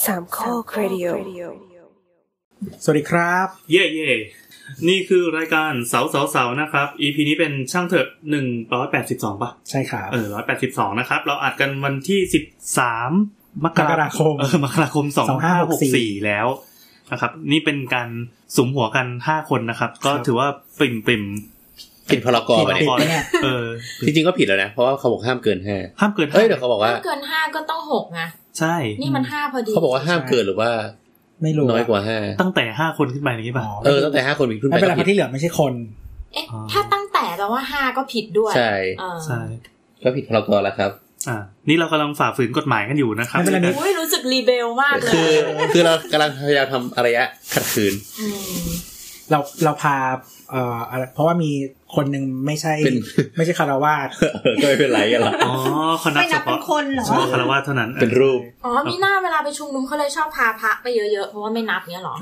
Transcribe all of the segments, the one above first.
สามข้อครดิโอสวัสดีครับเย่นี่คือรายการเสานะครับ EP นี้เป็นช่างเถอะ182ป่ะใช่ครับ 182นะครับเราอัดกันวันที่13มกราคม2564แล้วนะครับนี่เป็นการสุมหัวกัน5คนนะครับก็ถือว่าปิ่มผิดพรกเนี่ยจริงๆก็ผิดแล้วนะเพราะว่าเขาบอกห้ามเกิน5เดี๋ยวเขาบอกว่าเกิน5ก็ต้อง6นะใช่นี่มัน5พอดีเขาบอกว่าห้ามเกินหรือว่าไม่รู้น้อยกว่า5 ตั้งแต่5คนขึ้นไปอย่างงี้ป่ะตั้งแต่5คนขึ้นไปไม่เป็นไรที่เหลือไม่ใช่คนถ้าตั้งแต่แปลว่า5ก็ผิดด้วยใช่ก็ผิดพรกแล้วครับนี่เรากำลังฝ่าฝืนกฎหมายกันอยู่นะครับอุ้ยรู้สึกรีเบลมากเลยคือเรากำลังพยายามทำอารยะขัดขืนเราพาเพราะว่ามีคนนึงไม่ใช่คารวาสก็ไม่เป็นไรกันหรอกคนนับเฉพาะคนเหรอคารวาสเท่านั้นเป็นรูปมีหน้าเวลาไปชุมนุมเขาเลยชอบพาพระไปเยอะๆเพราะว่าไม่นับเนี้ยหรอ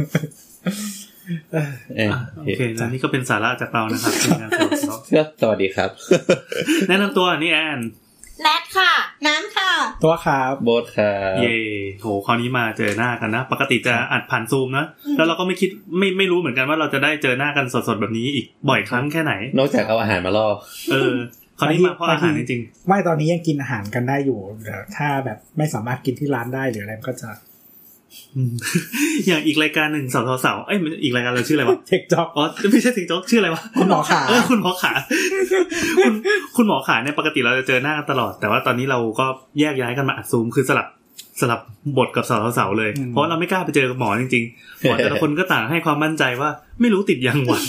โอเคแล้วนี่ก็เป็นสาระจากเรานะครับสวัสดีครับแนะนำตัวนี่แอนแนทค่ะน้ำค่ะตัวครับโบ๊ทครับเย่โหคราวนี้มาเจอหน้ากันนะปกติจะอัดผ่านซูมนะแล้วเราก็ไม่คิดไม่รู้เหมือนกันว่าเราจะได้เจอหน้ากันสดๆแบบนี้อีกบ่อยครั้งแค่ไหนนอกจากเอาอาหารมาล่อคราวนี้มาเพราะอาหารจริงๆไม่ตอนนี้ยังกินอาหารกันได้อยู่ถ้าแบบไม่สามารถกินที่ร้านได้หรืออะไรก็จะอย่างอีกรายการหนึ่งสาวๆอีกรายการเราชื่ออะไรวะเทคจ็อกไม่ใช่เทคจ็อกชื่ออะไรวะคุณหมอขาคุณหมอขาคุณหมอขาเนี่ยปกติเราจะเจอหน้าตลอดแต่ว่าตอนนี้เราก็แยกย้ายกันมาอัดซูมคือสลับบทกับสาวๆเลยเพราะเราไม่กล้าไปเจอกับหมอจริงๆหมอแต่ละคนก็ต่างให้ความมั่นใจว่าไม่รู้ติดยังวะ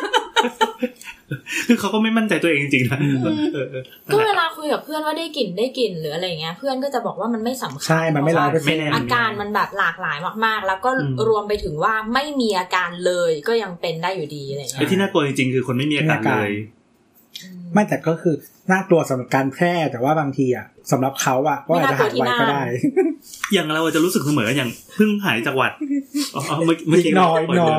คือเขาก็ไม่มั่นใจตัวเองจริงๆนะก็เวลาคุยกับเพื่อนว่าได้กลิ่นหรืออะไรเงี้ยเพื่อนก็จะบอกว่ามันไม่สำคัญใช่มันไม่100% อาการมันแบบหลากหลายมากๆแล้วก็รวมไปถึงว่าไม่มีอาการเลยก็ยังเป็นได้อยู่ดีอะไรเงี้ยที่น่ากลัวจริงๆคือคนไม่มีอาการเลยไม่แต่ก็คือน่ากลัวสำหรับการแพร่แต่ว่าบางทีอ่ะสำหรับเขาอ่ะก็อาจจะหายไวก็ได้อย่างเราจะรู้สึกเสมออย่างเพิ่งหายจากหวัดเมื่อกี้น้อย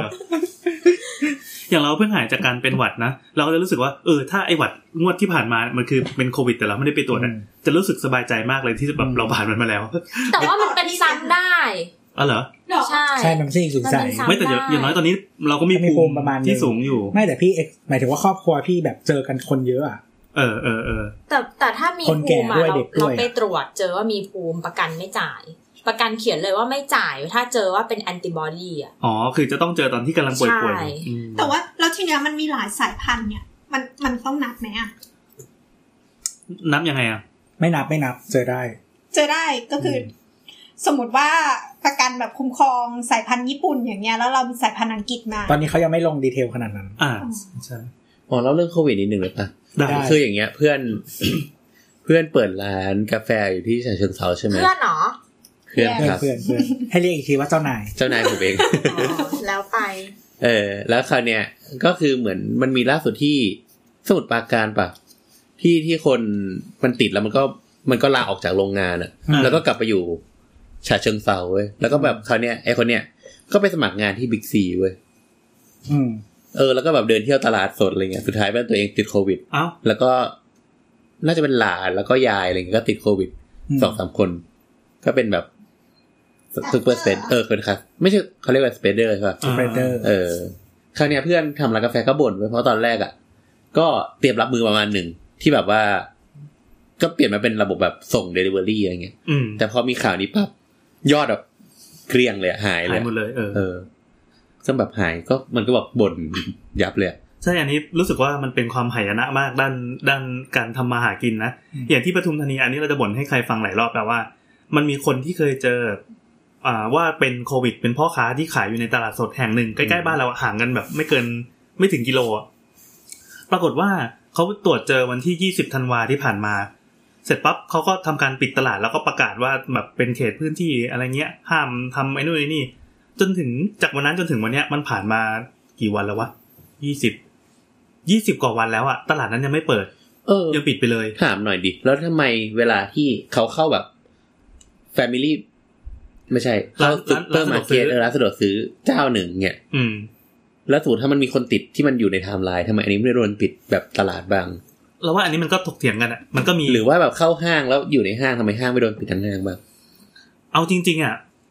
อย่างเราเพิ่งหายจากการเป็นหวัดนะเราก็จะรู้สึกว่าถ้าไอ้หวัดงวดที่ผ่านมามันคือเป็นโควิดแต่เราไม่ได้ไปตรวจนะจะรู้สึกสบายใจมากเลยที่แบบเราผ่านมันมาแล้วแต่ว่ามันเป็นซ้ำได้เหรอใช่มันไม่ใช่สูงใส่ไม่แต่อย่างน้อยตอนนี้เราก็มีภูมิประมาณที่สูงอยู่ไม่แต่พี่หมายถึงว่าครอบครัวพี่แบบเจอกันคนเยอะอ่ะแต่ถ้ามีภูมิเราไปตรวจเจอว่ามีภูมิประกันไม่จ่ายประกันเขียนเลยว่าไม่จ่ายถ้าเจอว่าเป็นแอนติบอดีอ่ะคือจะต้องเจอตอนที่กำลังป่วยๆแต่ว่าแล้วทีเนี้ยมันมีหลายสายพันธุ์เนี่ยมันต้องนับไหมอ่ะนับยังไงอ่ะไม่นับเจอได้ก็คือสมมติว่าประกันแบบคุ้มครองสายพันธุ์ญี่ปุ่นอย่างเงี้ยแล้วเรามีสายพันธุ์อังกฤษมาตอนนี้เขายังไม่ลงดีเทลขนาดนั้นใช่แล้วเรื่องโควิดนิดนึงเลยป่ะคืออย่างเงี้ยเพื่อนเปิดร้านกาแฟอยู่ที่ฉะเชิงเทราใช่มั้ยเพื่อนเหรอเพื่อนครับให้เรียกอีกทีว่าเจ้านายผมเองแล้วไปแล้วคราวเนี้ยก็คือเหมือนมันมีล่าสุดที่สมุทรปราการป่ะที่คนมันติดแล้วมันก็ลาออกจากโรงงานอ่ะแล้วก็กลับไปอยู่ฉะเชิงเทราเว้ยแล้วก็แบบคราวเนี้ยไอ้คนเนี้ยก็ไปสมัครงานที่บิ๊กซีเว้ยแล้วก็แบบเดินเที่ยวตลาดสดอะไรเงี้ยสุดท้ายเป็นตัวเองติดโควิดแล้วก็น่าจะเป็นหลานแล้วก็ยายอะไรเงี้ยก็ติดโควิด 2-3 คนก็เป็นแบบซูเปอร์สเปรดคนครับไม่ใช่เขาเรียกว่าสเปรดเดอร์ใช่ป่ะสเปรดเดอร์คราวเนี้ยเพื่อนทำร้านกาแฟก็บ่นไว้เพราะตอนแรกอ่ะก็เตรียมรับมือประมาณนึงที่แบบว่าก็เปลี่ยนมาเป็นระบบแบบส่งเดลิเวอรี่อะไรเงี้ยแต่พอมีข่าวนี้ปั๊บยอดแบบเกลี้ยงเลยหายหมดเลยซึ่งแบบหายก็มันก็แบบบ่นยับเลยใช่อันนี้รู้สึกว่ามันเป็นความหายนะมากด้านการทำมาหากินนะอย่างที่ปทุมธานีอันนี้เราจะบ่นให้ใครฟังหลายรอบแล้วว่ามันมีคนที่เคยเจอว่าเป็นโควิดเป็นพ่อค้าที่ขายอยู่ในตลาดสดแห่งหนึ่งใกล้ๆบ้านเราห่างกันแบบไม่ถึงกิโลปรากฏว่าเขาตรวจเจอวันที่20ธันวาที่ผ่านมาเสร็จปั๊บเขาก็ทำการปิดตลาดแล้วก็ประกาศว่าแบบเป็นเขตพื้นที่อะไรเงี้ยห้ามทำไอ้นู่นไอ้นี่จนถึงจากวันนั้นจนถึงวันเนี้ยมันผ่านมากี่วันแล้ววะ20กว่าวันแล้วอะตลาดนั้นยังไม่เปิดยังปิดไปเลยถามหน่อยดิแล้วทำไมเวลาที่เขาเข้าแบบ Family ไม่ใช่เข้าซุปเปอร์มาร์เก็ตร้านสะดวกซื้อเจ้าหนึ่งเนี่ยแล้วสมมุติถ้ามันมีคนติดที่มันอยู่ในไทม์ไลน์ทำไมอันนี้ไม่โดนปิดแบบตลาดบ้างเราว่าอันนี้มันก็ถกเถียงกันอ่ะมันก็มีหรือว่าแบบเข้าห้างแล้วอยู่ในห้างทำไมห้างไม่โดนปิดทั้งห้างบ้างเอาจริงๆอ่ะ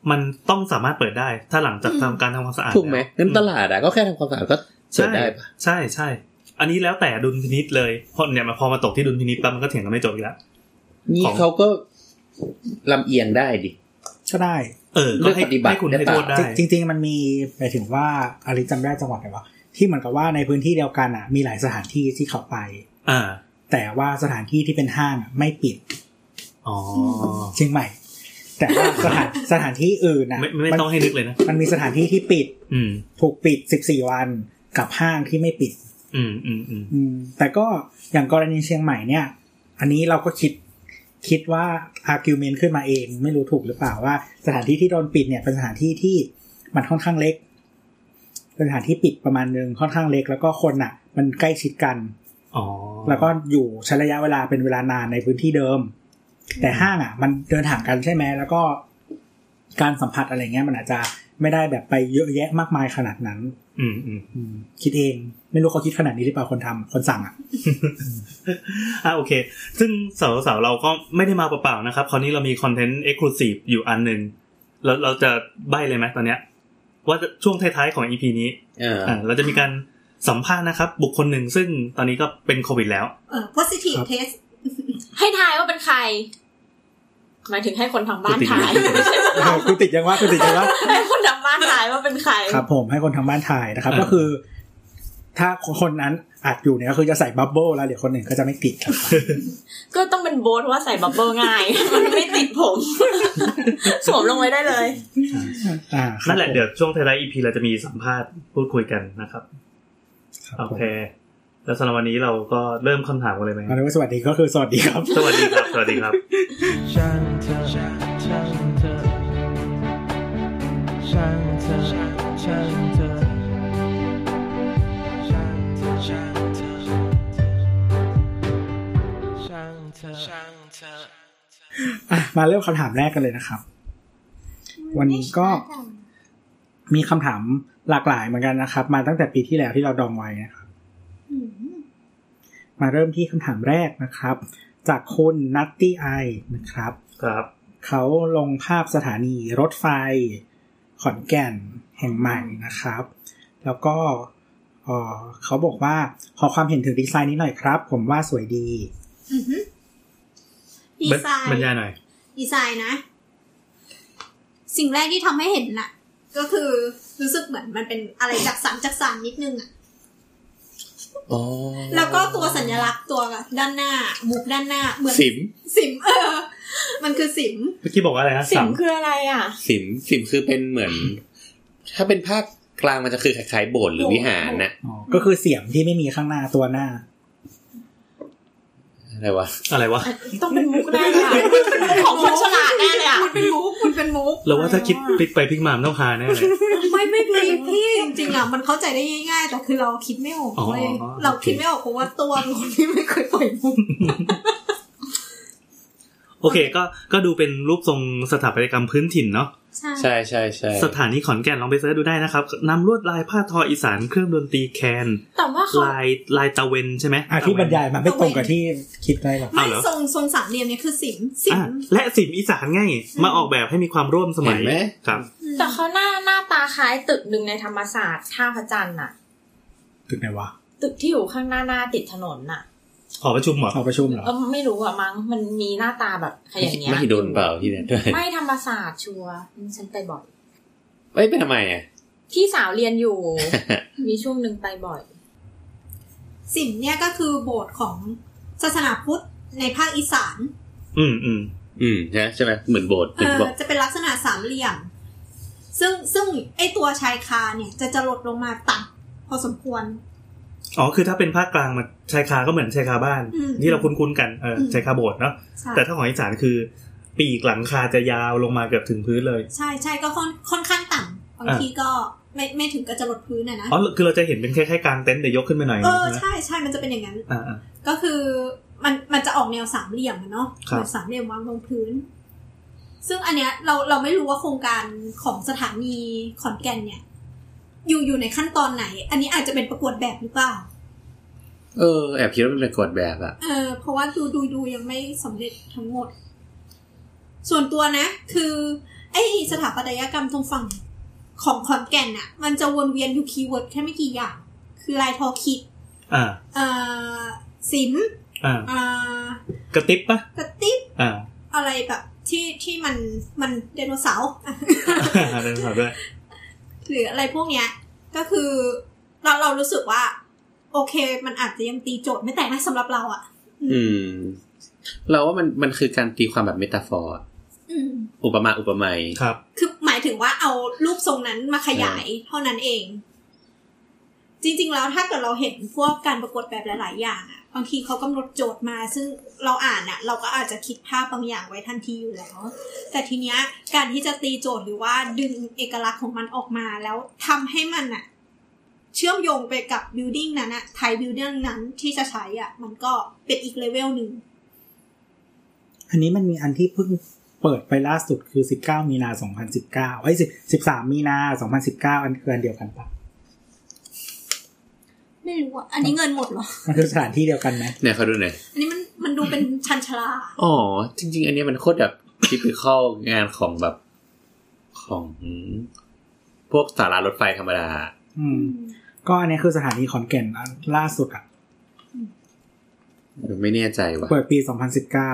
มันต้องสามารถเปิดได้ถ้าหลังจากทำการทำความสะอาดถูกไหมงั้นตลาดก็แค่ทำความสะอาดก็เปิดได้ปะใช่อันนี้แล้วแต่ดุลพินิจเลยเพราะเนี่ยพอมาตกที่ดุลพินิจปั๊บมันก็เถียงกันไม่จบอีกแล้วนี่เขาก็ลำเอียงได้ดิก็ได้ก็ให้คุณให้โทษได้จริงๆมันมีไปถึงว่าอาริจำได้จังหวัดไหนวะที่เหมือนกับว่าในพื้นที่เดียวกันมีหลายสถานที่ที่เขาไปแต่ว่าสถานที่ที่เป็นห้างไม่ปิดเชียงใหม่แต่ว่าสถานที่อื่นไม่ต้องให้นึกเลยนะมันมีสถานที่ที่ปิดถูกปิด14วันกับห้างที่ไม่ปิดแต่ก็อย่างกรณีเชียงใหม่เนี่ยอันนี้เราก็คิดว่า argument ขึ้นมาเองไม่รู้ถูกหรือเปล่าว่าสถานที่ที่โดนปิดเนี่ยเป็นสถานที่ที่มันค่อนข้างเล็กเป็นสถานที่ปิดประมาณนึงค่อนข้างเล็กแล้วก็คนมันใกล้ชิดกันแล้วก็อยู่ใช้ระยะเวลาเป็นเวลานานในพื้นที่เดิมแต่ห้างมันเดินห่างกันใช่ไหมแล้วก็การสัมผัสอะไรเงี้ยมันอาจจะไม่ได้แบบไปเยอะแยะมากมายขนาดนั้นคิดเองไม่รู้เขาคิดขนาดนี้หรือเปล่าคนสั่งโอเคซึ่งสาวๆเราก็ไม่ได้มาเปล่าๆนะครับคราวนี้เรามีคอนเทนต์ Exclusive อยู่อันนึงเราจะใบ้เลยไหมตอนเนี้ยว่าช่วงท้ายๆของ EP นี้เราจะมีการสัมภาษณ์นะครับบุคคลหนึ่งซึ่งตอนนี้ก็เป็นโควิดแล้ว positive test ให้ทายว่าเป็นใครหมายถึงให้คนทางบ้านทายกูติดยังวะให้คนทางบ้านทายว่าเป็นใครครับผมให้คนทางบ้านทายนะครับก็คือถ้าคนนั้นอัดอยู่เนี่ยก็คือจะใส่บับเบิ้ลแล้วเดี๋ยวคนหนึ่งก็จะไม่ติดครับก็ต้องเป็นโบ๊ทว่าใส่บับเบิ้ลง่ายมันไม่ติดผมสวมลงไว้ได้เลยนั่นแหละเดี๋ยวช่วงท้าย EP เราจะมีสัมภาษณ์พูดคุยกันนะครับโอเคแล้วสำหรับวันนี้เราก็เริ่มคำถามกันเลยไหมสวัสดีก็คือสวัสดีครับสวัสดีครับสวัสดีครับช่างเธอมาเริ่มคำถามแรกกันเลยนะครับวันนี้ก็มีคำถามหลากหลายเหมือนกันนะครับมาตั้งแต่ปีที่แล้วที่เราดองไว้นะครับมาเริ่มที่คำถามแรกนะครับจากคุณนัตตี้ไอนะครับครับเขาลงภาพสถานีรถไฟขอนแก่นแห่งใหม่นะครับแล้วก็เขาบอกว่าขอความเห็นถึงดีไซน์นี้หน่อยครับผมว่าสวยดีดีไซน์บรรยายหน่อยดีไซน์นะสิ่งแรกที่ทำให้เห็นน่ะก็คือรู้สึกเหมือนมันเป็นอะไรจักสานนิดนึงแล้วก็ตัวสัญลักษณ์ตัวด้านหน้ามุกด้านหน้าเหมือนสิมมันคือสิมเมื่อกี้บอกว่าอะไรนะสิมคืออะไรสิมคือเป็นเหมือนถ้าเป็นภาคกลางมันจะคือคล้ายๆโบสถ์หรือวิหารน่ะก็คือเสียมที่ไม่มีข้างหน้าตัวหน้าอะไรวะต้องเป็นมุกแน่เลยของคนฉลาดแน่เลยมันเป็นมุกแล้วว่าถ้าคิดพลิกไปพลิกมาต้องหาแน่เลยไม่พลิกพี่จริงๆมันเข้าใจได้ง่ายๆแต่คือเราคิดไม่ออกเลยเราคิดไม่ออกเพราะว่าตัวคนที่ไม่เคยปล่อยมุกโอเคก็ดูเป็นรูปทรงสถาปัตยกรรมพื้นถิ่นเนาะใช่ๆๆสถานีขอนแก่นลองไปเสิร์ชดูได้นะครับนำลวดลายผ้าทออีสานเครื่องดนตรีแคนแต่ว่าลายตะเวนใช่ไหมที่บรรยายมาไม่ตรงกับที่คิดได้หรอไม่ทรงสามเหลี่ยมเนี่ยคือสิมและสิมอีสานไงมาออกแบบให้มีความร่วมสมัยครับแต่เขาหน้าตาคล้ายตึกนึงในธรรมศาสตร์ท่าพระจันทร์น่ะตึกไหนวะตึกที่อยู่ข้างหน้าติดถนนน่ะหอประชุมเหรอหอประชุมเหรอไม่รู้อ่ะมั้งมันมีหน้าตาแบบอย่างเงี้ยไม่โดนเปล่าที่นั่นด้วยไม่ธรรมศาสตร์ชัวร์ฉันไปบ่อยไปทำไมพี่สาวเรียนอยู่ มีช่วงนึงไปบ่อยสิมเนี่ยก็คือโบสถ์ของศาสนาพุทธในภาคอีสานใช่ไหมเหมือนโบสถ์จะเป็นลักษณะสามเหลี่ยมซึ่งไอตัวชายคาเนี่ยจะลดลงมาต่ำพอสมควรคือถ้าเป็นภาคกลางมันชายคาก็เหมือนชายคาบ้านที่เราคุ้นๆกันชายคาโบสถ์เนาะแต่ถ้าของอีสานคือปีกหลังคาจะยาวลงมาเกือบถึงพื้นเลยใช่ก็ค่อนข้างต่ำบางทีก็ไม่ถึงก็จะลดพื้นนะคือเราจะเห็นเป็นแค่กลางเต็นท์แต่ยกขึ้นไปหน่อยใช่มันจะเป็นอย่างนั้นก็คือมันจะออกแนวสามเหลี่ยมเนาะแบบสามเหลี่ยมวางบนพื้นซึ่งอันเนี้ยเราไม่รู้ว่าโครงการของสถานีขอนแก่นเนี่ยอยู่ในขั้นตอนไหนอันนี้อาจจะเป็นประกวดแบบหรือเปล่าแอบคิดว่าเป็นประกวดแบบเพราะว่าดูยังไม่สำเร็จทั้งหมดส่วนตัวนะคือไอ้สถาปัตยกรรมตรงฝั่งของขอนแก่นน่ะมันจะวนเวียนอยู่คีย์เวิร์ดแค่ไม่กี่อย่างคือลายทอคิดศิลป์กระติบปะกระติบอะไรแบบที่มันไดโนเสาร์ไดโนเสาร์ด้วยหรืออะไรพวกเนี้ยก็คือเรารู้สึกว่าโอเคมันอาจจะยังตีโจทย์ไม่แตกนะสำหรับเราอ่ะเราว่ามันคือการตีความแบบเมตาฟอร์อุปมาอุปไมยครับคือหมายถึงว่าเอารูปทรงนั้นมาขยายเท่านั้นเองจริงๆแล้วถ้าเกิดเราเห็นพวกการประกวดแบบหลายๆอย่างอ่ะบางทีเขากำหนดโจทย์มาซึ่งเราอ่านอ่ะเราก็อาจจะคิดภาพบางอย่างไว้ทันทีอยู่แล้วแต่ทีเนี้ยการที่จะตีโจทย์หรือว่าดึงเอกลักษณ์ของมันออกมาแล้วทำให้มันอ่ะเชื่อมโยงไปกับบิลดิ้งนั้นอ่ะไทยบิลดิ้งนั้นที่จะใช้อ่ะมันก็เป็นอีกเลเวลนึงอันนี้มันมีอันที่เพิ่งเปิดไปล่าสุดคือ19มีนา201913มีนา2019อันคืออันเดียวกันปะไม่รู้อ่ะอันนี้เงินหมดเหรอมันคือสถานที่เดียวกันไหมเนี่ยเขาดูหน่อยอันนี้มันดูเป็นชันชลาอ๋อจริงๆอันนี้มันโคตรแบบทิปิคอลงานของแบบของพวกสารารถไฟธรรมดาก็อันนี้คือสถานีขอนแก่นล่าสุดอ่ะไม่แน่ใจว่ะเปิดปี2019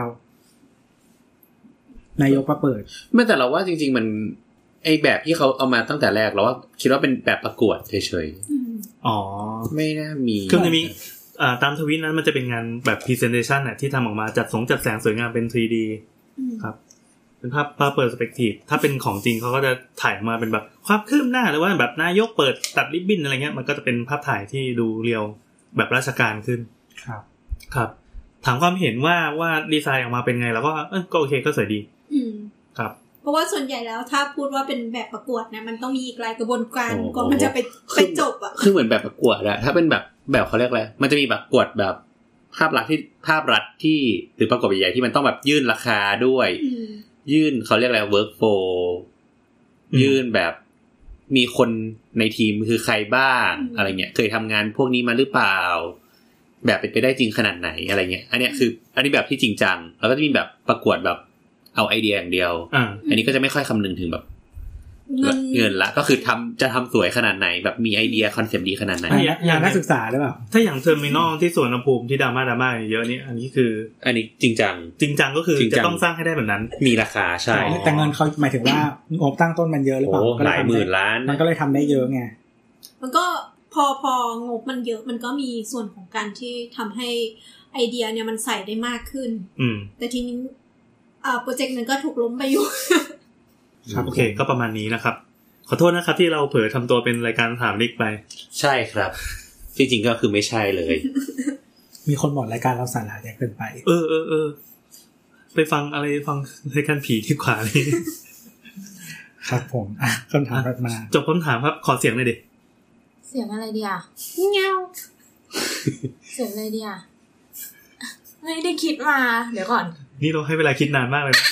นายกมาเปิดไม่แต่เราว่าจริงๆมันไอแบบที่เขาเอามาตั้งแต่แรกเราว่าคิดว่าเป็นแบบประกวดเฉยๆอ๋อไม่น่ามีคือจะมีตามทวิตนั้นมันจะเป็นงานแบบ presentation น่ะที่ทำออกมาจัดแสงสวยงามเป็น 3D ครับเป็นภาพเปิด perspective ถ้าเป็นของจริงเขาก็จะถ่ายมาเป็นแบบความคืบหน้าหรือว่าแบบนายกเปิดตัดริบบิ้นอะไรเงี้ยมันก็จะเป็นภาพถ่ายที่ดูเรียวแบบราชการขึ้นครับถามความเห็นว่าดีไซน์ออกมาเป็นไงแล้วก็ก็โอเคก็สวยดีครับเพราะว่าส่วนใหญ่แล้วถ้าพูดว่าเป็นแบบประกวดนะมันต้องมีอีกหลายกระบวนการก่อนมันจะไปจบอ่ะคือเหมือนแบบประกวดอะถ้าเป็นแบบเขาเรียกอะไรมันจะมีแบบประกวดแบบภาพรัฐที่หรือประกวดใหญ่ๆที่มันต้องแบบยื่นราคาด้วยยื่นเขาเรียกอะไร work for ยื่นแบบมีคนในทีมคือใครบ้างอะไรเงี้ยเคยทำงานพวกนี้มาหรือเปล่าแบบเป็นไปได้จริงขนาดไหนอะไรเงี้ยอันนี้คืออันนี้แบบที่จริงจังแล้วก็จะมีแบบประกวดแบบเอาไอเดียอย่างเดียวอันนี้ก็จะไม่ค่อยคำนึงถึงแบบเงินละก็คือจะทำสวยขนาดไหนแบบมีไอเดียคอนเซปต์ดีขนาดไหนอย่างนักศึกษาหรือเปล่าถ้าอย่างเทอร์มินอลที่สวนภูมิที่ดราม่าเยอะนี่อันนี้คืออันนี้จริงจังก็คือจะต้องสร้างให้ได้แบบนั้นมีราคาใช่แต่เงินเขาหมายถึงว่างบตั้งต้นมันเยอะหรือเปล่าก็หลายหมื่นล้านมันก็เลยทำได้เยอะไงมันก็พองบมันเยอะมันก็มีส่วนของการที่ทำให้ไอเดียเนี่ยมันใส่ได้มากขึ้นแต่ทีนี้โปรเจกต์นึงก็ถูกล้มไปอยู่ครับโอเคก็ประมาณนี้นะครับขอโทษนะครับที่เราเผลอทำตัวเป็นรายการถามลิกไปใช่ครับจริงๆก็คือไม่ใช่เลยมีคนบอกรายการเราสาระเยอะเกินไปไปฟังรายการผีที่ขวาเลยครับผมคำถามถัดมาจบคำถามครับขอเสียงหน่อยดิเสียงอะไรดีอ่ะเงี้ยวเสียงอะไรดีอ่ะไม่ได้คิดมาเดี๋ยวก่อนนี่เราให้เวลาคิดนานมากเลยนะ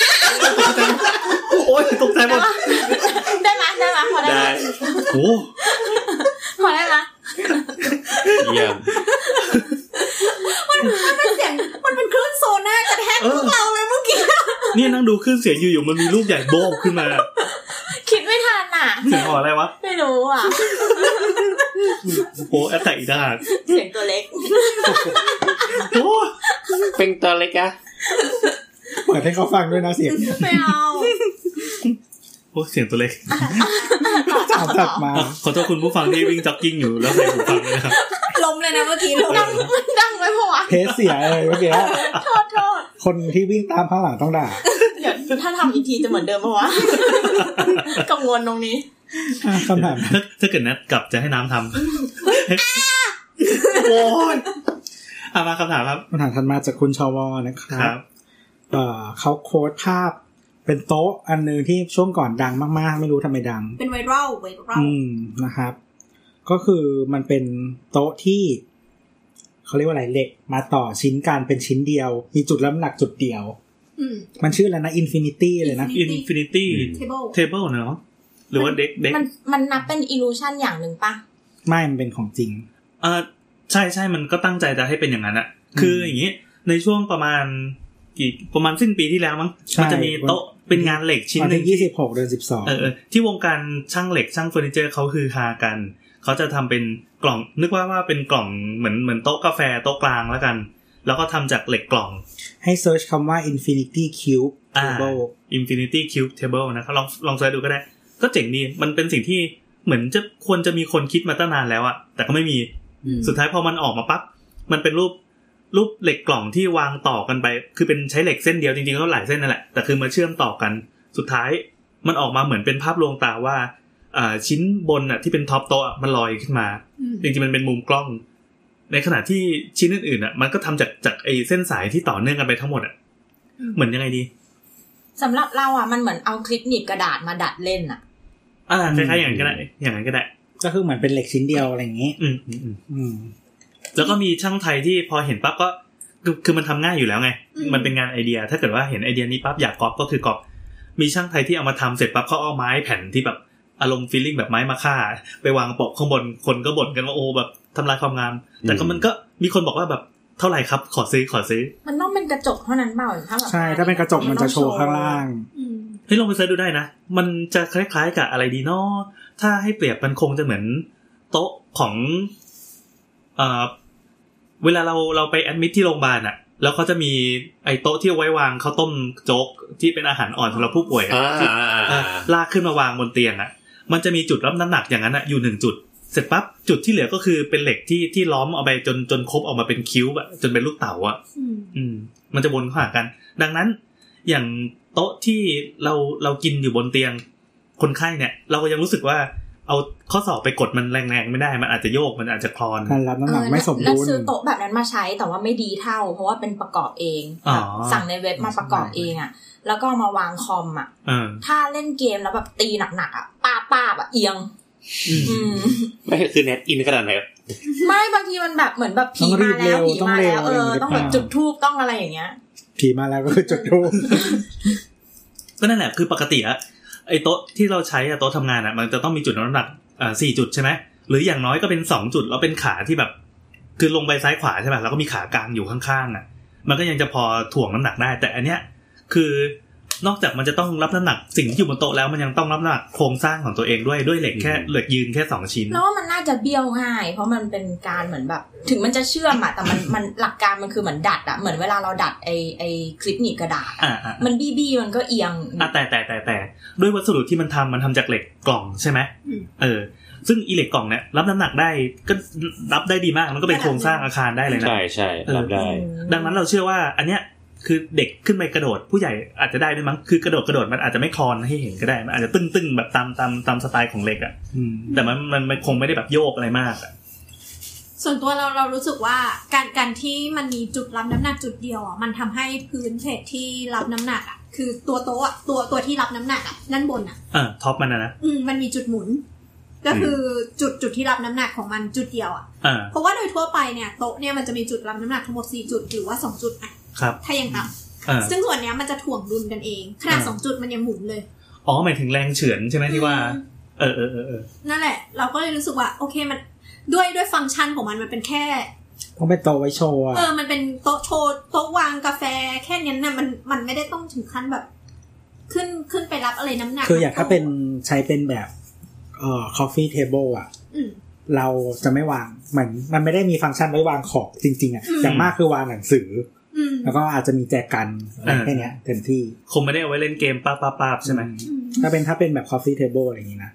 โอ๊ยตกใจหมดได้ไหมพอได้โอ้พอได้ไหมเยี่ยมมันเป็นเสียงมันเป็นคลื่นโซน่ากระแทกพวกเราเลยเมื่อกี้นี่นั่งดูคลื่นเสียงอยู่มันมีลูกใหญ่โบ๊ะขึ้นมาคิดไม่ทันอ่ะเสียงอะไรวะไม่รู้อ่ะโอ้แอตแทกอีกแล้วเสียงตัวเล็กโอ้เป็นตัวเล็กอะเปิดให้เขาฟังด้วยนะเสียงไม่เอาโอ้เสียงตัวเล็กถามตัดมาขอโทษคุณผู้ฟังที่วิ่งจ็อกกิ้งอยู่แล้วใส่หูฟังเลยนะครับลมเลยนะเมื่อกี้ลมดังไว้เพราะว่าเทสเสียเลยเมื่อกี้โทษคนที่วิ่งตามข้างหลังต้องด่าเดี๋ยวถ้าทำอีกทีจะเหมือนเดิมเพราะว่ากังวลตรงนี้คำถามถ้าเกิดนัดกลับจะให้น้ำทำโอ้ยมาคำถามครับคำถามถัดมาจากคุณชวนะครับเขาโค้ดภาพเป็นโต๊ะอันนึงที่ช่วงก่อนดังมากๆไม่รู้ทำไมดังเป็นไวรัลนะครับก็คือมันเป็นโต๊ะที่เขาเรียกว่าอะไรเหล็กมาต่อชิ้นกันเป็นชิ้นเดียวมีจุดรับน้ำหนักจุดเดียวมันชื่ออะไรนะ Infinity เลยนะ Infinity Table เนาะหรือว่าเด็กมันนับเป็น illusion อย่างนึงปะไม่มันเป็นของจริงใช่ๆมันก็ตั้งใจจะให้เป็นอย่างนั้นอะคืออย่างงี้ในช่วงประมาณสิ้นปีที่แล้วมั้งมันจะมีโต๊ะเป็นงานเหล็กชิ้นนึงที่26เดือน12 ที่วงการช่างเหล็กช่างเฟอร์นิเจอร์เขาคือฮากันเขาจะทำเป็นกล่องนึกว่าเป็นกล่องเหมือนโต๊ะกาแฟโต๊ะกลางแล้วกันแล้วก็ทำจากเหล็กกล่องให้เซิร์ชคำว่า Infinity Cube Table Infinity Cube Table นะครับลองเสิร์ชดูก็ได้ก็เจ๋งดีมันเป็นสิ่งที่เหมือนจะควรจะมีคนคิดมาตั้งนานแล้วอะแต่ก็ไม่มีสุดท้ายพอมันออกมาปั๊บมันเป็นรูปเหล็กกล่องที่วางต่อกันไปคือเป็นใช้เหล็กเส้นเดียวจริงๆก็หลายเส้นนั่นแหละแต่คือมาเชื่อมต่อกันสุดท้ายมันออกมาเหมือนเป็นภาพลวงตาว่าชิ้นบนน่ะที่เป็นท็อปโต๊ะมันลอยขึ้นมาจริงๆมันเป็นมุมกล้องในขณะที่ชิ้นอื่นๆน่ะมันก็ทำจากไอ้เส้นสายที่ต่อเนื่องกันไปทั้งหมดอ่ะเหมือนยังไงดีสำหรับเราอ่ะมันเหมือนเอาคลิปหนีบกระดาษมาดัดเล่นอ่ะคล้ายๆอย่างนั้นก็ได้อย่างนั้นก็ได้ก็คือเหมือนเป็นเหล็กชิ้นเดียวอะไรอย่างงี้แล้วก็มีช่างไทยที่พอเห็นปั๊บก็คือมันทำง่ายอยู่แล้วไงมันเป็นงานไอเดียถ้าเกิดว่าเห็นไอเดียนี้ปั๊บอยากก๊อปก็คือก๊อปมีช่างไทยที่เอามาทำเสร็จปั๊บเขาเอาไม้แผ่นที่แบบอารมณ์ฟีลลิ่งแบบไม้มาฆ่าไปวางปกข้างบนคนก็บ่นกันว่าโอ้แบบทำลายความงามแต่ก็มันก็มีคนบอกว่าแบบเท่าไหร่ครับขอซื้อมันต้องเป็นกระจกเท่านั้นเปล่าถ้าแบบใช่ถ้าเป็นกระจกมันจะโชว์ข้างล่างเฮ้ยลองไปเสิร์ชดูได้นะมันจะคล้ายๆกับอะไรดีเนาะถ้าให้เปรียบมันคงจะเหมือนโต๊ะของเวลาเราไปแอดมิทที่โรงพยาบาลอ่ะแล้วเขาจะมีไอ้โต๊ะที่เอาไว้วางข้าวต้มโจ๊กที่เป็นอาหารอ่อนสำหรับผู้ป่วยลากขึ้นมาวางบนเตียงอ่ะมันจะมีจุดรับน้ำหนักอย่างนั้นอ่ะอยู่1จุดเสร็จปั๊บจุดที่เหลือก็คือเป็นเหล็กที่ล้อมเอาไปจนครบออกมาเป็นคิ้วอ่ะจนเป็นลูกเต๋าอ่ะมันจะวนเข้าหากันดังนั้นอย่างโต๊ะที่เรากินอยู่บนเตียงคนไข้เนี่ยเราก็ยังรู้สึกว่าเอาข้อศอกไปกดมันแรงๆไม่ได้มันอาจจะโยกมันอาจจะคลอนการรับน้ำหนักไม่สมดุลแล้วซื้อโต๊ะแบบนั้นมาใช้แต่ว่าไม่ดีเท่าเพราะว่าเป็นประกอบเองสั่งในเว็บมาประกอบเองอ่ะแล้วก็มาวางคอมอ่ะถ้าเล่นเกมแล้วแบบตีหนักๆอ่ะป้าอ่ะเอียงไม่คือเน็ตอินขนาดไหนไม่บางทีมันแบบเหมือนแบบผีมาแล้วต้องแบบจุดธูปต้องอะไรอย่างเงี้ยผีมาแล้วก็คือจุดธูปก็นั่นแหละคือปกติอะไอ้โต๊ะที่เราใช้อะโต๊ะทำงานอะมันจะต้องมีจุดน้ำหนัก4จุดใช่ไหมหรืออย่างน้อยก็เป็น2จุดแล้วเป็นขาที่แบบคือลงไปซ้ายขวาใช่ป่ะแล้วก็มีขากลางอยู่ข้างๆอะมันก็ยังจะพอถ่วงน้ำหนักได้แต่อันเนี้ยคือนอกจากมันจะต้องรับน้ำหนักสิ่งที่อยู่บนโต๊ะแล้วมันยังต้องรับน้ำหนักโครงสร้างของตัวเองด้วยเหล็กยืนแค่2ชิ้นแล้วมันน่าจะเบี้ยวง่ายเพราะมันเป็นการเหมือนแบบถึงมันจะเชื่อมอะแต่มันหลักการมันคือเหมือนดัดอะเหมือนเวลาเราดัดไอคลิปหนีบกระดาษมันบี้มันก็เอียงแต่ด้วยวัสดุที่มันทำจากเหล็กกล่องใช่ไหมซึ่งอีเหล็กกล่องเนี่ยรับน้ำหนักได้ก็รับได้ดีมากมันก็เป็นโครงสร้างอาคารได้เลยนะใช่รับได้ดังนั้นเราเชื่อว่าอันเนี้ยคือเด็กขึ้นไปกระโดดผู้ใหญ่อาจจะได้ด้วยมั้งคือกระโดดมันอาจจะไม่คลอนให้เห็นก็ได้มันอาจจะตึ้งแบบตามสไตล์ของเหล็กอ่ะแต่มันคงไม่ได้แบบโยกอะไรมากอ่ะส่วนตัวเรารู้สึกว่าการที่มันมีจุดรับน้ำหนักจุดเดียวอ่ะมันทำให้พื้นเพจที่รับน้ำหนักอ่ะคือตัวโต๊ะอ่ะตัวที่รับน้ำหนักอ่ะด้านบนอ่ะท็อปมันนะมันมีจุดหมุนก็คือจุดที่รับน้ำหนักของมันจุดเดียวอ่ะเพราะว่าโดยทั่วไปเนี่ยโต๊ะเนี่ยมันจะมีจุดรับน้ำหนักทั้งหมด4จุดหรือว่า2จุดอ่ะถ้ายังต่ำซึ่งส่วนนี้มันจะถ่วงดุลกันเองขนาด2จุดมันยังหมุนเลยหมายถึงแรงเฉือนใช่ไหมที่ว่านั่นแหละเราก็เลยรู้สึกว่าโอเคมันด้วยฟังก์ชันของมันเป็นแค่ต้องเป็นโต๊ะไว้โชว์มันเป็นโต๊ะโชว์โต๊ะวางกาแฟแค่นี้นะมันไม่ได้ต้องถึงขั้นแบบขึ้นไปรับอะไรน้ำหนักคืออย่างถ้าเป็นใช้เป็นแบบcoffee table อ่ะเราจะไม่วางเหมือนมันไม่ได้มีฟังก์ชันไว้วางของจริงๆอ่ะอย่างมากคือวางหนังสือแล้วก็อาจจะมีแจกันอะไรแค่นี้เต็มที่คงไม่ได้เอาไว้เล่นเกมป๊าๆใช่ไหมถ้าเป็นแบบ coffee table อะไรอย่างนี้นะ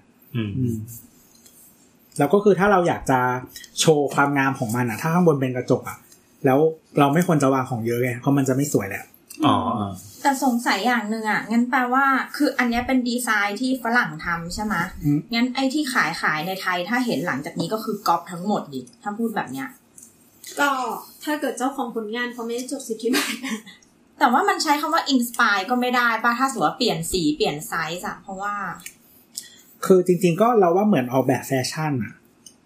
แล้วก็คือถ้าเราอยากจะโชว์ความงามของมันอ่ะถ้าข้างบนเป็นกระจกอ่ะแล้วเราไม่ควรจะวางของเยอะไงเพราะมันจะไม่สวยแล้วแต่สงสัยอย่างนึงอ่ะงั้นแปลว่าคืออันนี้เป็นดีไซน์ที่ฝรั่งทำใช่ไหมงั้นไอ้ที่ขายในไทยถ้าเห็นหลังจากนี้ก็คือก๊อปทั้งหมดดิถ้าพูดแบบเนี้ยก็ถ้าเกิดเจ้าของผลงานเขาไม่ได้จดสิทธิบัตรแต่ว่ามันใช้คำว่าอินสปายก็ไม่ได้ป่ะถ้าสมมติว่าเปลี่ยนสีเปลี่ยนไซส์อะเพราะว่าคือจริงๆก็เราว่าเหมือนออกแบบแฟชั่นอะ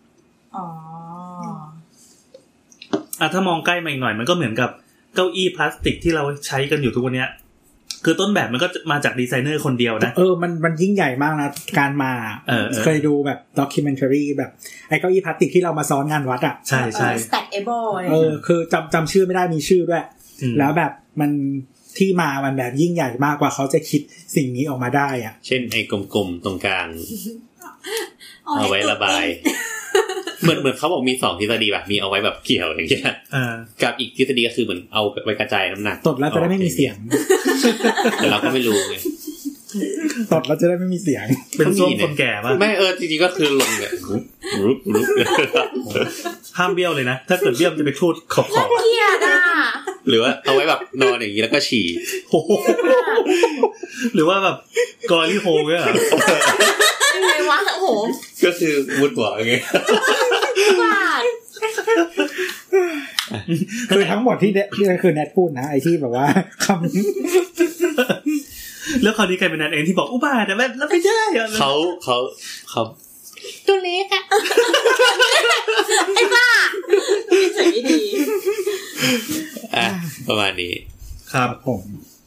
ถ้ามองใกล้มาอีกหน่อยมันก็เหมือนกับเก้าอี้พลาสติกที่เราใช้กันอยู่ทุกวันนี้คือต้นแบบมันก็มาจากดีไซเนอร์คนเดียวนะมันยิ่งใหญ่มากนะการมาเคยดูแบบด็อกิเมนทารีแบบไอ้เก้าอี้พลาสติกที่เรามาซ้อนงานวัดอ่ะใช่ stackable คือจำชื่อไม่ได้มีชื่อด้วยแล้วแบบมันที่มามันแบบยิ่งใหญ่มากกว่าเขาจะคิดสิ่งนี้ออกมาได้อ่ะเช่นไอ้กลมๆตรงกลางเอาไว้ระบายเหมือนเขาบอกมี2ทฤษฎีแบบมีเอาไว้แบบเกี่ยวอย่างเงี้ยกับอีกทฤษฎีก็คือเหมือนเอาไว้กระจายน้ำหนักตดแล้วจะได้ไม่มีเสียงแต่เราก็ไม่รู้ไงตดแล้วจะได้ไม่มีเสียงเป็นส้วมคนแก่ป่ะไม่จริงๆก็คือลงเนี่ยรุบห้ามเบี้ยวเลยนะถ้าเกิดเบี้ยวจะไปทูดขอบๆเกลียดอ่ะหรือว่าเอาไว้แบบนอนอย่างนี้แล้วก็ฉี่หรือว่าแบบกอรี่โฮเนี่ยอะไรวะโอ้โหก็คือมุดหัวอย่างเงี้ยคือทั้งหมดที่คือแนทพูดนะไอ้ที่แบบว่าคำแล้วคราวนี้กลายเป็นแนทเองที่บอกอุบาทแต่แล้วไม่ได้เขาตัวเล็กอะไอ้บ้านิสัยไม่ดีประมาณนี้ครับผม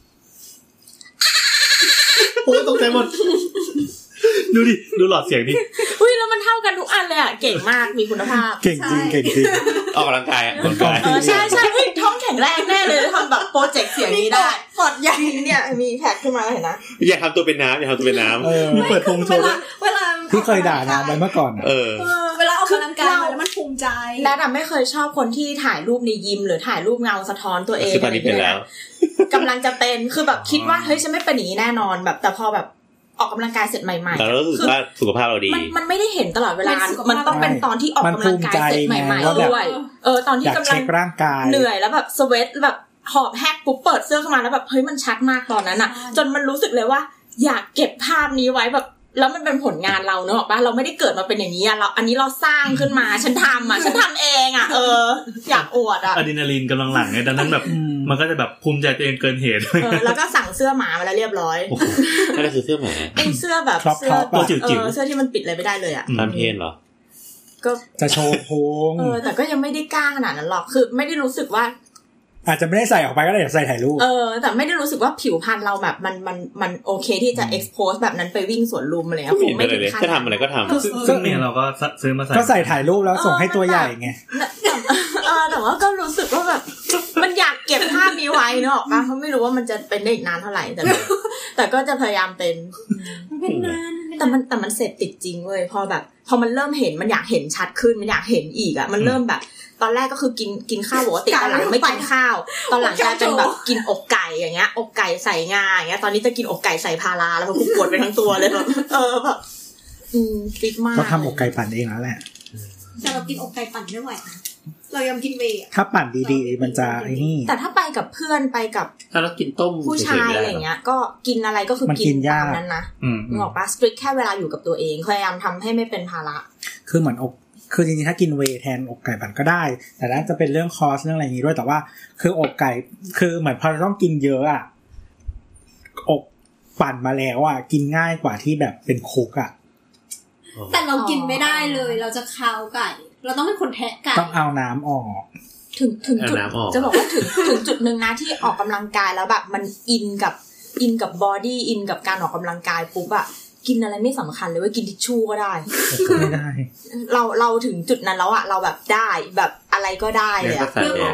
โอ้ตกใจหมดดูดิดูหลอดเสียงดิอุ้ยแล้วมันเท่ากันทุกอันเลยอ่ะเก่งมากมีคุณภาพเก่งจริงเก่งจริงออกกำลังกายใช่ๆเฮ้ยท้องแข็งแรงแน่เลยทำแบบโปรเจกต์เสียงนี้ได้ปอดใหญ่เนี่ยมีแพ็คขึ้นมาเห็นนะอย่าทำตัวเป็นน้ำมีเปิดพุงโชว์เวลาที่เคยด่าน้ำไว้เมื่อก่อนเวลาออกกำลังกายแล้วมันภูมิใจแล้วไม่เคยชอบคนที่ถ่ายรูปในยิมหรือถ่ายรูปเงาสะท้อนตัวเองคือตอนนี้เป็นแล้วกำลังจะเป็นคือแบบคิดว่าเฮ้ยฉันไม่เป็นอย่างนี้แน่นอนแบบแต่พอแบบออกกำลังกายเสร็จใหม่ๆแล้วรู้สึกว่าสุขภาพเราดีมันไม่ได้เห็นตลอดเวลามันต้องเป็นตอนที่ออกกำลังกายเสร็จใหม่ๆด้วยตอนที่กำลังเหนื่อยแล้วแบบสเวทแบบหอบแฮกปุ๊บเปิดเสื้อขึ้นมาแล้วแบบเฮ้ยมันชัดมากตอนนั้นอ่ะจนมันรู้สึกเลยว่าอยากเก็บภาพนี้ไว้แบบแล้วมันเป็นผลงานเราเนอะป่ะเราไม่ได้เกิดมาเป็นอย่างนี้เราอันนี้เราสร้างขึ้นมาฉันทำเองอ่ะอยากอวดอ่ะอะดรีนาลีนกำลังหลั่งไงดังนั้นแบบมันก็จะแบบภูมิใจตัวเองเกินเหตุแล้วก็สั่งเสื้อหมามาแล้วเรียบร้อยนั่นคือเสื้อหมาไอ้เสื้อแบบเสื้อตัวจิ๋วเสื้อที่มันปิดอะไรไม่ได้เลยอ่ะตอนเพนเหรอก็จะโชว์โพงแต่ก็ยังไม่ได้กล้าขนาดนั้นหรอกคือไม่ได้รู้สึกว่าอาจจะไม่ได้ใส่ออกไปก็ได้ใส่ถ่ายรูปแต่ไม่ได้รู้สึกว่าผิวพรรณเราแบบมันโอเคที่จะ expose แบบนั้นไปวิ่งสวนลุมอะไรเงี้ยผมไม่ถึงขั้นจะทำอะไรก็ทำซึ่งเนี่ยเราก็ซื้อมาใส่ก็ใส่ถ่ายรูปแล้วส่งให้ตัวใหญ่ไงแต่ว่าก็รู้สึกว่าแบบมันอยากเก็บภาพนี้ไว้เนอะเพราะไม่รู้ว่ามันจะเป็นได้อีกนานเท่าไหร่แต่ก็จะพยายามเป็นนานแต่มันเสพติดจริงเว้ยพอมันเริ่มเห็นมันอยากเห็นชัดขึ้นมันอยากเห็นอีกอ่ะมันเริ่มแบบตอนแรกก็คือกินข้าวปกติตอนหลังไม่กินข้าวตอนหลังกลายเป็นแบบกินอกไก่อย่างเงี้ยอกไก่ใส่งาอย่างเงี้ยตอนนี้จะกินอกไก่ใส่พาราแล้วกูปวดไปทั้งตัวเลยแบบแบบฟิตมากก็ทำอกไก่ปั่นเองแล้วแหละแต่เรากินอกไก่ปั่นไม่ไหวเรายอมกินเวย์ถ้าปั่นดีๆมันจะไอ้นี่แต่ถ้าไปกับเพื่อนไปกับถ้าเรากินต้มผู้ชายอะไรเงี้ยก็กินอะไรก็คือกินตามนั้นนะนึกออกปะสตริกแค่เวลาอยู่กับตัวเองพยายามทำให้ไม่เป็นภาระคือเหมือนคือจริงๆถ้ากินเวย์แทนอกไก่ปั่นก็ได้แต่น่าจะเป็นเรื่องคอสเรื่องอะไรอย่างนี้ด้วยแต่ว่าคืออกไก่คือเหมือนพอต้องกินเยอะอ่ะอกปั่นมาแล้วอ่ะกินง่ายกว่าที่แบบเป็นคุกอ่ะแต่เรากินไม่ได้เลยเราจะคาวไก่เราต้องเป็นคนแทะไก่ต้องเอาน้ำออกถึงจุดจะบอกว่าถึงจุดนึงนะที่ออกกำลังกายแล้วแบบมันอินกับบอดี้อินกับการออกกำลังกายปุ๊บอะกินอะไรไม่สำคัญเลยว่ากินทิชชู่ก็ได้ไม่ได้เราถึงจุดนั้นแล้วอะเราแบบได้แบบอะไรก็ได้เลยอะ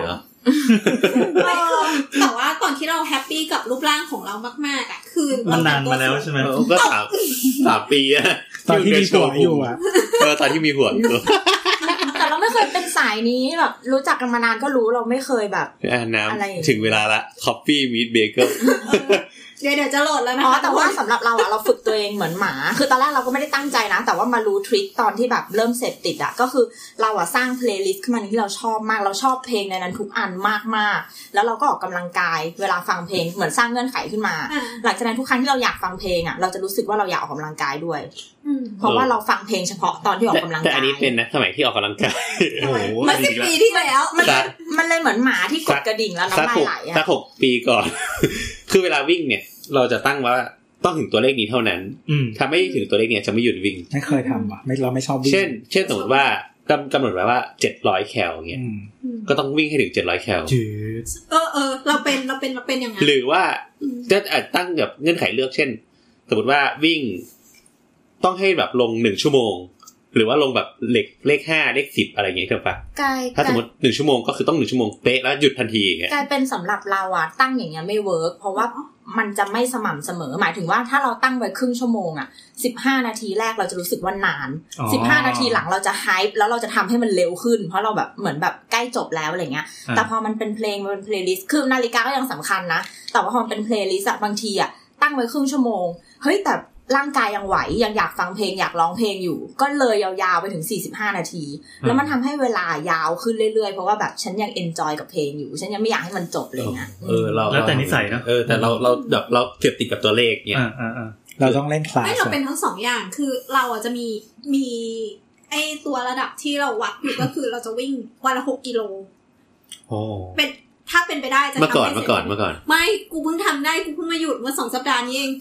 แต่ว่าตอนที่เราแฮปปี้กับรูปร่างของเรามากๆอะคือมันนานมาแล้วใช่ไหมก็3 ปีอะตอนที่มีผัวอยู่อะตอนที่มีผัวอยู่แต่เราไม่เคยเป็นสายนี้แบบรู้จักกันมานานก็รู้เราไม่เคยแบบอะไรถึงเวลาละคอฟฟี่มีทเบเกอร์เดี๋ยวจะโหลดแล้วนะคะแต่ว่าสำหรับเราอะเราฝึกตัวเองเหมือนหมาคือตอนแรกเราก็ไม่ได้ตั้งใจนะแต่ว่ามารู้ทริคตอนที่แบบเริ่มเสพติดอะก็คือเราอะสร้างเพลย์ลิสต์ขึ้นมาที่เราชอบมากเราชอบเพลงในนั้นทุกอันมากๆแล้วเราก็ออกกำลังกายเวลาฟังเพลงเหมือนสร้างเงื่อนไขขึ้นมาหลังจากนั้นทุกครั้งที่เราอยากฟังเพลงอะเราจะรู้สึกว่าเราอยากออกกำลังกายด้วยเพราะว่าเราฟังเพลงเฉพาะตอนที่ออกกำลังกายแต่อันนี้เป็นนะสมัยที่ออกกำลังกายมัน10 ปีที่แล้วมันเลยเหมือนหมาที่กดกระดิ่งแล้วน้ำลายไหลสัก6 ปีก่อนคือเวลาวิ่งเนี่ยเราจะตั้งว่าต้องถึงตัวเลขนี้เท่านั้นถ้าไม่ถึงตัวเลขเนี่ยจะไม่หยุดวิ่งไม่เคยทำว่ะเราไม่ชอบวิ่งเช่นสมมติว่ากำหนดไว้ว่า700แคลอย่างเงี้ยก็ต้องวิ่งให้ถึง700แคลเราเป็นอย่างนั้นหรือว่าจะตั้งแบบเงื่อนไขเลือกเช่นสมมติว่าวิ่งต้องให้แบบลง1 ชั่วโมงหรือว่าลงแบบเลข5เลข10อะไรอย่างเงี้ยถูกป่ะถ้าสมมติ1ชั่วโมงก็คือต้อง1ชั่วโมงเป๊ะแล้วหยุดทันทีอย่างเงี้ยกลายเป็นสำหรับเราอะตั้งอย่างเงี้ยไม่เวิร์กเพราะว่ามันจะไม่สม่ำเสมอหมายถึงว่าถ้าเราตั้งไว้ครึ่งชั่วโมงอะ15นาทีแรกเราจะรู้สึกว่านาน15นาทีหลังเราจะไฮป์แล้วเราจะทำให้มันเร็วขึ้นเพราะเราแบบเหมือนแบบใกล้จบแล้วอะไรเงี้ยแต่พอมันเป็นเพลงมันเป็นเพลย์ลิสต์คือนาฬิกาก็ยังสำคัญนะแต่ว่าพอมันเป็นเพลย์ลิสต์อะบางทีอะตั้งไว้ครึ่งชั่วโมงเฮ้ยแต่ร่างกายยังไหวยังอยากฟังเพลงอยากร้องเพลงอยู่ก็เลยยาวๆไปถึง45นาทีแล้วมันทำให้เวลายาวขึ้นเรื่อยๆเพราะว่าแบบฉันยังเอนจอยกับเพลงอยู่ฉันยังไม่อยากให้มันจบเลยนะแล้วแต่นิสัยนะแต่เราแบบเราเก็บติดกับตัวเลขเนี่ยเราต้องเล่นคลาสไม่เราเป็นทั้ง2อย่างคือเราอ่ะจะมีไอ้ตัวระดับที่เราวัดอยู่ก็คือเราจะวิ่งวันละ6กิโลเป็นถ้าเป็นไปได้จะทำเมื่อก่อนไม่กูเพิ่งทำได้กูเพิ่งมาหยุดเมื่อ2สัปดาห์นี้เอง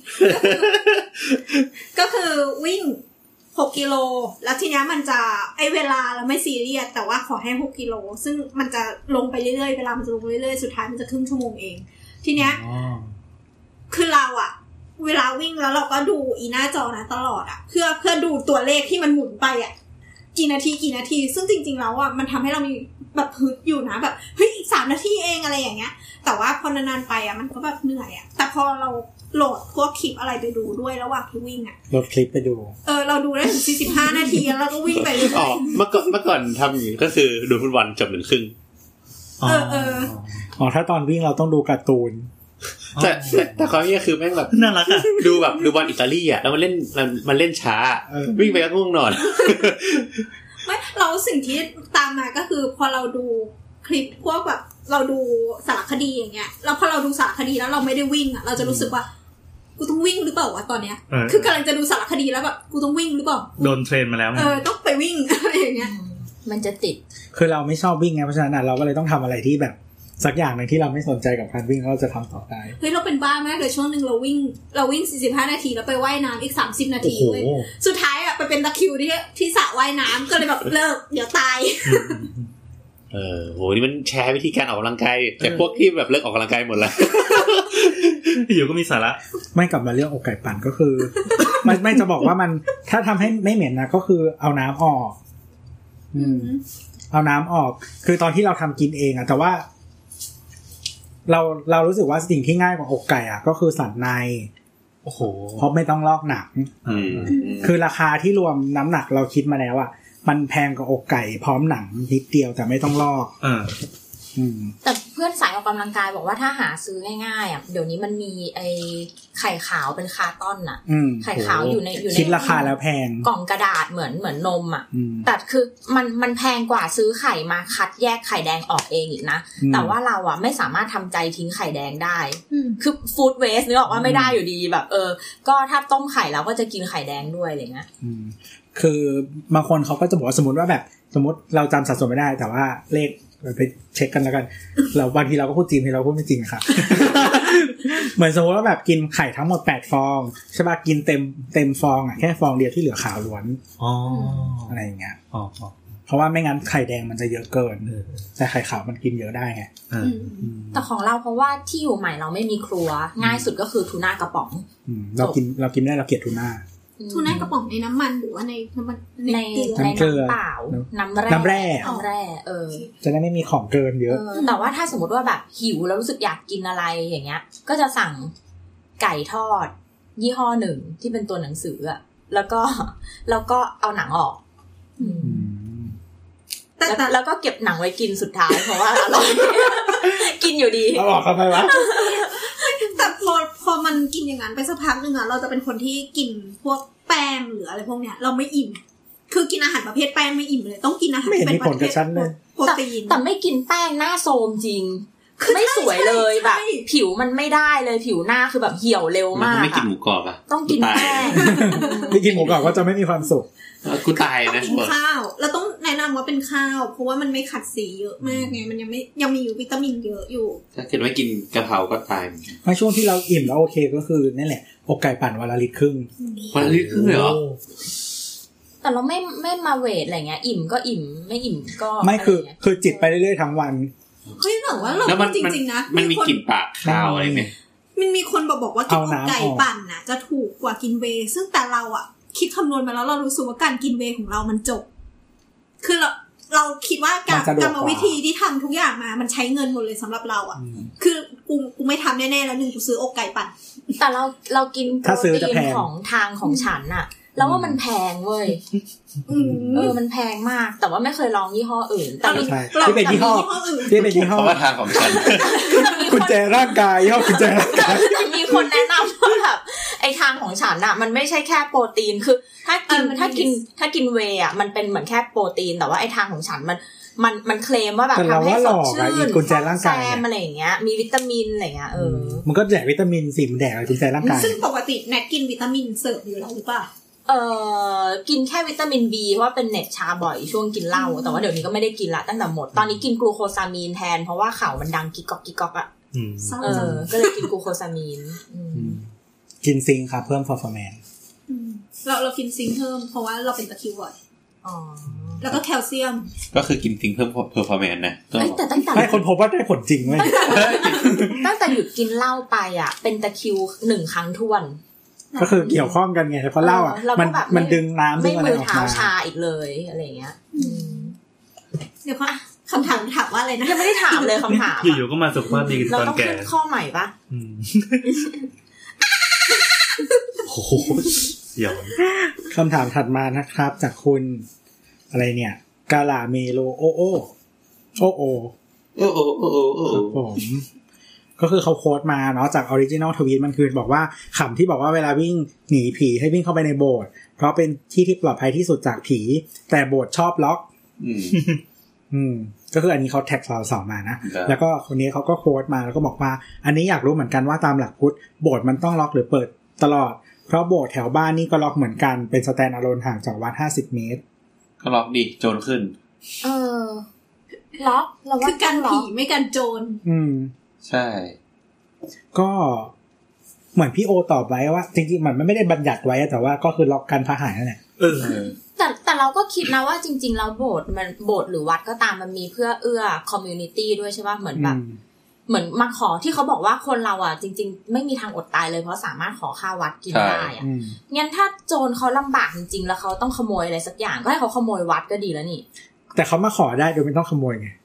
ก็คือวิ่ง6กิโลแล้วทีเนี้ยมันจะไอเวลาเราไม่ซีเรียสแต่ว่าขอให้6กิโลซึ่งมันจะลงไปเรื่อยๆเวลามันจะลงเรื่อยๆสุดท้ายมันจะครึ่งชั่วโมงเองทีเนี้ยคือเราอะเวลาวิ่งแล้วเราก็ดูอีหน้าจอนะตลอดอะเพื่อดูตัวเลขที่มันหมุนไปอะกี่นาทีซึ่งจริงๆแล้วอ่ะมันทำให้เรามีแบบฮึดอยู่นะแบบเฮ้ยอีก3นาทีเองอะไรอย่างเงี้ยแต่ว่าพอนานๆไปอ่ะมันก็แบบเหนื่อยอ่ะแต่พอเราโหลดพวกคลิปอะไรไปดูด้วยระหว่างที่วิ่งอ่ะโหลดคลิปไปดูเราดูได้ถึง45นาทีแล้วเราก็วิ่งไปเรื่อยๆเมื่อก่อนทำอย่างนี้ก็คือดูฟุตบอลจบ1 ครึ่งถ้าตอนวิ่งเราต้องดูการ์ตูนแต่ความนี้คือแม่งแบบน่ารักอ่ะดูบอลอิตาลีอ่ะแล้วมันเล่นช้าวิ่งไปก็ง่วงนอนไม่เราสิ่งที่ตามมาก็คือพอเราดูคลิปพวกแบบเราดูสารคดีอย่างเงี้ยแล้วพอเราดูสารคดีแล้วเราไม่ได้วิ่งอ่ะเราจะรู้สึกว่ากูต้องวิ่งหรือเปล่าวะตอนเนี้ยคือกำลังจะดูสารคดีแล้วแบบกูต้องวิ่งหรือเปล่าโดนเทรนมาแล้วต้องไปวิ่งอะไรอย่างเงี้ยมันจะติดคือเราไม่ชอบวิ่งไงเพราะฉะนั้นเราก็เลยต้องทำอะไรที่แบบสักอย่างนึงที่เราไม่สนใจกับการวิ่งเราจะทำต่อไปเฮ้ยเราเป็นบ้ามากเลยช่วงนึงเราวิ่ง45นาทีแล้วไปว่ายน้ำอีก30นาทีเว้ยสุดท้ายอ่ะไปเป็นตะคริวที่สระว่ายน้ำก็เลยแบบเลิกเดี๋ยวตายโหนี่มันแชร์วิธีการออกกำลังกายแต่พวกที่แบบเลิกออกกำลังกายหมดแล้วอยู่ก็มีสาระไม่กลับมาเรื่องอกไก่ปั่นก็คือไม่จะบอกว่ามันถ้าทำให้ไม่เหม็นนะก็คือเอาน้ำออกเอาน้ำออกคือตอนที่เราทำกินเองอะแต่ว่าเรารู้สึกว่าสิ่งที่ง่ายกว่าอกไก่อ่ะก็คือสันในโอ้โหเพราะไม่ต้องลอกหนังคือราคาที่รวมน้ำหนักเราคิดมาแล้วอ่ะมันแพงกว่าอกไก่พร้อมหนังนิดเดียวแต่ไม่ต้องลอกแต่เพื่อนสายออกกำลังกายบอกว่าถ้าหาซื้อง่ายๆอ่ะเดี๋ยวนี้มันมีไอ้ไข่ขาวเป็นคาร์ตอนน่ะไข่ขาวอยู่ในคิดราคาแล้วแพงกล่องกระดาษเหมือนนมอ่ะแต่คือมันแพงกว่าซื้อไข่มาคัดแยกไข่แดงออกเองอีกนะแต่ว่าเราอ่ะไม่สามารถทำใจทิ้งไข่แดงได้คือฟู้ดเวสต์นึกออกว่าไม่ได้อยู่ดีแบบก็ถ้าต้มไข่แล้วก็จะกินไข่แดงด้วยอะไรเงี้ยคือบางคนเขาก็จะบอกว่าสมมติว่าแบบสมมติเราจำสัดส่วนไม่ได้แต่ว่าเลขไปเช็คกันแล้วกันเราบางทีเราก็พูดจริงทีเราพูดไม่จริงครับ เหมือนสมมติว่าแบบกินไข่ทั้งหมด8ฟองใช่ป่ะกินเต็มฟองอ่ะแค่ฟองเดียวที่เหลือขาวล้วนอะไรอย่างเงี้ยเพราะว่าไม่งั้นไข่แดงมันจะเยอะเกินแต่ไข่ขาวมันกินเยอะได้ไงแต่ของเราเพราะว่าที่อยู่ใหม่เราไม่มีครัวง่ายสุดก็คือทูน่ากระป๋องเรากินไม่ได้เราเกลียดทูน่ากระป๋องในน้ำมันหรือว่าในน้ำมันในน้ำเปล่าน้ำแร่จะได้ไม่มีของเกินเยอะแต่ว่าถ้าสมมติว่าแบบหิวแล้วรู้สึกอยากกินอะไรอย่างเงี้ยก็จะสั่งไก่ทอดยี่ห้อหนึ่งที่เป็นตัวหนังสืออ่ะแล้วก็เอาหนังออกแล้วก็เก็บหนังไว้กินสุดท้ายเพราะว่าอร่อยกินอยู่ดีเอาออกทำไมวะแต่พอมันกินอย่างนั้นไปสักพักนึงอ่ะเราจะเป็นคนที่กินพวกแป้งหรืออะไรพวกเนี้ยเราไม่อิ่มคือกินอาหารประเภทแป้งไม่อิ่มเลยต้องกินอาหารเป็นประเภทโปรตีนแต่ไม่กินแป้งหน้าโทรมจริงไม่สวยเลยแบบผิวมันไม่ได้เลยผิวหน้าคือแบบเหี่ยวเร็วมากไม่กินหมูกรอบอ่ะต้องกินแป้งไม่กินหมูกรอบก็จะไม่มีความสุขกูตายนะกินข้าวเราต้องแนะนำว่าเป็นข้าวเพราะว่ามันไม่ขัดสีเยอะมากไงมันยังมีวิตามินเยอะอยู่ถ้าเกิดว่ากินกะเพราก็ตายในช่วงที่เราอิ่มแล้วโอเคก็คือนั่นแหละอกไก่ปั่นวันละลิตรครึ่งเลยเหรอแต่เราไม่มาเวทอะไรเงี้ยอิ่มก็อิ่มไม่อิ่มก็ไม่คือจิตไปเรื่อยๆทั้งวันเฮ้ยแต่ว่าเราจริงๆนะมันมีกลิ่นปากข้าวอะไรไหมมันมีคนบอกว่ากินอกไก่ปั่นน่ะจะถูกกว่ากินเวย์ซึ่งแต่เราอ่ะคิดคำนวณมาแล้วเรารู้สึกว่าการกินเวย์ของเรามันจบคือเราคิดว่าการกรรมวิธีที่ทำทุกอย่างมามันใช้เงินหมดเลยสำหรับเราอ่ะคือกูไม่ทำแน่ๆแล้วนึงกูซื้ออกไก่ปั่นแต่เรากินโปรตีนของทางของฉันน่ะแล้วว่ามันแพงเว้ยมันแพงมากแต่ว่าไม่เคยลองยี่ห้ออื่นแต่ที่เป็นยี่ห้อที่เป็นยี่ห้อว่าทางของฉันกุญแจร่างกายยี่ห้อกุญแจร่างกายมีคนแนะนำว่าแบบไอทางของฉันน่ะมันไม่ใช่แค่โปรตีนคือถ้ากินเวย์อ่ะมันเป็นเหมือนแค่โปรตีนแต่ว่าไอทางของฉันมันเคลมว่าแบบทำให้สดชื่นกุญแจร่างกายอะไรอย่างเงี้ยมีวิตามินอะไรเงี้ยมันก็แจกวิตามินสิมันแดกกุญแจร่างกายซึ่งปกติแนทกินวิตามินเสริมอยู่แล้วหรือเปล่ากินแค่วิตามิน B เพราะว่าเป็นเน็ตชาบ่อยช่วงกินเหล้าแต่ว่าเดี๋ยวนี้ก็ไม่ได้กินละตั้งแต่หมดตอนนี้กินกลูโคซามีนแทนเพราะว่าเข่ามันดังกิ๊กก๊อกอ่ะก็เลยกินกลูโคซามีนกินซิงค์ครับเพิ่ม performance เรากินซิงค์เพิ่มเพราะว่าเราเป็นตะคริวบ่อยแล้วก็แคลเซียมก็คือกินซิงค์เพิ่ม performance นะแต่ตั้งแต่ให้คนพบว่าได้ผลจริงไหมตั้งแต่หยุดกินเหล้าไปอ่ะเป็นตะคริว1ครั้งท้วนก็คือเกี่ยวข้องกันไงเพราะเหล้าอ่ะมันดึงน้ำไม่มือเท้าชาอีกเลยอะไรเงี้ยเดี๋ยวคำถามว่าอะไรนะยังไม่ได้ถามเลยคำถามอยู่ๆก็มาสุขภาพดีตอนแก่เราต้องขึ้นข้อใหม่ปะโอ้โหเดี๋ยวคำถามถัดมานะครับจากคุณอะไรเนี่ยกาลาเมโลโอผมก็คือเขาโค้ดมาเนาะจากออริจินอลทวีตมันคือบอกว่าคำที่บอกว่าเวลาวิ่งหนีผีให้วิ่งเข้าไปในโบสถ์เพราะเป็นที่ที่ปลอดภัยที่สุดจากผีแต่โบสถ์ชอบล็อกก็คืออันนี้เขาแท็กเราสองมานะแล้วก็คนนี้เขาก็โค้ดมาแล้วก็บอกว่าอันนี้อยากรู้เหมือนกันว่าตามหลักพุทธโบสถ์มันต้องล็อกหรือเปิดตลอดเพราะโบสถ์แถวบ้านนี่ก็ล็อกเหมือนกันเป็นสแตนด์อะโลนห่างจากวัด50 เมตรก็ล็อกดิโจรขึ้นล็อกเราว่าคือกันผีไม่กันโจรใช่ก็เหมือนพี่โอตอบไว้ว่าจริงๆมันไม่ได้บัญญัติไว้แต่ว่าก็คือล็อกกันพาหายนั่นแหละแต่เราก็คิดนะว่าจริงๆแล้วโบสถ์หรือวัดก็ตามมันมีเพื่อเอื้อคอมมูนิตี้ด้วยใช่ป่ะเหมือนแบบเหมือนมาขอที่เขาบอกว่าคนเราอ่ะจริงๆไม่มีทางอดตายเลยเพราะสามารถขอข้าววัดกินได้อ่ะงั้นถ้าโจรเขาลำบากจริงๆแล้วเขาต้องขโมยอะไรสักอย่างก็ให้เขาขโมยวัดก็ดีแล้วนี่แต่เขามาขอได้โดยไม่ต้องขโมยไง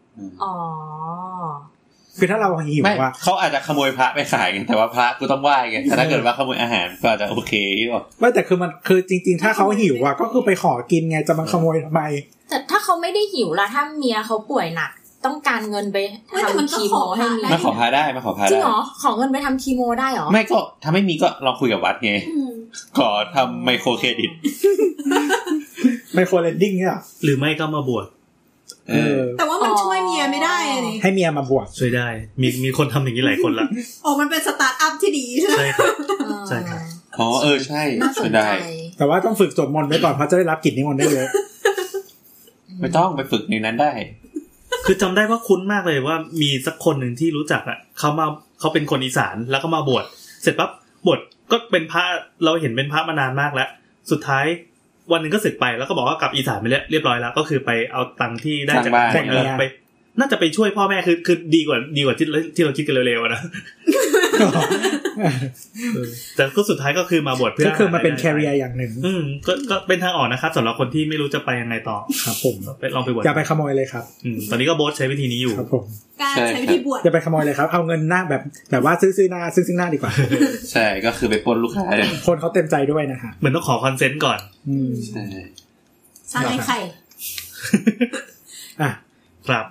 คือถ้าเราหิวว่าเขาอาจจะขโมยพระไปขายกันแต่ว่าพระกูต้องไหว้ไงแต่ถ้าเกิดว่าขโมยอาหารก็อาจจะโอเคป่ะไม่แต่คือมันคือจริงๆถ้าเขาหิวอ่ะก็คือไปขอกินไงจะมาขโมยทำไมแต่ถ้าเขาไม่ได้หิวล่ะถ้าเมียเขาป่วยหนักต้องการเงินไปทำคีโมให้เมียมาขอพาได้มาขอพาได้จริงเหรอขอเงินไปทำคีโมได้เหรอไม่ก็ถ้าไม่มีก็ลองคุยกับวัดไงขอทำไมโครเครดิตไมโครเลนดิ้งเนี่ยหรือไม่ก็มาบวชแต่ว่ามันช่วยเมียไม่ได้นี่ให้เมียมาบวชช่วยได้มีคนทำอย่างนี้หลายคนละมันเป็นสตาร์ทอัพที่ดีใช่ไหมใช่ครับใช่ช่วยได้แต่ว่าต้องฝึกสวดมนต์ไว้ก่อนเพราะจะได้รับกิจนิมนต์ได้เลยไม่ต้องไปฝึกในนั้นได้คือจำได้ว่าคุ้นมากเลยว่ามีสักคนหนึ่งที่รู้จักอ่ะเขาเป็นคนอีสานแล้วก็มาบวชเสร็จปั๊บบวชก็เป็นพระเราเห็นเป็นพระมานานมากแล้วสุดท้ายวันนึงก็สึกไปแล้วก็บอกว่ากลับอีสานไปเรียบร้อยแล้วก็คือไปเอาตังค์ที่ได้จากไปน่าจะไปช่วยพ่อแม่คือดีกว่าที่เราคิดกันเร็วๆนะแต่ก็สุดท้ายก็คือมาบวชเพื่อก็คือมาเป็นแคริเอร์อย่างหนึ่งก็เป็นทางออกนะครับสำหรับคนที่ไม่รู้จะไปยังไงต่อครับผมลองไปบวชอย่าไปขโมยเลยครับตอนนี้ก็โบ๊ทใช้วิธีนี้อยู่ครับผมการใช้วิธีบวชอย่าไปขโมยเลยครับเอาเงินหน้าแบบว่าซื้อหน้าดีกว่าใช่ก็คือไปปล้นลูกค้าคนเขาเต็มใจด้วยนะฮะเหมือนต้องขอคอนเซนต์ก่อนใช่สร้างให้ใครครับ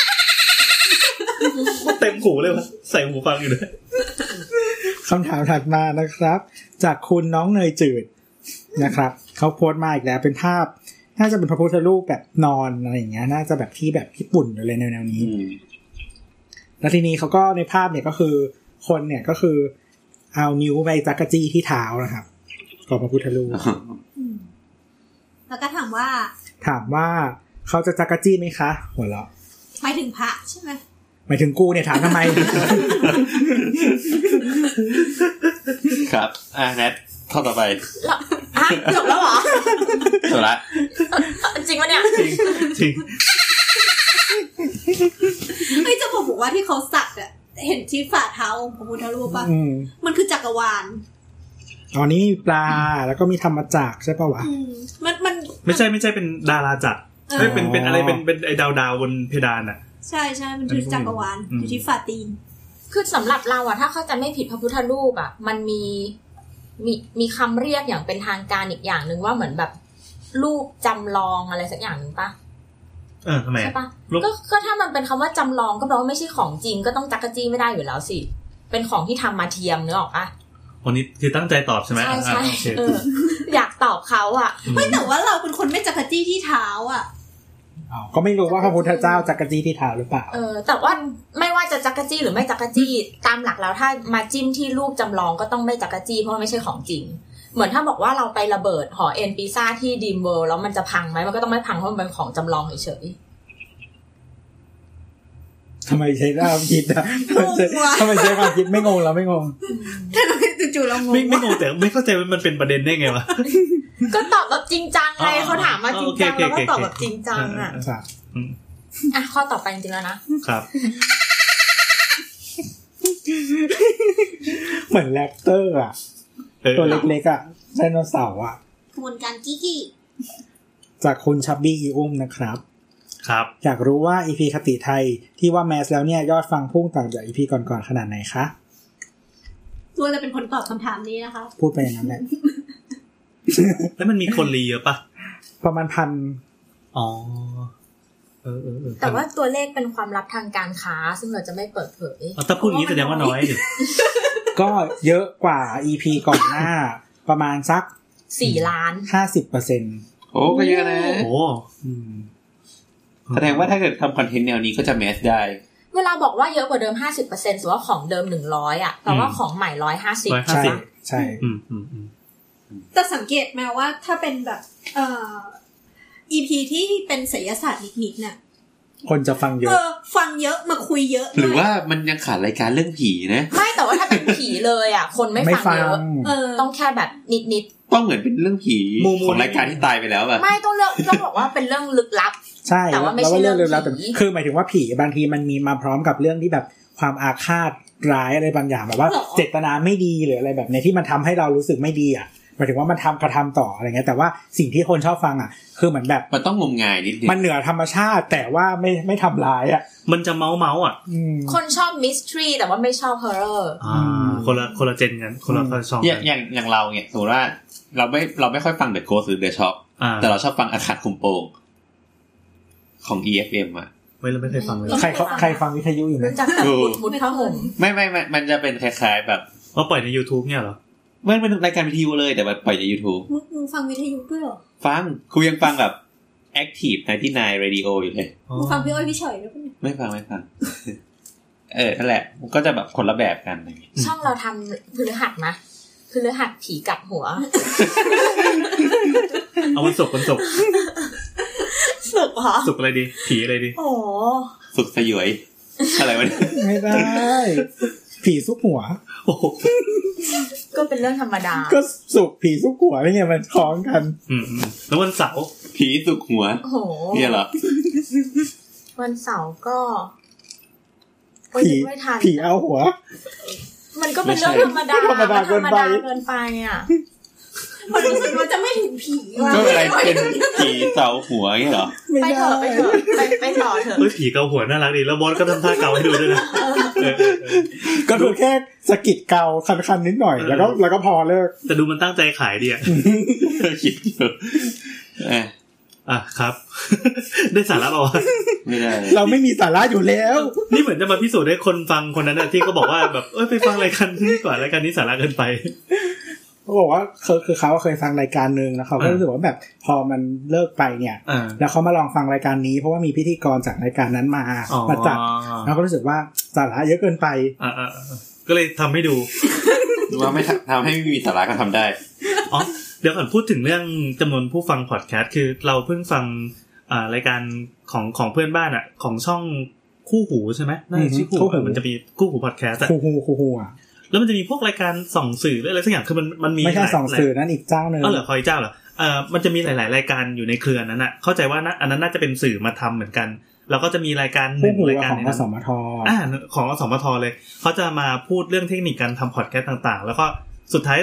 เต็มหูเลยว่ะใส่หูฟังอยู่ด้วยคำถามถัดมานะครับจากคุณน้องเนยจืดนะครับเขาโพสต์มาอีกแล้วเป็นภาพน่าจะเป็นพระพุทธรูปแบบนอนอะไรอย่างเงี้ยน่าจะแบบที่แบบญี่ปุ่นอะไรแนวๆนี้แล้วทีนี้เขาก็ในภาพเนี่ยก็คือคนเนี่ยก็คือเอานิ้วไปจักรจี้ที่เท้านะครับของพระพุทธรูปแล้วก็ถามว่าเขาจะจักรจี้ไหมคะหัวเราะหมายถึงพระใช่ไหมหมายถึงกูเนี่ยถามทำไมครับแนทข้อต่อไปจบแล้วเหรอจบละจริงปะเนี่ยจริงไม่จะบอกว่าที่เขาสักอ่ะเห็นที่ฝ่าเท้าพระพุทธรูปป่ะมันคือจักรวาลตอนนี้มีปลาแล้วก็มีธรรมจักรใช่ป่าววะมันไม่ใช่เป็นดาราจักรเป็นอะไรเป็นไอ้ดาวบนเพดานอ่ะใช่มันอยู่จักรวาลอยู่ที่ฟาตีนคือสำหรับเราอะถ้าเขาจะไม่ผิดพระพุทธรูปอะมันมีคำเรียกอย่างเป็นทางการอีกอย่างนึงว่าเหมือนแบบรูปจำลองอะไรสักอย่างนึงปะทำไมใช่ปะก็ถ้ามันเป็นคำว่าจำลองก็แปลว่าไม่ใช่ของจริงก็ต้องจักรจี้ไม่ได้อยู่แล้วสิเป็นของที่ทำมาเทียมนึกออกปะวันนี้คือตั้งใจตอบใช่ไหมใช่อยากตอบเขาอะไม่แต่ว่าเราเป็นคนไม่จักรจี้ที่เท้าอะก็ไม่รู้ว่าพระพุทธเจ้าจักรจี้ที่เท้าหรือเปล่าแต่ว่าไม่ว่าจะจักรจี้หรือไม่จักรจี้ตามหลักแล้วถ้ามาจิ้มที่รูปจำลองก็ต้องไม่จักรจี้เพราะไม่ใช่ของจริงเหมือนถ้าบอกว่าเราไประเบิดหอเอ็นปีซ่าที่ดีมเวิลด์แล้วมันจะพังไหมมันก็ต้องไม่พังเพราะมันเป็นของจำลองเฉยทำไมใช้ความคิดอะทำไมใช้ความคิดไม่งงแล้วไม่งงถ้าเราจู่ๆเรางงไม่งงแต่ไม่เข้าใจว่ามันเป็นประเด็นได้ไงวะก็ตอบแบบจริงจังไงเขาถามมาจริงจังแล้วก็ตอบแบบจริงจังอะข้อต่อไปจริงๆแล้วนะครับเหมือนแรปเตอร์อะตัวเล็กๆอะไดโนเสาร์อะกระบวนการกี้จากคุณชับบี้อีอุ้มนะครับครับอยากรู้ว่า EP คติไทยที่ว่าแมสแล้วเนี่ยยอดฟังพุ่งต่างจาก EP ก่อนๆขนาดไหนคะตัวเราเป็นคนตอบคำถามนี้นะคะพูดไปอย่างนั้นแหละแล้วมันมีคนรีเยอะปะประมาณ1,000 อ๋อแต่ว่าตัวเลขเป็นความลับทางการค้าซึ่งเราจะไม่เปิดเผยถ้าพูดอย่างนี้แสดงว่าน้อยดิก็เยอะกว่า EP ก่อนหน้าประมาณสัก 4 ล้าน 50% โอ้ก็เยอะนะโอ้แสดงว่าถ้าเกิดทำคอนเทนต์แนวนี้ก็จะแมสได้เวลาบอกว่าเยอะกว่าเดิม 50% สมมุติว่าของเดิม100อ่ะแต่ว่าของใหม่150 ใช่แต่สังเกตไหมว่าถ้าเป็นแบบEP ที่เป็นไสยศาสตร์นิดๆน่ะคนจะฟังเยอะฟังเยอะมาคุยเยอะหรือว่ามันยังขาดรายการเรื่องผีนะไม่แต่ว่าถ้าเป็นผีเลยอ่ะคนไม่ฟังเยอะต้องแค่แบบนิดๆต้องเหมือนเป็นเรื่องผีของรายการที่ตายไปแล้วแบบไม่ต้องบอกว่าเป็นเรื่องลึกลับใช่แต่ว่าไม่ใช่เรื่องลึกลับคือหมายถึงว่าผีบางทีมันมีมาพร้อมกับเรื่องที่แบบความอาฆาตร้ายอะไรบางอย่างแบบว่าเจตนาไม่ดีหรืออะไรแบบนี้ที่มันทำให้เรารู้สึกไม่ดีอ่ะหมายถึงว่ามันกระทำต่ออะไรเงี้ยแต่ว่าสิ่งที่คนชอบฟังอ่ะคือเหมือนแบบมันต้องงมงายนิดนึงมันเหนือธรรมชาติแต่ว่าไม่ทำร้ายอ่ะมันจะเมาอ่ะคนชอบมิสทรีแต่ว่าไม่ชอบฮอร์เรอร์คนละเจนกันคนละช่องอย่างเราเนี่ยสมมติว่าเราไม่ค่อยฟัง The Ghost หรือ The Shock แต่เราชอบฟังอาคาศคุมโปงของ EFM อ่ะไม่เคยฟังเลยใครฟังวิทยุอยู่มั้ยจากมุดผ้าห่มไม่มันจะเป็นคล้ายๆแบบว่าปล่อยใน YouTube เนี่ยเหรอมันเป็นรายการวิทยุเลยแต่ว่าปล่อยใน YouTube มึงฟังวิทยุด้วยเหรอฟังกูยังฟังแบบ Active 99 Radio อยู่เลยมึงฟังพี่อ้อยพี่เฉยด้วยไม่ฟังนั่นแหละมันก็จะแบบคนละแบบกันอะไรอย่างงี้ช่องเราทำพฤหัสนะพฤหัสผีกัดหัวเอาวันศุกร์ศุกร์เหรอศุกร์อะไรดีผีอะไรดีโอ้ศุกร์สยวยอะไรวะไม่ได้ผีซุกหัวก็เป็นเรื่องธรรมดาก็สุกผีซุกหัวนี่ไงมันคล้องกันแล้ววันเสาร์ผีซุกหัวโอ้โหเนี่ยเหรอวันเสาร์ก็ผีเอาหัวมันก็เป็นเรื่องธรรมดาเกินไปอ่ะมันรู้สึกว่าจะไม่ถึงผีว่ะก็อะไรเป็นผีเกาหัวงี้เหรอไปเถอะไปต่อเถอะผีเกาหัวน่ารักดีแล้วบอสก็ทำท่าเกาให้ดูด้วยนะก็คือแค่สะกิดเกาคันๆนิดหน่อยแล้วก็พอเลิกแต่ดูมันตั้งใจขายดีอ่ะคิดอยู่ครับได้สาระเปล่าไม่ได้เราไม่มีสาระอยู่แล้วนี่เหมือนจะมาพิสูจน์ให้คนฟังคนนั้นที่ก็บอกว่าแบบไปฟังรายการนี้ก่อนรายการนี้สาระเกินไปเขาบอกว่าคือเขาเคยฟังรายการนึงแล้วเขาก็รู้สึกว่าแบบพอมันเลิกไปเนี่ยแล้วเขามาลองฟังรายการนี้เพราะว่ามีพิธีกรจากรายการนั้นมาจัดแล้วก็รู้สึกว่าสาระเยอะเกินไปก็เลยทำให้ดูว่าไม่ทำให้ไม่มีสาระก็ทำได้เดี๋ยวก่อนพูดถึงเรื่องจำนวนผู้ฟังพอดแคสต์คือเราเพิ่งฟังรายการของเพื่อนบ้านอ่ะของช่องคู่หูใช่ไหมนั่นชื่อคู่หูมันจะมีคู่หูพอดแคสต์คู่หูอ่ะแล้วมันจะมีพวกรายการส่องสื่อหรืออะไรสักอย่างคือมันมีไม่ใช่ส่องสื่อนั่นอีกเจ้านึงเหรอคอยเจ้าเหรอมันจะมีหลายๆรายการอยู่ในเครือนั้นน่ะเข้าใจว่าอันนั้นน่าจะเป็นสื่อมาทำเหมือนกันแล้วก็จะมีรายการรายการของอสมทของอสมทเลยเขาจะมาพูดเรื่องเทคนิคการทำพอดแคสต์ต่างๆแล้วก็สุดท้าย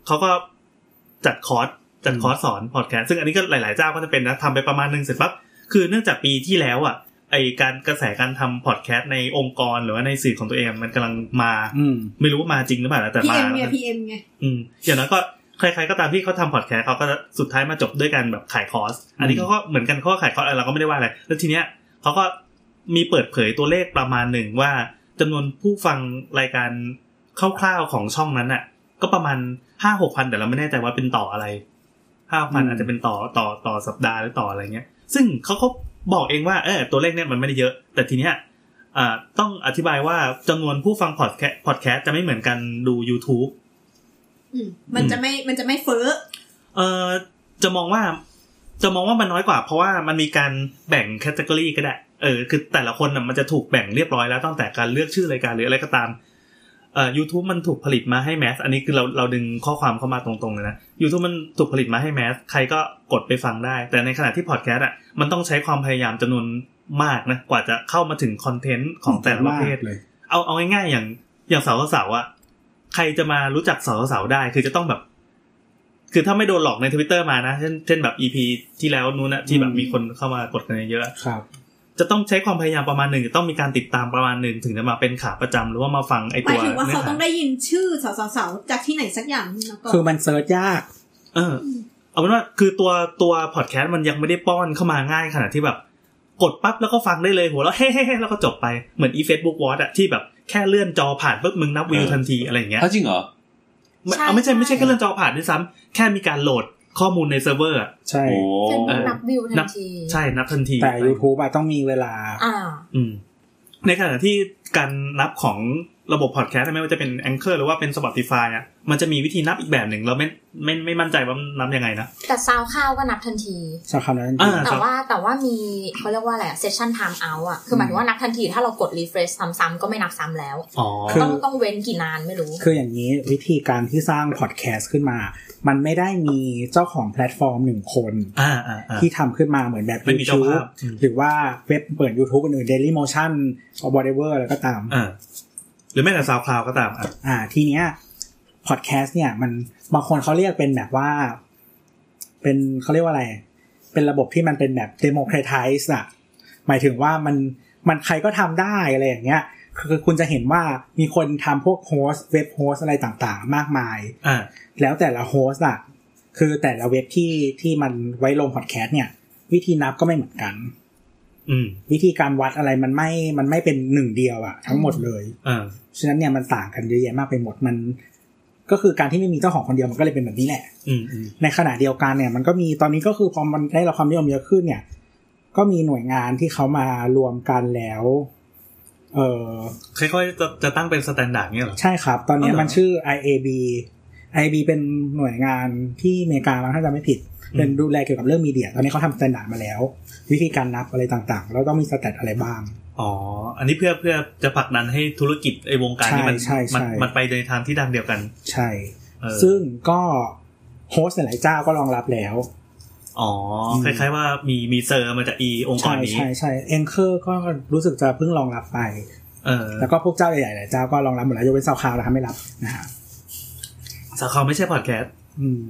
เขาก็จัดคอร์สสอนพอดแคสต์ซึ่งอันนี้ก็หลายๆเจ้าก็จะเป็นนะทำไปประมาณนึงเสร็จปั๊บคือเนื่องจากปีที่แล้วอ่ะไอการกระแสการทำพอดแคสต์ในองค์กรหรือว่าในสื่อของตัวเองมันกำลังมาไม่รู้ว่ามาจริงหรือเปล่าแต่มา PM ไงอย่างนั้นก็ใครๆก็ตามที่เขาทำพอดแคสต์เขาก็สุดท้ายมาจบด้วยกันแบบขายคอร์สอันนี้เขาก็เหมือนกันเขาก็ขายคอร์สอะไรเราก็ไม่ได้ว่าอะไรแล้วทีเนี้ยเขาก็มีเปิดเผยตัวเลขประมาณหนึ่งว่าจำนวนผู้ฟังรายการคร่าวๆของช่องนั้นน่ะก็ประมาณ 5-6 พันแต่เราไม่แน่ใจว่าเป็นต่ออะไร 5,000 อาจจะเป็นต่อสัปดาห์หรือต่ออะไรเงี้ยซึ่งเขาบอกเองว่าตัวเลขเนี่ยมันไม่ได้เยอะแต่ทีเนี้ยต้องอธิบายว่าจำนวนผู้ฟังพอดแคสต์จะไม่เหมือนกันดู YouTube มันจะไม่เฟ้อจะมองว่ามันน้อยกว่าเพราะว่ามันมีการแบ่งแคตตากรีก็ได้คือแต่ละคนน่ะมันจะถูกแบ่งเรียบร้อยแล้วตั้งแต่การเลือกชื่อรายการหรืออะไรก็ตามYouTube มันถูกผลิตมาให้แมสอันนี้คือเราดึงข้อความเข้ามาตรงๆเลยนะ YouTube มันถูกผลิตมาให้แมสใครก็กดไปฟังได้แต่ในขณะที่พอดแคสต์อ่ะมันต้องใช้ความพยายามจำนวนมากนะกว่าจะเข้ามาถึงคอนเทนต์ของแต่ละประเภทเลยเอาง่ายๆอย่างสาวๆอ่ะใครจะมารู้จักสาวๆได้คือจะต้องแบบคือถ้าไม่โดนหลอกใน Twitter มานะเช่นแบบ EP ที่แล้วนู้นนะที่แบบมีคนเข้ามากดกันเยอะครับจะต้องใช้ความพยายามประมาณหนึ่งจะต้องมีการติดตามประมาณหนึ่งถึงจะมาเป็นขาประจำหรือว่ามาฟังไอ้ตัวหมายถึงว่าเขาต้องได้ยินชื่อสาวๆจากที่ไหนสักอย่างแล้วก็คือมันเซิร์ชยากเอาเป็นว่าคือตัวพอดแคสต์มันยังไม่ได้ป้อนเข้ามาง่ายขนาดที่แบบกดปั๊บแล้วก็ฟังได้เลยหัวเราะเฮ้ๆแล้วก็จบไปเหมือน Facebook Watch อะที่แบบแค่เลื่อนจอผ่านปุ๊บมึงนับวิวทันทีอะไรอย่างเงี้ยจริงเหรอไม่ใช่แค่เลื่อนจอผ่านด้วยซ้ำแค่มีการโหลดข้อมูลในเซิร์ฟเวอร์ใช่นับวิวทันทีใช่นับทันทีแต่ YouTube ต้องมีเวลาในขณะที่การนับของระบบพอดแคสต์ไม่ว่าจะเป็น Anchor หรือว่าเป็น Spotify อ่ะมันจะมีวิธีนับอีกแบบหนึ่งเราไม่มั่นใจว่านับยังไงนะแต่ซาวข้าวก็นับทันทีซาวข้าวนับทันทีแต่ว่ามีเขาเรียกว่าอะไรSession Time Out อ่ะคือหมายถึงว่านับทันทีถ้าเรากด refresh ซ้ำๆก็ไม่นับซ้ำแล้วต้องเว้นกี่นานไม่รู้คืออย่างนี้วิธีการที่สร้างพอดแคสต์ขึ้นมามันไม่ได้มีเจ้าของแพลตฟอร์ม1คนที่ทำขึ้นมาเหมือนแบบ YouTube หรือว่าเว็บเปิด YouTube อื่น Dailymotion or whatever อะไรก็ตามหรือแม้แต่ SoundCloud ก็ตามทีเนี้ยพอดแคสต์เนี่ยมันบางคนเขาเรียกเป็นแบบว่าเป็นเขาเรียกว่าอะไรเป็นระบบที่มันเป็นแบบ democratize อ่ะหมายถึงว่ามันใครก็ทำได้อะไรอย่างเงี้ยคือคุณจะเห็นว่ามีคนทำพวกโฮสต์เว็บโฮสต์อะไรต่างๆมากมายแล้วแต่ละโฮสต์อ่ะคือแต่ละเว็บที่มันไว้ลงพอดแคสต์เนี่ยวิธีนับก็ไม่เหมือนกันวิธีการวัดอะไรมันไม่เป็นหนึ่งเดียวอ่ะทั้งหมดเลยฉะนั้นเนี่ยมันต่างกันเยอะแยะมากไปหมดมันก็คือการที่ไม่มีเจ้าของคนเดียวมันก็เลยเป็นแบบนี้แหละในขณะเดียวกันเนี่ยมันก็มีตอนนี้ก็คือพอมันได้รับความนิยมเยอะขึ้นเนี่ยก็มีหน่วยงานที่เขามารวมกันแล้วค่อยๆจะตั้งเป็นสแตนดาร์ดเนี่ยหรอใช่ครับตอนนี้มันชื่อ IAB เป็นหน่วยงานที่อเมริกาถ้าจำไม่ผิดเป็นดูแลเกี่ยวกับเรื่องมีเดียตอนนี้เขาทำสแตนดาร์ดมาแล้ววิธีการนับอะไรต่างๆแล้วต้องมีสแตทอะไรบ้างอันนี้เพื่อจะผลักดันให้ธุรกิจไอ้วงการนี้มันไปในทางที่ดังเดียวกันใช่ซึ่งก็โฮสต์หลายเจ้าก็รองรับแล้วคล้ายๆว่ามีเซอร์มาจากองค์กรนี้ใช่Anchor ก็รู้สึกจะเพิ่งรองรับไปแล้วก็พวกเจ้าใหญ่ๆหลายเจ้าก็รองรับหมดแล้วยกเว้นSoundCloudนะครับไม่รับนะฮะ SoundCloudไม่ใช่พอดแคสต์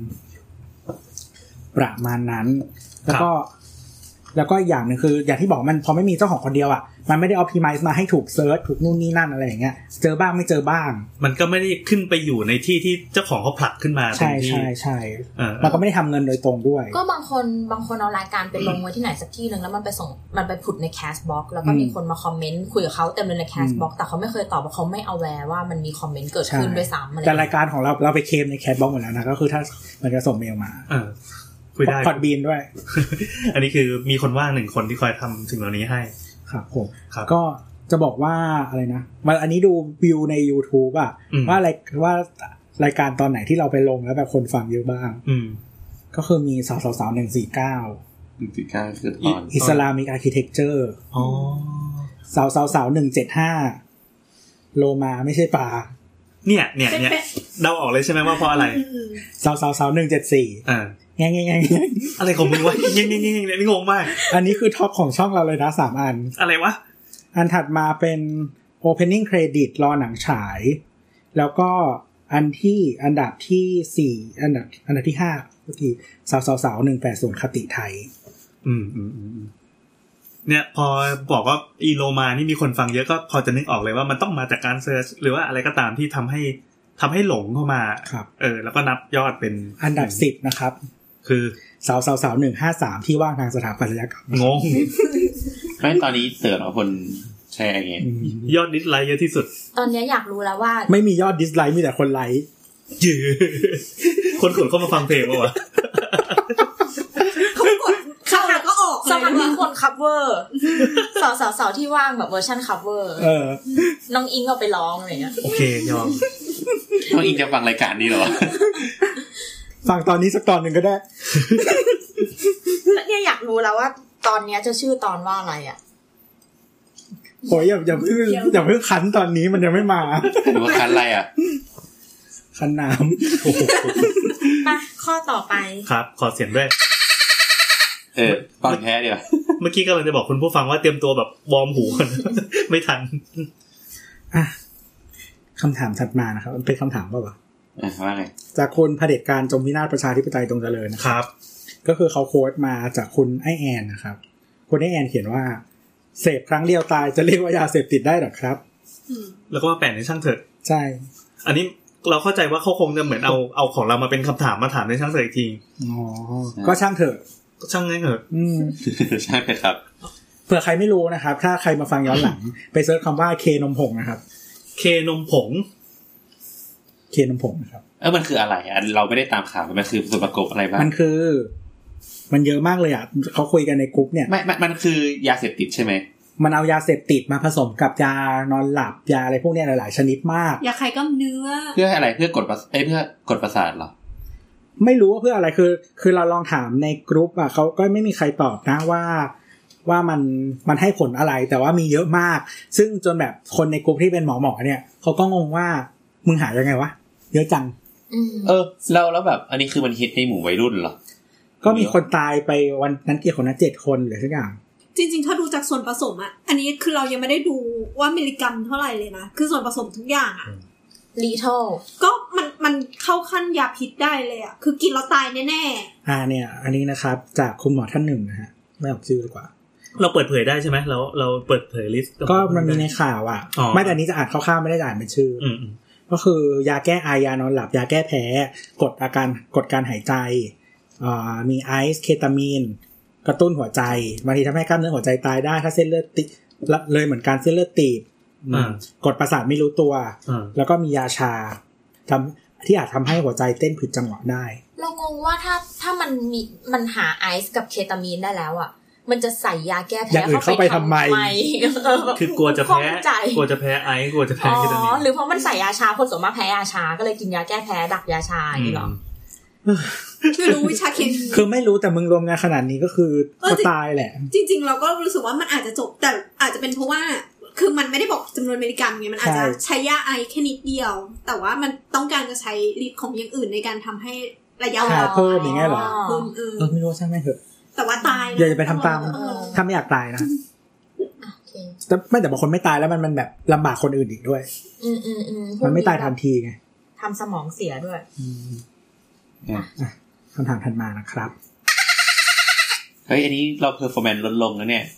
ประมาณนั้นแล้วก็อย่างนึงคืออย่างที่บอกมันพอไม่มีเจ้าของคนเดียวอ่ะมันไม่ได้ optimize มาให้ถูกเซิร์ชถูกนู่นนี่นั่นอะไรอย่างเงี้ยเจอบ้างไม่เจอบ้างมันก็ไม่ได้ขึ้นไปอยู่ในที่เจ้าของเขาผลักขึ้นมาใช่มันก็ไม่ได้ทำเงินโดยตรงด้วยก็บางคนเอารายการไปลงไว้ที่ไหนสักที่นึงแล้วมันไปผุดใน Castbox แล้วก็มีคนมาคอมเมนต์คุยกับเขาเต็มเลยใน Castbox แต่เขาไม่เคยตอบว่าเขาไม่awareว่ามันมีคอมเมนต์เกิดขึ้นด้วยซ้ำอะไรแต่รายการของเราไปเคลมใน Castbox หมดแล้วนะก็คือถ้ามันจะส่งเมลมาพอดบีนด้วยอันนี้คือมีคนว่าง1คนที่คอยทำสิ่งเหล่านี้ให้ครับผมก็จะบอกว่าอะไรนะมาอันนี้ดูวิวใน YouTube อ่ะว่ารายการตอนไหนที่เราไปลงแล้วแบบคนฟังเยอะบ้างก็คือมีสาวๆ149 คือตอน Islamic Architecture สาว175โลมาไม่ใช่ปลาเนี่ยเดาออกเลยใช่ไหมว่าเพราะอะไรสาว174แง่ๆอะไรของมึงวะแง่ๆนี่งงมากอันนี้คือท็อปของช่องเราเลยนะ3อันอะไรวะอันถัดมาเป็น Opening Credit รอหนังฉายแล้วก็อันดับที่4อันดับที่5ก็คือสาว180คติไทยเนี่ยพอบอกว่าอีโลมานี่มีคนฟังเยอะก็พอจะนึกออกเลยว่ามันต้องมาจากการเซิร์ชหรือว่าอะไรก็ตามที่ทำให้หลงเข้ามาแล้วก็นับยอดเป็นอันดับ10นะครับคือสาว153ที่ว่างทางสถาปัตยกรรมงงไม่ตอนนี้เสิร์ชเอาคนแชร์ไงยอดดิสไลค์เยอะที่สุดตอนนี้อยากรู้แล้วว่าไม่มียอดดิสไลค์มีแต่คนไลค์คนกดเข้ามาฟังเพลงป่ะวะเขากดเข้าแล้วก็ออกสมัครมีคนคัฟเวอร์สาวที่ว่างแบบเวอร์ชั่นคัฟเวอร์น้องอิงเอาไปร้องอะไรเงี้ยโอเคยอมน้องอิงจะฟังรายการนี้เหรอฟังตอนนี้สักตอนนึงก็ได้แล้วเนี่ยอยากรู้แล้วว่าตอนนี้จะชื่อตอนว่าอะไรอ่ะโอ้ยอย่าเพิ่งคั้นตอนนี้มันยังไม่มาหรือว่าคั้นอะไรอ่ะคั้นน้ำมาข้อต่อไปครับขอเสียงด้วยตอนแท้เดี๋ยวเมื่อกี้กำลังจะบอกคุณผู้ฟังว่าเตรียมตัวแบบวอร์มหูกันไม่ทันคำถามถัดมานะครับมันเป็นคำถามป่ะวะว่าไงจากคุณเผด็จการจงพินาศประชาธิปไตยตรงเจริญนะครับก็คือเขาโค้ดมาจากคุณไอแอนนะครับคุณไอแอนเขียนว่าเสพครั้งเดียวตายจะเรียกว่ายาเสพติดได้หรอครับแล้วก็มาแปะในช่างเถอะใช่อันนี้เราเข้าใจว่าเขาคงจะเหมือนเอาของเรามาเป็นคำถามมาถามในช่างเถอะอีกทีก็ช่างเถอะช่างไงเถอะใช่ไหมครับเผื่อใครไม่รู้นะครับถ้าใครมาฟังย้อนหลังไปเสิร์ชคำว่าเคนมผงนะครับเคนมผงนะครับมันคืออะไรเราไม่ได้ตามข่าวมันคือส่วนประกอบอะไรบ้างมันเยอะมากเลยเขาคุยกันในกลุ่มเนี่ยมันคือยาเสพติดใช่ไหมมันเอายาเสพติดมาผสมกับยานอนหลับยาอะไรพวกนี้หลายๆชนิดมากยาคลายกล้ามเนื้อเพื่ออะไรเพื่อกดประสาทเหรอไม่รู้ว่าเพื่ออะไรคือเราลองถามในกลุ่มเขาก็ไม่มีใครตอบนะว่ามันให้ผลอะไรแต่ว่ามีเยอะมากซึ่งจนแบบคนในกลุ่มที่เป็นหมอเนี่ยเขาก็งงว่ามึงหายังไงวะเยอะจังแล้วแบบอันนี้คือมันฮิตในหมู่วัยรุ่นเหรอก็มีคนตายไปวันนั้นกี่คนนะ7คนหรือสักอย่างจริงๆถ้าดูจากส่วนผสมอันนี้คือเรายังไม่ได้ดูว่ามิลลิกรัมเท่าไหร่เลยนะคือส่วนผสมทุกอย่างลีทัลก็มันเข้าขั้นยาพิษได้เลยคือกินแล้วตายแน่ๆเนี่ยอันนี้นะครับจากคุณหมอท่านหนึ่งนะฮะไม่ออกชื่อดีกว่าเราเปิดเผยได้ใช่ไหมเราเปิดเผยลิสต์ก็มันมีในข่าวไม่แต่นี้จะอ่านคร่าวๆไม่ได้อ่านเป็นชื่อก็คือยาแก้ไอยานอนหลับยาแก้แพ้กดการหายใจมีไอซ์เคตามีนกระตุ้นหัวใจบางทีทำให้กล้ามเนื้อหัวใจตายได้ถ้าเส้นเลือดติดเลยเหมือนการเส้นเลือดตีบกดประสาทไม่รู้ตัวแล้วก็มียาชาที่อาจทำให้หัวใจเต้นผิดจังหวะได้เรางงว่าถ้ามันหาไอซ์กับเคตามีนได้แล้วมันจะใส่ยาแก้แพ้เข้าไปทำไมคือกลัวจะแพ้ไอซ์กลัวจะแพ้เคตามีนหรือเพราะมันใส่ยาชาคนส่วนมากแพ้ยาชาก็เลยกินยาแก้แพ้ดักยาชาอย่างนี้หรอไม่รู้วิชาเคมีคือไม่รู้แต่มึงรวมงานขนาดนี้ก็คือก็ตายแหละจริงๆเราก็รู้สึกว่ามันอาจจะจบแต่อาจจะเป็นเพราะว่าคือมันไม่ได้บอกจำนวนมิลลิกรัมไงมันอาจจะใช้ยาไอแค่นิดเดียวแต่ว่ามันต้องการจะใช้ฤทธิ์ของอย่างอื่นในการทำให้ระยะเวลาเพิ่มอย่างเงี้ยหรอไม่รู้ใช่ไหมเหรอแต่ว่าตายอย่าไปทำตามถ้าไม่อยากตายนะแต่บางคนไม่ตายแล้วมันแบบลำบากคนอื่นอีกด้วยมันไม่ตายทันทีไงทำสมองเสียด้วยคำถามถัดมานะครับเฮ้ยอันนี้เราเพอร์ฟอร์แมนซ์ลดลงแล้วเนี่ย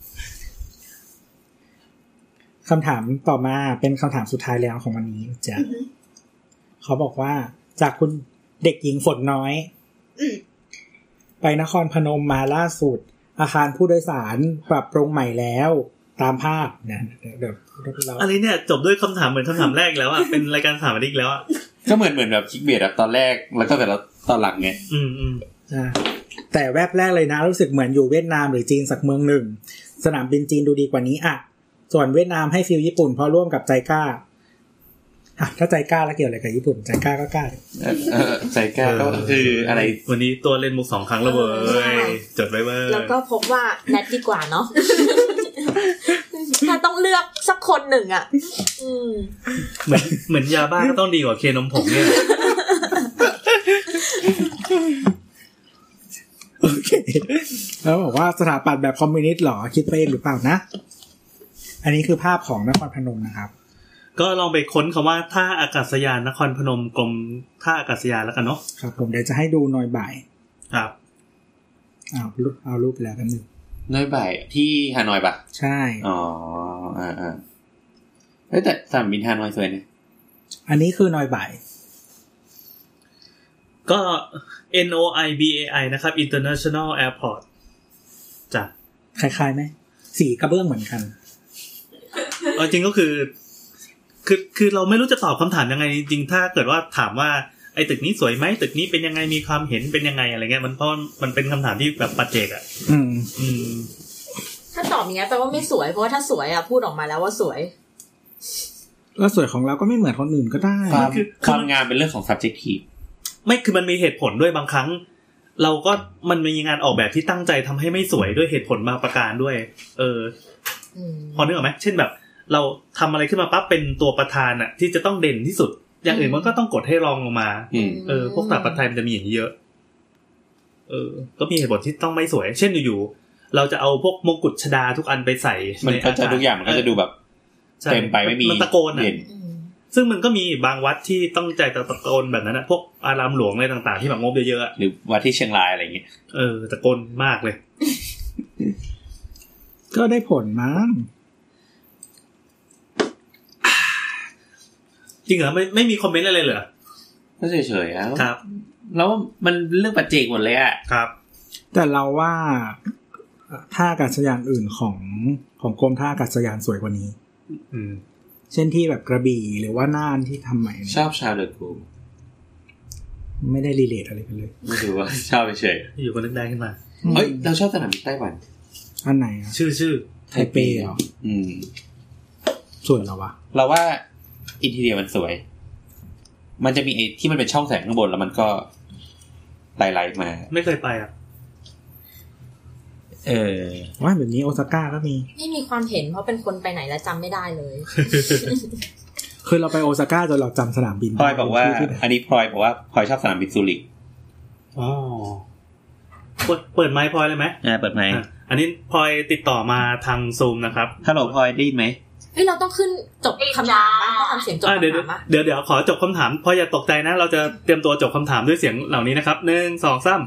คำถามต่อมาเป็นคำถามสุดท้ายแล้วของวันนี้จ้ะเขาบอกว่าจากคุณเด็กหญิงฝนน้อยไปนครพนมมาล่าสุดอาคารผู้โดยสารปรับปรุงใหม่แล้วตามภาพนะเดี๋ยวอะไรเนี่ยจบด้วยคำถามเหมือนคำถามแรกแล้วเป็นรายการถามอีกแล้วก็เหมือนแบบคลิกเบสตอนแรกแล้วก็แต่ละตอนหลังไงแต่แวบแรกเลยนะรู้สึกเหมือนอยู่เวียดนามหรือจีนสักเมืองหนึ่งสนามบินจีนดูดีกว่านี้ส่วนเวียดนามให้ฟีลญี่ปุ่นเพราะร่วมกับใจกล้าถ้าใจกล้าแล้วเกี่ยวอะไรกับญี่ปุ่นใจกล้าก็กล้าใจกล้าก็คืออะไรวันนี้ตัวเล่นมุก2ครั้งแล้วเว้ยจดไว้เว้ยแล้วก็พบว่าแนทดีกว่าเนาะถ้าต้องเลือกสักคนหนึ่งเหมือนยาบ้าก็ต้องดีกว่าเคนมผงเนี่ยโอเคแล้วบอกว่าสถาปัตย์แบบคอมมิวนิสต์หรอคิดไปเองหรือเปล่านะอันนี้คือภาพของนครพนมนะครับก็ลองไปค้นคำว่าท่าอากาศยานนครพนมกรมท่าอากาศยานแล้วกันเนาะครับผมเดี๋ยวจะให้ดูนอยบ่ายครับเอารูปไปแล้วกันนึงนอยบ่ายที่ฮานอยปะใช่อ๋อแต่สนามบินฮานอยสวยนะอันนี้คือนอยบ่ายก็ NOIBAI นะครับ International Airport จ้ะคล้ายๆไหมสีกระเบื้องเหมือนกันจริงก็คือเราไม่รู้จะตอบคำถามยังไงจริงๆถ้าเกิดว่าถามว่าไอ้ตึกนี้สวยไหมตึกนี้เป็นยังไงมีความเห็นเป็นยังไงอะไรเงี้ยมันเพราะมันเป็นคำถามที่แบบปัจเจกอ่ะถ้าตอบอย่างนี้แปลว่าไม่สวยเพราะว่าถ้าสวยอ่ะพูดออกมาแล้วว่าสวยแล้วสวยของเราก็ไม่เหมือนคนอื่นก็ได้ความงามเป็นเรื่องของ subjective ไม่คือมันมีเหตุผลด้วยบางครั้งเราก็มันมีงานออกแบบที่ตั้งใจทำให้ไม่สวยด้วยเหตุผลบางประการด้วยพอนึกออกไหมเช่นแบบเราทำอะไรขึ้นมาปั๊บเป็นตัวประธานอ่ะที่จะต้องเด่นที่สุดอย่างอื่นมันก็ต้องกดให้รองลงมาพวกสถาปัตย์ไทยมันจะมีอย่างนี้เยอะก็มีเหตุผลที่ต้องไม่สวยเช่นอยู่ๆเราจะเอาพวกมงกุฎชฎาทุกอันไปใส่มันก็จะทุกอย่างมันก็จะดูแบบเต็มไปไม่มีมันตะโกนอ่ะซึ่งมันก็มีบางวัดที่ต้องใจตะโกนแบบนั้นนะพวกอารามหลวงอะไรต่างๆที่แบบงบเยอะๆหรือวัดที่เชียงรายอะไรอย่างเงี้ยตะโกนมากเลยก็ได้ผลมั้งจริงเหรอไม่มีคอมเมนต์อะไรเลยเหรอก็เฉยๆครับแล้วมันเรื่องปัจเจกหมดเลยอ่ะครับแต่เราว่าท่าอากาศยานอื่นของกรมท่าอากาศยานสวยกว่านี้เช่นที่แบบกระบี่หรือว่าน่านที่ทำใหม่ชอบชาวเดอะกูไม่ได้รีเลทอะไรกันเลยไม่รู้ว่าชอบเฉยอยู่ก็นึกได้ขึ้นมาเฮ้ยเราชอบสนามบินไต้หวันอันไหนอ่ะชื่อไทเปเหรอสวยเหรอวะเราว่าอินทีเรียมันสวยมันจะมีไอ้ที่มันเป็นช่องแสงข้างบนแล้วมันก็ไล่ๆมาไม่เคยไปอ่ะว่าแบบนี้โอซาก้าก็มีไม่มีความเห็นเพราะเป็นคนไปไหนแล้วจำไม่ได้เลยคือเราไปโอซาก้าจนเราจำสนามบินพลอยบอกว่าอันนี้พลอยบอกว่าพลอยชอบสนามบินซูริกเปิดไมค์พลอยเลยไหมเปิดไมค์อันนี้พลอยติดต่อมาทางซูมนะครับฮัลโหลพลอยได้ยินไหมเราต้องขึ้นจบคำถามป่ะต้องทำเสียงจบคำถามป่ะเดี๋ยวขอจบคำถามพลอยอย่าตกใจนะเราจะเตรียมตัวจบคำถามด้วยเสียงเหล่านี้นะครับ1 2 3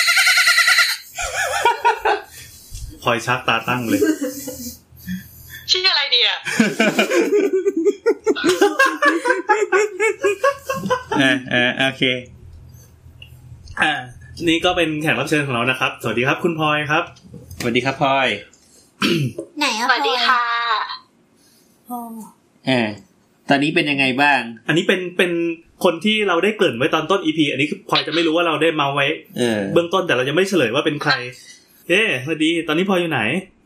พลอยชักตาตั้งเลยชื่ออะไรดีอ่ะโอเคนี่ก็เป็นแขกรับเชิญของเรานะครับสวัสดีครับคุณพลอยครับสวัสดีครับพลอยไหนอ่ะสวัสดีค่ะตอนนี้เป็นยังไงบ้างอันนี้เป็นคนที่เราได้เกริ่นไว้ตอนต้น EP อันนี้คือพลอยจะไม่รู้ว่าเราได้เมาไว้เบื้องต้นแต่เรายังไม่เฉลยว่าเป็นใครสวัสดีตอนนี้พลอยอยู่ไหน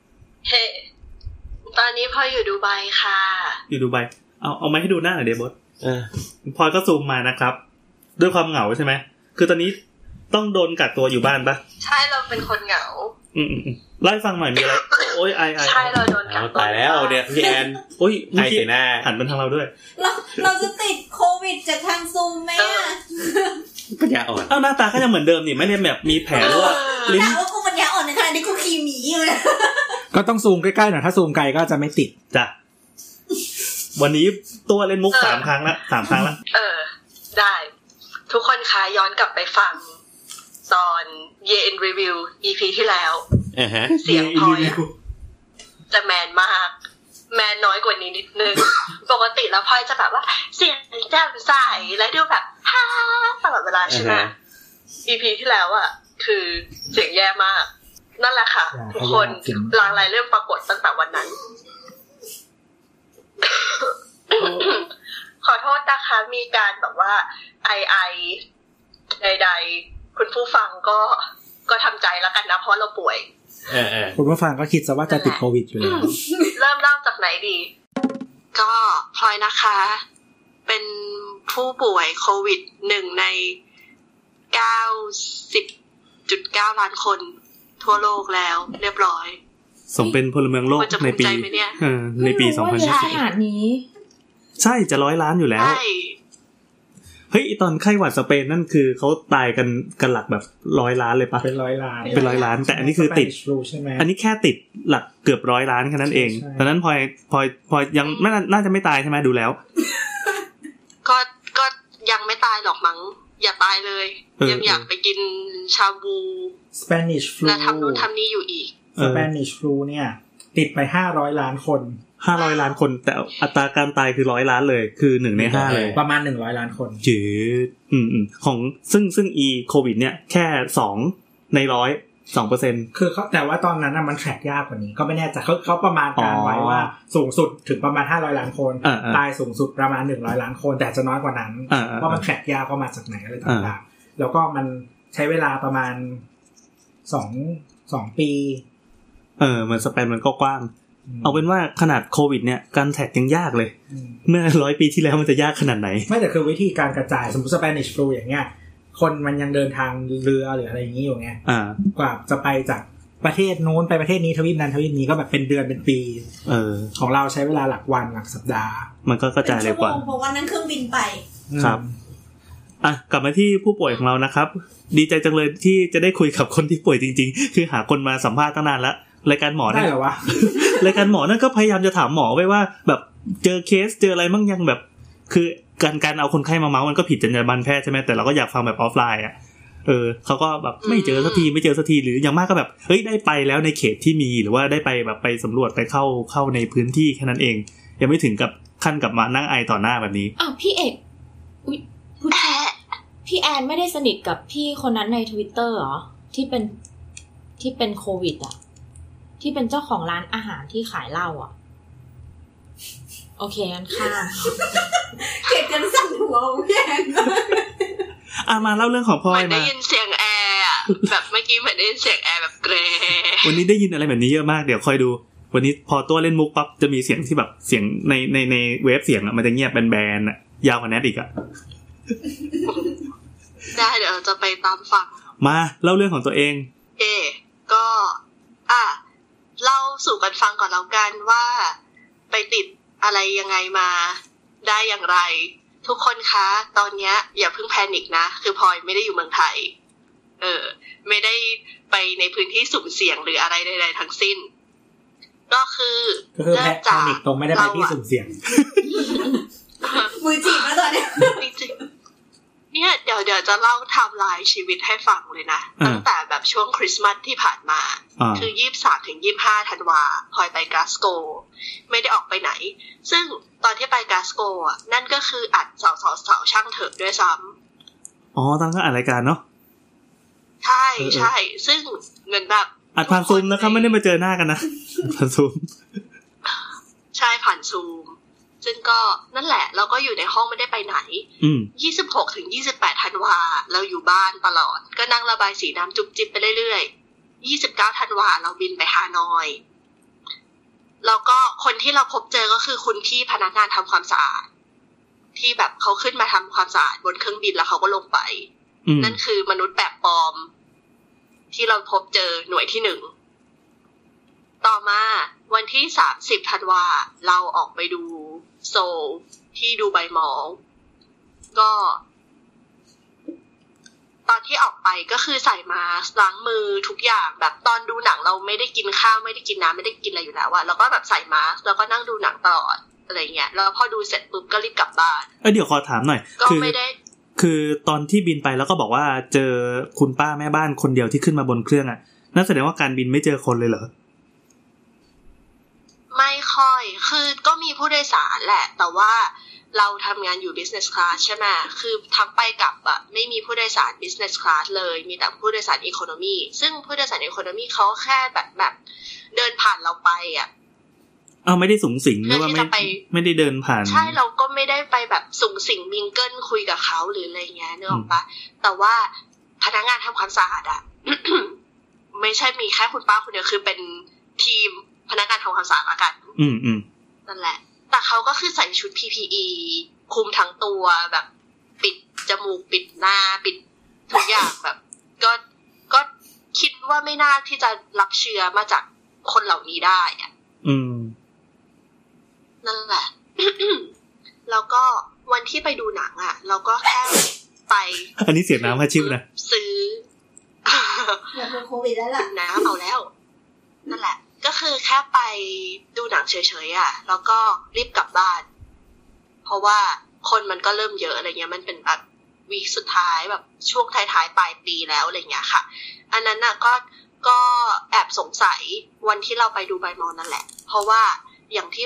ตอนนี้พลอยอยู่ดูไบค่ะอยู่ดูไบเอาไม้ให้ดูหน้าหน่อยเดบอสพลอยก็ซูมมานะครับด้วยความเหงาใช่ไหมคือตอนนี้ต้องโดนกักตัวอยู่บ้านปะใช่เราเป็นคนเหงาไล่ฟังหน่อยมีอะไรโอ้ยไอใช่เราโดนกักตัวตายแล้วเนี่ยพี่แอนโอ้ยไอใส่หน้าหันมาทางเราด้วยเราจะติดโควิดจากทางซูมไหมปัญญาอ่อนหน้าตาก็ยังเหมือนเดิมนี่ไม่ได้แบบมีแผลหรือว่าลิ้นว่ากูปัญญาอ่อนในขณะที่กูขี้หมีอยู่นะก็ต้องซูมใกล้ๆหน่อยถ้าซูมไกลก็จะไม่ติดจ้ะวันนี้ตัวเล่นมุก3 ครั้งละ3 ครั้งละได้ทุกคนคะย้อนกลับไปฟังตอน Year in Review EP ที่แล้วเสียงพลอยจะแมนมากแมนน้อยกว่านี้นิดนึงปกติแล้วพลอยจะแบบว่าเสียงแจ่มใสและดูแบบฮ่าตลอดเวลาใช่ไหม EP ที่แล้วอ่ะคือเสียงแย่มากนั่นแหละค่ะทุกคนลางลายเริ่มปรากฏตั้งแต่วันนั้น ขอโทษนะคะมีการแบบว่าไอใดๆคุณผู้ฟังก็ทำใจแล้วกันนะเพราะเราป่วยคุณผู้ฟังก็คิดซะว่าจะติดโควิดอยู่แล้วเริ่มจากไหนดีก็พลอยนะคะเป็นผู้ป่วยโควิด1 ใน 90.9 ล้านคนทั่วโลกแล้วเรียบร้อยสมเป็นพลเมืองโลกในปีในปี2020 ขนาดนี้ใช่จะ100 ล้านอยู่แล้วเฮ้ยตอนไข้หวัดสเปนนั่นคือเขาตายกันหลักแบบ100 ล้านเลยปะเป็น100 ล้านแต่อันนี้คือติดอันนี้แค่ติดหลักเกือบ100 ล้านแค่นั้นเองตอนนั้นพลอยยังน่าจะไม่ตายใช่ไหมดูแล้วก็ยังไม่ตายหรอกมั้งอย่าตายเลยยังอยากไปกินชาบู Spanish flu และทำนู่นทำนี่อยู่อีก Spanish flu เนี่ยติดไป500ล้านคน 500ล้านคนแต่อัตราการตายคือ100ล้านเลยคือ1ใน5เลยประมาณ100ล้านคนจืดของซึ่งโควิดเนี่ยแค่2ใน100 2% คือเขาแต่ว่าตอนนั้นมันแทร็กยากกว่านี้ก็ไม่แน่ใจเขาประมาณการไว้ว่าสูงสุดถึงประมาณ500ล้านคนตายสูงสุดประมาณ100ล้านคนแต่จะน้อยกว่านั้นว่ามันแทร็กยากว่ามาจากไหนอะไรต่างๆแล้วก็มันใช้เวลาประมาณ2ปีมันสเปนมันก็กว้างเอาเป็นว่าขนาดโควิดเนี่ยการแท็กยังยากเลยเมื่อ100ปีที่แล้วมันจะยากขนาดไหนไม่แต่คือวิธีการกระจายสมมุติ Spanish flu อย่างเงี้ยคนมันยังเดินทางเรือหรืออะไรอย่างงี้อยู่ไงกว่าจะไปจากประเทศโน้นไปประเทศนี้ทวีปนั้นทวีปนี้ก็แบบเป็นเดือนเป็นปีของเราใช้เวลาหลักวันหลักสัปดาห์มันก็กระจายเร็วกว่าเพราะว่านั่งเครื่องบินไปครับกลับมาที่ผู้ป่วยของเรานะครับดีใจจังเลยที่จะได้คุยกับคนที่ป่วยจริงๆคือหาคนมาสัมภาษณ์ตั้งนานแล้วรายการหมอได้เหรอวะรายการหมอนั่นก็พยายามจะถามหมอไว้ว่าแบบเจอเคสเจออะไรบ้างยังแบบคือการเอาคนไข้มาเมาส์มันก็ผิดจรรยาบรรณแพทย์ใช่ไหมแต่เราก็อยากฟังแบบออฟไลน์อ่ะเขาก็แบบไม่เจอสักทีหรืออย่างมากก็แบบเฮ้ยได้ไปแล้วในเขตที่มีหรือว่าได้ไปแบบไปสำรวจไปเข้าในพื้นที่แค่นั้นเองยังไม่ถึงกับขั้นกับมานั่งไอต่อหน้าแบบนี้พี่เอกอุ๊ยพี่แอนไม่ได้สนิทกับพี่คนนั้นใน Twitter เหรอที่เป็นโควิดอ่ะที่เป็นเจ้าของร้านอาหารที่ขายเหล้าอ่ะโอเคงั้นข้ามเก็บกันสั่นหัวพี่แอนมาเล่าเรื่องของพ่อมาได้ยินเสียงแอร์แบบเมื่อกี้เหมือนได้ยินเสียงแอร์แบบเกรวันนี้ได้ยินอะไรแบบนี้เยอะมากเดี๋ยวคอยดูวันนี้พอตัวเล่นมุกปั๊บจะมีเสียงที่แบบเสียงในเวฟเสียงมันจะเงียบแบนๆอ่ะยาวกว่าแนทอีกอ่ะได้เดี๋ยวจะไปตามฟังมาเล่าเรื่องของตัวเองก็เล่าสู่กันฟังก่อนแล้วกันว่าไปติดอะไรยังไงมาได้อย่างไรทุกคนคะตอนนี้อย่าเพิ่งแพนิคนะคือพลอยไม่ได้อยู่เมืองไทยไม่ได้ไปในพื้นที่สุ่มเสี่ยงหรืออะไรใดๆทั้งสิ้นก็คือแพนิคตรงไม่ได้ไปที่สุ่มเสี่ยงมือจีบมาตอนนี้เนี่ยเดี๋ยวจะเล่าไทม์ไลน์ชีวิตให้ฟังเลยนะตั้งแต่แบบช่วงคริสต์มาสที่ผ่านมาคือ23ถึง25ธันวาพลอยไปกลาสโกว์ไม่ได้ออกไปไหนซึ่งตอนที่ไปกลาสโกว์นั่นก็คืออัดสาวช่างเถอะด้วยซ้ำตอนก็อัดรายการเนาะใช่ซึ่งเหมือนแบบอัดผ่านซูมนะครับไม่ได้มาเจอหน้ากันนะผ่านซูมใช่ผ่านซูมซึ่งก็นั่นแหละเราก็อยู่ในห้องไม่ได้ไปไหน26ถึง28ธันวาเราอยู่บ้านตลอดก็นั่งระบายสีน้ำจุ๊บจิ๊บไปเรื่อยๆ29ธันวาเราบินไปฮานอยแล้วก็คนที่เราพบเจอก็คือคุณพี่พนักงานทำความสะอาดที่แบบเขาขึ้นมาทำความสะอาดบนเครื่องบินแล้วเขาก็ลงไปนั่นคือมนุษย์แบบปลอมที่เราพบเจอหน่วยที่1ต่อมาวันที่30ธันวาเราออกไปดูโซลที่ดูไบมอลก็ตอนที่ออกไปก็คือใส่มาสก์ล้างมือทุกอย่างแบบตอนดูหนังเราไม่ได้กินข้าวไม่ได้กินน้ำไม่ได้กินอะไรอยู่แล้วอะแล้วก็แบบใส่มาสก์แล้วก็นั่งดูหนังตลอดอะไรเงี้ยแล้วพอดูเสร็จปุ๊บก็รีบกลับบ้านเดี๋ยวขอถามหน่อยคือตอนที่บินไปแล้วก็บอกว่าเจอคุณป้าแม่บ้านคนเดียวที่ขึ้นมาบนเครื่องอะนั่นแสดงว่าการบินไม่เจอคนเลยเหรอไม่ค่อยคือก็มีผู้โดยสารแหละแต่ว่าเราทำงานอยู่ business class ใช่ไหมคือทั้งไปกลับอะไม่มีผู้โดยสาร business class เลยมีแต่ผู้โดยสาร economy ซึ่งผู้โดยสาร economy เขาแค่แบบเดินผ่านเราไปอะไม่ได้สูงสิงหรือว่าไม่ได้เดินผ่านใช่เราก็ไม่ได้ไปแบบสูงสิงมิงเกิลคุยกับเขาหรืออะไรเงี้ยนึกออกปะแต่ว่าพนักงานทำความสะอาดอะ ไม่ใช่มีแค่คุณป้าคนเดียวคือเป็นทีมพนักงานทำความสะอาดละกันนั่นแหละแต่เขาก็คือใส่ชุด PPE คุมทั้งตัวแบบปิดจมูกปิดหน้าปิดทุกอย่างแบบก็คิดว่าไม่น่าที่จะรับเชื้อมาจากคนเหล่านี้ได้อ่ะนั่นแหละ แล้วก็วันที่ไปดูหนังอ่ะเราก็แค่ไปอันนี้เสียน้ำค่ะชิวนะซื้ออยากเป็นโควิดแล้วล่ะน้ำเอาแล้วนั่นแหละก็คือแค่ไปดูหนังเฉยๆอ่ะแล้วก็รีบกลับบ้านเพราะว่าคนมันก็เริ่มเยอะอะไรเงี้ยมันเป็นแบบวีคสุดท้ายแบบช่วงท้ายๆปลายปีแล้วอะไรเงี้ยค่ะอันนั้นน่ะก็แอบสงสัยวันที่เราไปดูไบมอลนั่นแหละเพราะว่าอย่างที่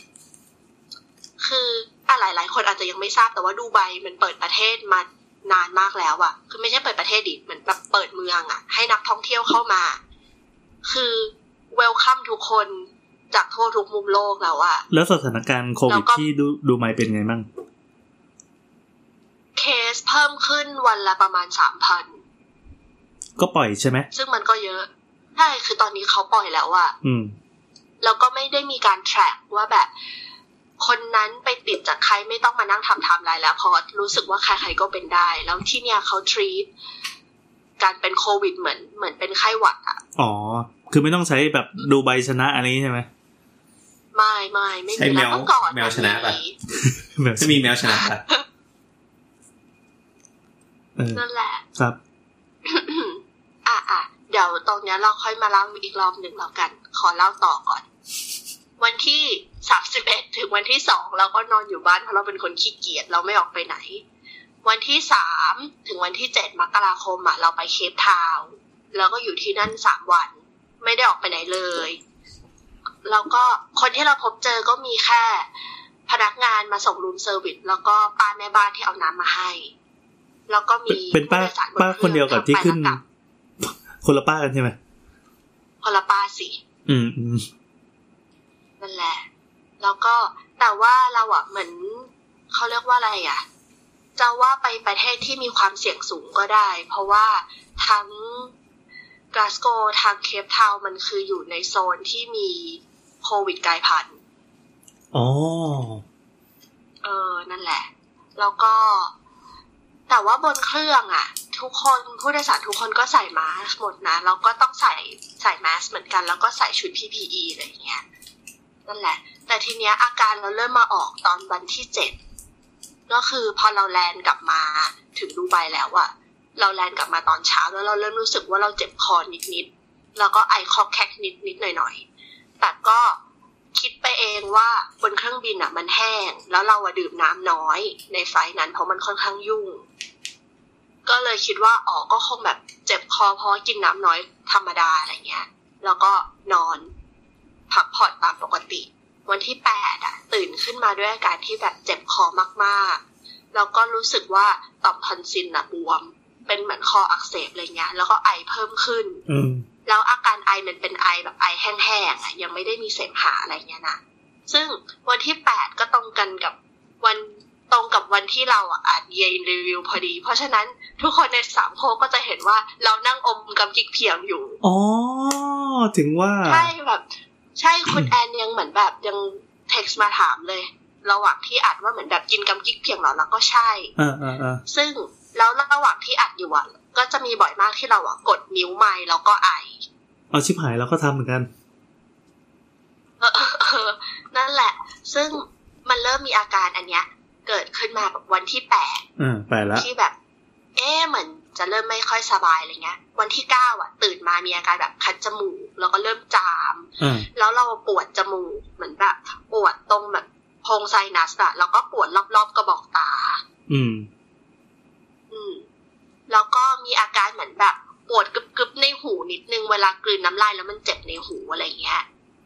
คือหลายๆคนอาจจะยังไม่ทราบแต่ว่าดูไบมันเปิดประเทศมานานมากแล้วอะคือไม่ใช่เปิดประเทศดิเหมือนแบบเปิดเมืองอะให้นักท่องเที่ยวเข้ามาคือเวลคัมทุกคนจากทั่วทุกมุมโลกแล้วอะแล้วสถานการณ์โควิดที่ดูไบเป็นไงบ้างเคสเพิ่มขึ้นวันละประมาณ 3,000 ก็ปล่อยใช่ไหมซึ่งมันก็เยอะใช่คือตอนนี้เขาปล่อยแล้วอะแล้วก็ไม่ได้มีการแทร็กว่าแบบคนนั้นไปติดจากใครไม่ต้องมานั่งทำไทม์ไลน์แล้วเพราะรู้สึกว่าใครๆก็เป็นได้แล้วที่เนี่ยเขาทรีตการเป็นโควิดเหมือนเป็นไข้หวัดอ่ะอ๋อคือไม่ต้องใช้แบบดูใบชนะอะไรใช่ไหมไม่มีแล้วเมื่อก่อนแมวชนะป่ะจะมีแมวชนะป่ะนั่นแหละครับเดี๋ยวตรงนี้เราค่อยมาเล่าอีกรอบหนึ่งแล้วกันขอเล่าต่อก่อนวันที่31ถึงวันที่2เราก็นอนอยู่บ้านเพราะเราเป็นคนขี้เกียจเราไม่ออกไปไหนวันที่3ถึงวันที่7มกราคมเราไปเคปทาวน์แล้วก็อยู่ที่นั่น3วันไม่ได้ออกไปไหนเลยแล้วก็คนที่เราพบเจอก็มีแค่พนักงานมาส่งรูมเซอร์วิสแล้วก็ป้าแม่บ้านที่เอาน้ำมาให้แล้วก็มีเป็นป้าคนเดียวกับที่ขึ้นคนละป้ากันใช่ไหมคนละป้าสินั่นแหละแล้วก็แต่ว่าเราเหมือนเขาเรียกว่าอะไรจะว่าไปประเทศที่มีความเสี่ยงสูงก็ได้เพราะว่าทั้งกลาสโกว์ทางเคปทาวน์มันคืออยู่ในโซนที่มีโควิดกลายพันธุ์นั่นแหละแล้วก็แต่ว่าบนเครื่องทุกคนผู้โดยสารทุกคนก็ใส่มาสก์หมดนะแล้วก็ต้องใส่มาสก์เหมือนกันแล้วก็ใส่ชุด PPE อะไรอย่างเงี้ยนั่นแหละแต่ทีเนี้ยอาการเราเริ่มมาออกตอนวันที่7ก็คือพอเราแลนด์กลับมาถึงดูไบแล้วเราแลนด์กลับมาตอนเช้าแล้วเราเริ่มรู้สึกว่าเราเจ็บคอนิดๆแล้วก็ไอคอแคกนิดๆหน่อยๆแต่ก็คิดไปเองว่าบนเครื่องบินมันแห้งแล้วเราดื่มน้ำน้อยในไฟล์นั้นเพราะมันค่อนข้างยุ่งก็เลยคิดว่าก็คงแบบเจ็บคอเพราะกินน้ำน้อยธรรมดาอะไรเงี้ยแล้วก็นอนพักผ่อนตามปกติวันที่8ตื่นขึ้นมาด้วยอาการที่แบบเจ็บคอมากๆแล้วก็รู้สึกว่าต่อมทอนซิลบวมเป็นเหมือนคออักเสบอะไรเงี้ยแล้วก็ไอเพิ่มขึ้นแล้วอาการไอมันเป็นไอแบบไอแห้งๆยังไม่ได้มีเสมหะอะไรเงี้ยนะซึ่งวันที่8ก็ตรงกับวันที่เราอ่านเยนรีวิวพอดีเพราะฉะนั้นทุกคนใน3โคก็จะเห็นว่าเรานั่งอมกำกิ๊กเพียงอยู่ถึงว่าใช่แบบใช่คุณแอนยังเหมือนแบบยังเท็กซ์มาถามเลยระหว่างที่อัดว่าเหมือนแบบกินกำกิ๊กเพียงหรอแล้วก็ใช่ซึ่งแล้วระหว่างที่อัดอยู่ก็จะมีบ่อยมากที่เรากดนิ้วไมค์แล้วก็ไอชิบหายแล้วก็ทำเหมือนกันนั่นแหละซึ่งมันเริ่มมีอาการอันเนี้ยเกิดขึ้นมาแบบวันที่ 8แล้วที่แบบเหมือนจะเริ่มไม่ค่อยสบายอะไรเงี้ยวันที่9ตื่นมามีอาการแบบคัดจมูกแล้วก็เริ่มจามแล้วเราปวดจมูกเหมือนแบบปวดตรงแบบโพรงไซนัสแล้วก็ปวดรอบๆกระบอกตาแล้วก็มีอาการเหมือนแบบปวดกึบๆในหูนิดนึงเวลากลืนน้ำลายแล้วมันเจ็บในหูอะไรเงี้ย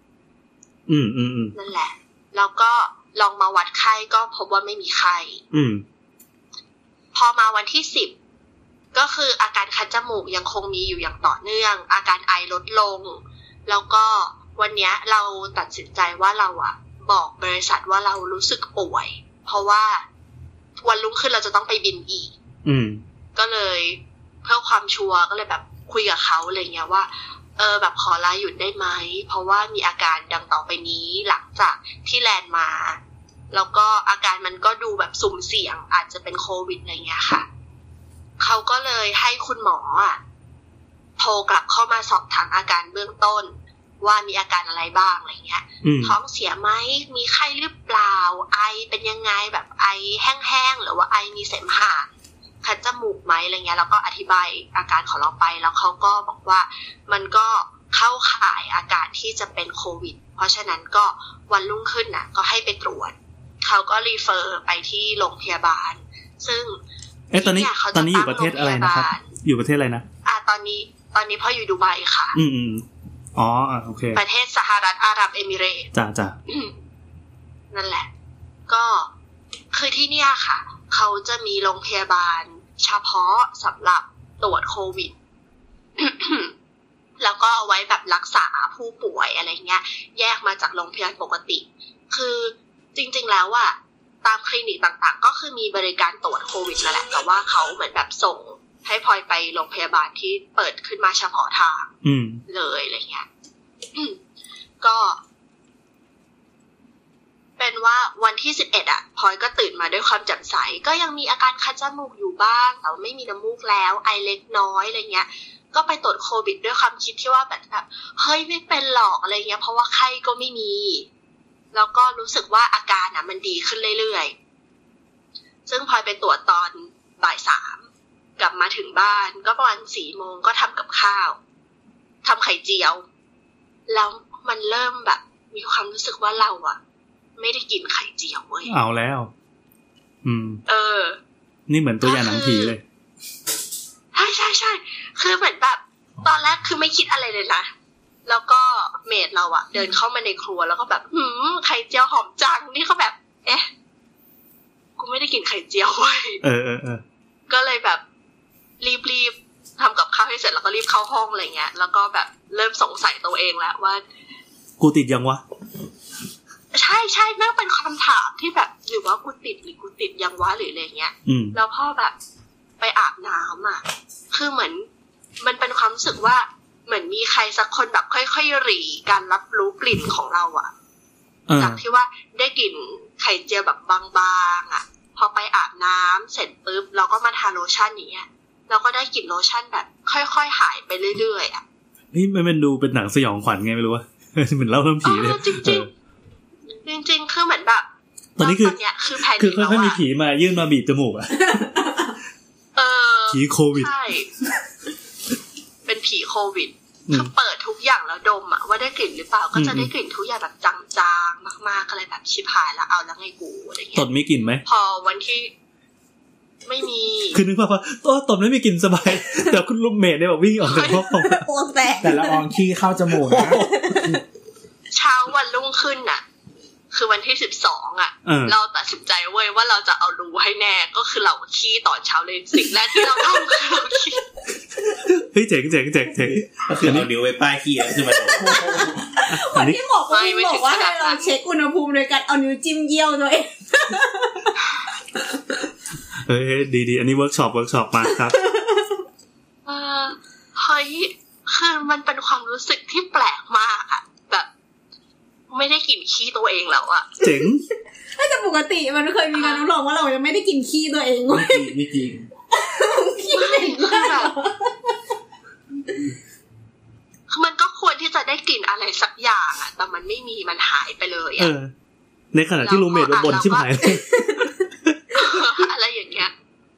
นั่นแหละแล้วก็ลองมาวัดไข้ก็พบว่าไม่มีไข้พอมาวันที่10ก็คืออาการคัดจมูกยังคงมีอยู่อย่างต่อเนื่องอาการไอลดลงแล้วก็วันนี้เราตัดสินใจว่าเราบอกบริษัทว่าเรารู้สึกป่วยเพราะว่าวันรุ่งขึ้นเราจะต้องไปบินอีกก็เลยเพื่อความชัวร์ก็เลยแบบคุยกับเขาอะไรเงี้ยว่าแบบขอลาหยุดได้ไหมเพราะว่ามีอาการดังต่อไปนี้หลังจากที่แลนด์มาแล้วก็อาการมันก็ดูแบบสุ่มเสี่ยงอาจจะเป็นโควิดอะไรเงี้ยค่ะเขาก็เลยให้คุณหมอโทรกลับเข้ามาสอบถามอาการเบื้องต้นว่ามีอาการอะไรบ้างอะไรเงี้ยท้องเสียไหมมีไข้หรือเปล่าไอเป็นยังไงแบบไอแห้งๆหรือว่าไอมีเสมหะคัดจมูกไหมอะไรเงี้ยแล้วก็อธิบายอาการของเราไปแล้วเขาก็บอกว่ามันก็เข้าข่ายอาการที่จะเป็นโควิดเพราะฉะนั้นก็วันรุ่งขึ้นก็ให้ไปตรวจเขาก็รีเฟอร์ไปที่โรงพยาบาลซึ่งตอนนี้อยู่ประเทศอะไรนะครับอยู่ประเทศอะไรนะตอนนี้พ่ออยู่ดูไบค่ะอ๋อโอเคประเทศสหรัฐอาหรับเอมิเรตส์จ้ะนั่นแหละก็คือที่เนี่ยค่ะเขาจะมีโรงพยาบาลเฉพาะสำหรับตรวจโควิด แล้วก็เอาไว้แบบรักษาผู้ป่วยอะไรเงี้ยแยกมาจากโรงพยาบาลปกติคือจริงๆแล้วอะตามคลินิกต่างๆก็คือมีบริการตรวจโควิดนั่นแหละแต่ว่าเขาเหมือนแบบส่งให้พลอยไปโรงพยาบาลที่เปิดขึ้นมาเฉพาะทางเลยอะไรเงี้ยก็เป็นว่าวันที่11อ่ะพลอยก็ตื่นมาด้วยความแจ่มใสก็ยังมีอาการคัดจมูกอยู่บ้างแต่ไม่มีน้ำมูกแล้วไอเล็กน้อยอะไรเงี้ยก็ไปตรวจโควิดด้วยความคิดที่ว่าแบบเฮ้ยไม่เป็นหรอกอะไรเงี้ยเพราะว่าไข้ก็ไม่มีแล้วก็รู้สึกว่าอาการอ่ะมันดีขึ้นเรื่อยๆซึ่งพลอยไปตรวจตอนบ่าย3กลับมาถึงบ้านก็ประมาณ 4 โมงก็ทำกับข้าวทำไข่เจียวแล้วมันเริ่มแบบมีความรู้สึกว่าเราอ่ะไม่ได้กินไข่เจียวเว้ยเอาแล้วนี่เหมือนตัวอย่างหนังผีเลยใช่คือเหมือนแบบตอนแรกคือไม่คิดอะไรเลยนะแล้วก็เมดเราอะเดินเข้ามาในครัวแล้วก็แบบไข่เจียวหอมจังนี่เขาแบบกูไม่ได้กินไข่เจียวเว้ยก็เลยแบบรีบทำกับข้าวให้เสร็จแล้วก็รีบเข้าห้องอะไรเงี้ยแล้วก็แบบเริ่มสงสัยตัวเองแล้วว่ากูติดยังวะใช่แม่งเป็นคำถามที่แบบหรือว่ากูติดยังวะหรืออะไรเงี้ยแล้วพ่อแบบไปอาบน้ำอ่ะคือเหมือนมันเป็นความรู้สึกว่าเหมือนมีใครสักคนแบบค่อยๆหรี่การรับรู้กลิ่นของเราอ่ะจากที่ว่าได้กลิ่นไข่เจียวแบบบางๆอ่ะพอไปอาบน้ำเสร็จปุ๊บเราก็มาทาโลชั่นอย่างเงี้ยเราก็ได้กลิ่นโลชั่นแบบค่อยๆหายไปเรื่อยๆอ่ะนี่มันดูเป็นหนังสยองขวัญไงไม่รู้ว่าเหมือนเล่าเรื่องผีเลยจริงคือเหมือนแบบตอนนี้คือค่อยๆมีผีมายื่นมาบีบจมูกอ่ะผีโควิดใช่เป็นผีโควิดคือเปิดทุกอย่างแล้วดมอ่ะว่าได้กลิ่นหรือเปล่าก็จะได้กลิ่นทุกอย่างแบบจางๆมากๆอะไรแบบชิบหายแล้วเอาแล้วไงกูอะไรเงี้ยตดมีกลิ่นไหมพอวันที่ไม่มีคือนึกว่าตัวตดไม่มีกลิ่นสบายแต่คุณลูกเมดได้แบบวิ่งออกจากห้องแต่ละอองขี้เข้าจมูกนะเช้าวันรุ่งขึ้นน่ะคือวันที่12อ่ะเราตัดสินใจเว้ยว่าเราจะเอารู้ให้แน่ก็คือเราขี้ตอนเช้าเลยสิ่งแรกที่เราทำคือเราขี้เฮ้ยเจ๋งก็คือเอานิ้วไปป้ายขี้แล้วคือมันวันที่หมอบอกว่าให้เราเช็คอุณหภูมิโดยการเอานิ้วจิ้มเยี่ยวตัวเองเฮ้ยดีอันนี้เวิร์กช็อปมาครับเฮ้ยคือมันเป็นความรู้สึกที่แปลกมากอะแบบไม่ได้กินขี้ตัวเองแล้วอะเจ๋งแต่ปกติมันเคยมีการทดลองว่าเรายังไม่ได้กินขี้ตัวเองไม่จริงขี้เหม็นมากมันก็ควรที่จะได้กลิ่นอะไรสักอย่างอะแต่มันไม่มีมันหายไปเลยอะในขณะที่รูเมทบ่นชิบหายเลยอะไรอย่างเงี้ย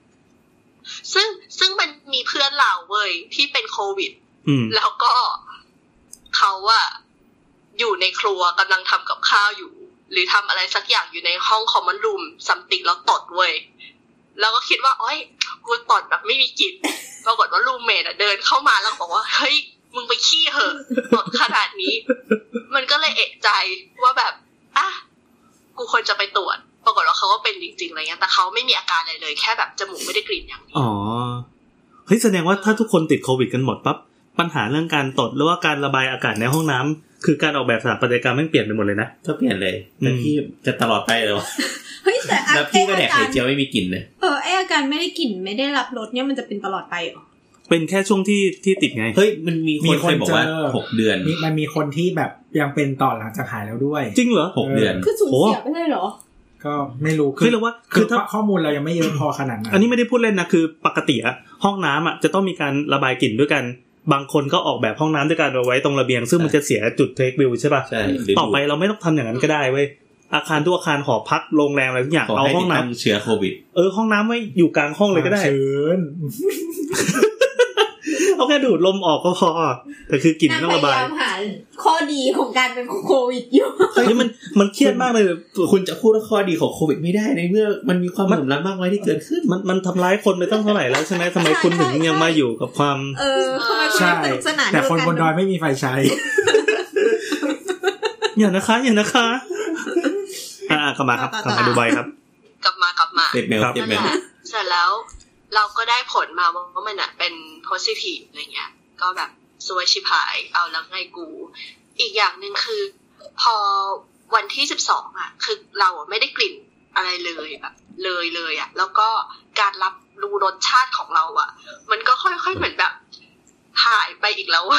ซึ่งมันมีเพื่อนเราเว้ยที่เป็นโควิดแล้วก็เขาอะอยู่ในครัวกำลังทำกับข้าวอยู่หรือทำอะไรสักอย่างอยู่ในห้องคอมมอนรูมซัมติงแล้วตดเว้ยแล้วก็คิดว่าโอ๊ยกูตดแบบไม่มีกลิ่นปรากฏว่ารูมเมทเดินเข้ามาแล้วบอกว่าเฮ้ยมึงไปขี้เหอะตดขนาดนี้มันก็เลยเอะใจว่าแบบกูควรจะไปตรวจปรากฏว่าเขาก็เป็นจริงๆอะไรเงี้ยแต่เขาไม่มีอาการอะไรเลยแค่แบบจมูกไม่ได้กลิ่นอย่างนี้อ๋อเฮ้ยแสดงว่าถ้าทุกคนติดโควิดกันหมดปั๊บปัญหาเรื่องการตดหรือว่าการระบายอากาศในห้องน้ำคือการออกแบบสถาปัตยกรรมมันเปลี่ยนไปหมดเลยนะก็เปลี่ยนเลยแต่พี่จะตลอดไปเลยวะเฮ้ยแต่แล้วพี่ก็แดกไข่เจียวไม่มีกลิ่นเลยไอ้อาการไม่ได้กลิ่นไม่ได้รับรสเนี่ยมันจะเป็นตลอดไปเหรอเป็นแค่ช่วงที่ติดไงเฮ้ยมันมีคนเคยบอกว่า6เดือนมันมีคนที่แบบยังเป็นต่อหลังจากหายแล้วด้วยจริงเหรอ 6เดือนคือสูญเสียไปเลยเหรอก็ไม่รู้คือเราว่าคือถ้าข้อมูลเรายังไม่เยอะพอขนาดนั้นอันนี้ไม่ได้พูดเล่นนะคือปกติอะห้องน้ำอะจะต้องมีการระบายกลิ่นด้วยกันบางคนก็ออกแบบห้องน้ำด้วยการเอาไว้ตรงระเบียงซึ่งมันจะเสียจุดเทควิวใช่ป่ะต่อไปเราไม่ต้องทำอย่างนั้นก็ได้เว้ยอาคารทุกอาคารหอพักโรงแรมอะไรทุกอย่างเอาห้องน้ำเชื้อโควิดห้องน้ำไว้อยู่กลางห้องเลยก็ได้เชิญเขาแค่ดูดลมออกก็พอแต่คือกลิ่นต้องระบายพยายามหาข้อดีของการเป็นโควิดอยู่นี่มันเครียดมากเลยคุณจะพูดว่าข้อดีของโควิดไม่ได้ในเมื่อมันมีความเหลื่อมล้ำมากมายที่เกิดขึ้นมันทำร้ายคนไปตั้งเท่าไหร่แล้วใช่ไหมทำไมคุณถึงยังมาอยู่กับความใช่แต่คนบนดอยไม่มีไฟใช้อย่านะคะกลับมาครับกลับมาดูใบครับกลับมาเต็มเสร็จแล้วเราก็ได้ผลมาว่ามันเป็น positive อะไรเงี้ยก็แบบซวยชิบหายเอาแล้วไงกูอีกอย่างนึงคือพอวันที่12คือเราไม่ได้กลิ่นอะไรเลยแบบเลยอ่ะแล้วก็การรับรู้รสชาติของเรามันก็ค่อยๆเหมือนแบบหายไปอีกแล้ว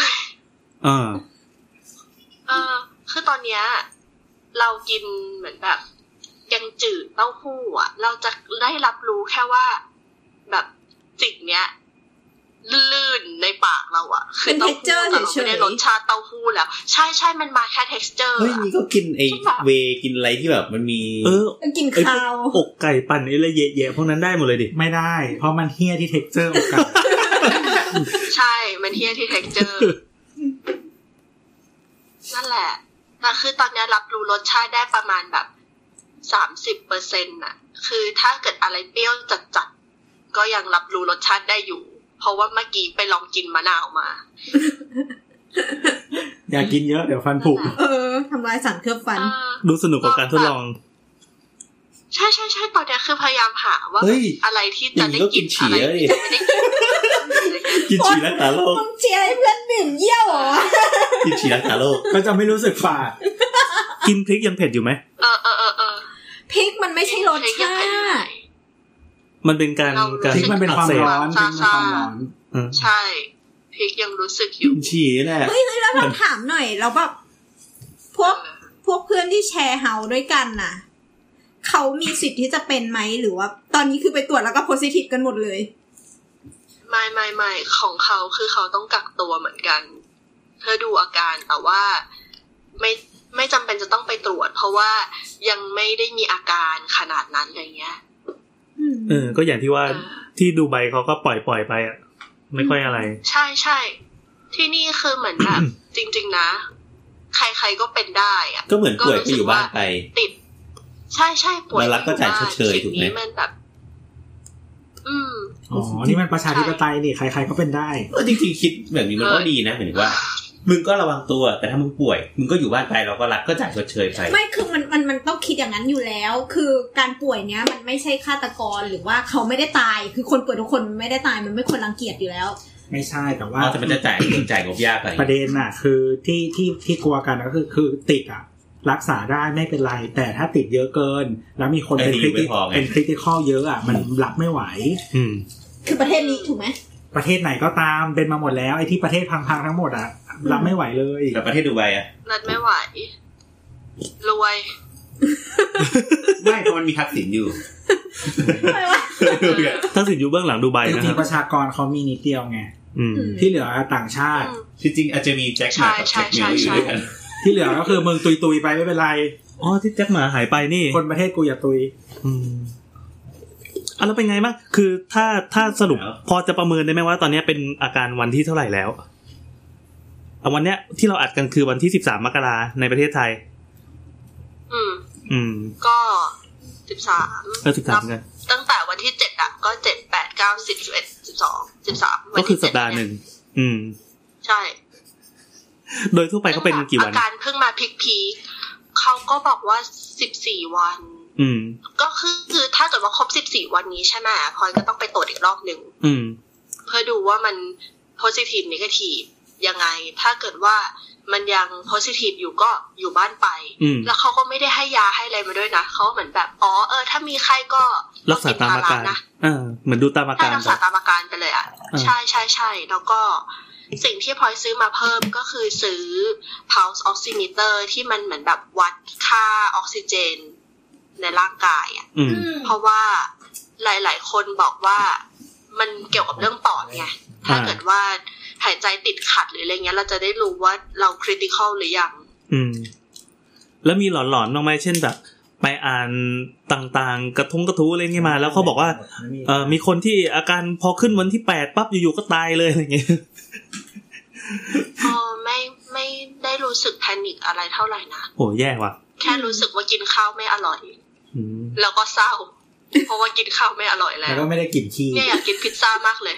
คือตอนเนี้ยเรากินเหมือนแบบยังจืดเต้าหู้เราจะได้รับรู้แค่ว่าแบบสิ่งเนี้ยลื่นในปากเราคือเต้าหู้แต่เราไม่ได้รสชาติเต้าหู้แล้วใช่มันมาแค่ texture เฮ้ยนี่ก็กินไอ้เวกินอะไรที่แบบมันมีกินข้าวอกไก่ปั่นอะไรเยอะๆพวกนั้นได้หมดเลยดิไม่ได้เพราะมันเหี้ยที่ texture อกไก่ใช่มันเหี้ยที่ texture นั่นแหละแต่คือตอนนี้รับรู้รสชาติได้ประมาณแบบ 30% น่ะคือถ้าเกิดอะไรเปรี้ยวจัดๆก็ยังรับรู้รสชาติได้อยู่เพราะว่าเมื่อกี้ไปลองกินมะนาวมาอย่ากินเยอะเดี๋ยวฟันผุทำลายสารเคลือบฟันดูสนุกกับการทดลองใช่ตอนนี้คือพยายามหาว่าอะไรที่จะได้กินอะไรที่ไม่ได้กินฉี่รักษาโรคมึงเชียร์ให้เพื่อนดื่มเยี่ยวเหรอกินฉี่รักษาโรคก็จะไม่รู้สึกฝาดกินพริกยังเผ็ดอยู่ไหมพริกมันไม่ใช่รสชาติมันเป็นการพริกมันเป็นความร้อนใช่พริกยังรู้สึกอยู่ฉี่แหละเฮ้ยแล้วเราถามหน่อยแล้วแบบพวกเพื่อนที่แชร์เฮาด้วยกันน่ะเขามีสิทธิ์ที่จะเป็นไหมหรือว่าตอนนี้คือไปตรวจแล้วก็โพซิทีฟกันหมดเลยไม่ของเขาคือเขาต้องกักตัวเหมือนกันเพื่อดูอาการแต่ว่าไม่จำเป็นจะต้องไปตรวจเพราะว่ายังไม่ได้มีอาการขนาดนั้นอะไรเงี้ยก็อย่างที่ว่าที่ดูไบเขาก็ปล่อยไปไม่ค่อยอะไรใช่ที่นี่คือเหมือนแบบจริงๆนะใครๆก็เป็นได้ก็เหมือนป่วยไปอยู่บ้านไปติดใช่ป่วยแล้วรัฐก็จ่ายชดเชยถูกไหมมันแบบนี่มันประชาธิปไตยนี่ใครๆก็เป็นได้จริงๆคิดแบบนี้มันก็ดีนะหมายถึงว่ามึงก็ระวังตัวแต่ถ้ามึงป่วยมึงก็อยู่บ้านไปเราก็รัฐก็จ่ายชดเชยไปไม่คือมันต้องคิดอย่างนั้นอยู่แล้วคือการป่วยเนี้ยมันไม่ใช่ฆาตกรหรือว่าเขาไม่ได้ตายคือคนป่วยทุกคนไม่ได้ตายมันไม่ควรรังเกียจอยู่แล้วไม่ใช่แต่ว่าแต่มันจะจ่ายงบยากไปประเด็นคือที่กลัวกันก็คือติดรักษาได้ไม่เป็นไรแต่ถ้าติดเยอะเกินแล้วมีคนเป็นคริติคอลเยอะมันรับไม่ไหวคือประเทศนี้ถูกไหมประเทศไหนก็ตามเป็นมาหมดแล้วไอ้ที่ประเทศพังๆทั้งหมดรับไม่ไหวเลยแต่ประเทศดูไบรับไม่ไหวรวยไม่เพราะมันมีทักษิณอยู่ทักษิณอยู่เบื้องหลังดูไบนะจริงๆประชากรเขามีนิดเดียวไงที่เหลือต่างชาติจริงๆอาจจะมีแจ็คหมากับแจ็คเมลอยู่ด้วยกันที่เหลือก็คือมึงตุยไปไม่เป็นไรที่แจ็คหมาหายไปนี่คนประเทศกูอย่าตุยแล้วเป็นไงบ้างคือถ้าสรุปพอจะประเมินได้ไหมว่าตอนนี้เป็นอาการวันที่เท่าไหร่แล้ววันเนี้ยที่เราอัดกันคือวันที่13มกราคมในประเทศไทยก็13 กันตั้งแต่วันที่7ก็7 8 9 10 11 12 13 ก็คือสัปดาห์นึงใช่โดยทั่วไปเขาเป็นกี่วันอาการเพิ่งมาพีคเขาก็บอกว่า14วันก็คือถ้าเกิดว่าครบ14วันนี้ใช่ไหมพลอยก็ต้องไปตรวจอีกรอบนึงเพื่อดูว่ามัน positive negative ยังไงถ้าเกิดว่ามันยัง positive อยู่ก็อยู่บ้านไปแล้วเขาก็ไม่ได้ให้ยาให้อะไรมาด้วยนะเขาเหมือนแบบถ้ามีไข้ก็รักษาตามอาการนะเหมือนดูตามอาการรักษาตามอาการไปเลยใช่แล้วก็สิ่งที่พลอยซื้อมาเพิ่มก็คือซื้อ pulse oximeter ที่มันเหมือนแบบวัดค่าออกซิเจนในร่างกายเพราะว่าหลายๆคนบอกว่ามันเกี่ยวกับเรื่องปอดไงถ้าเกิดว่าหายใจติดขัดหรืออะไรเงี้ยเราจะได้รู้ว่าเราคริติคอลหรือยังแล้วมีหลอนๆบ้างไหมเช่นแบบไปอ่านต่างๆกระทู้อะไรเงี้ยมาแล้วเขาบอกว่ามีคนที่อาการพอขึ้นวันที่8ปั๊บอยู่ๆก็ตายเลยอะไรเงี้ยไม่ได้รู้สึกแพนิคอะไรเท่าไหร่นะโอ้แย่ว่ะแค่รู้สึกว่ากินข้าวไม่อร่อยแล้วก็เศร้าเพราะว่ากินข้าวไม่อร่อยแล้วก็ไม่ได้กินขี้เนี่ยอยากกินพิซซ่ามากเลย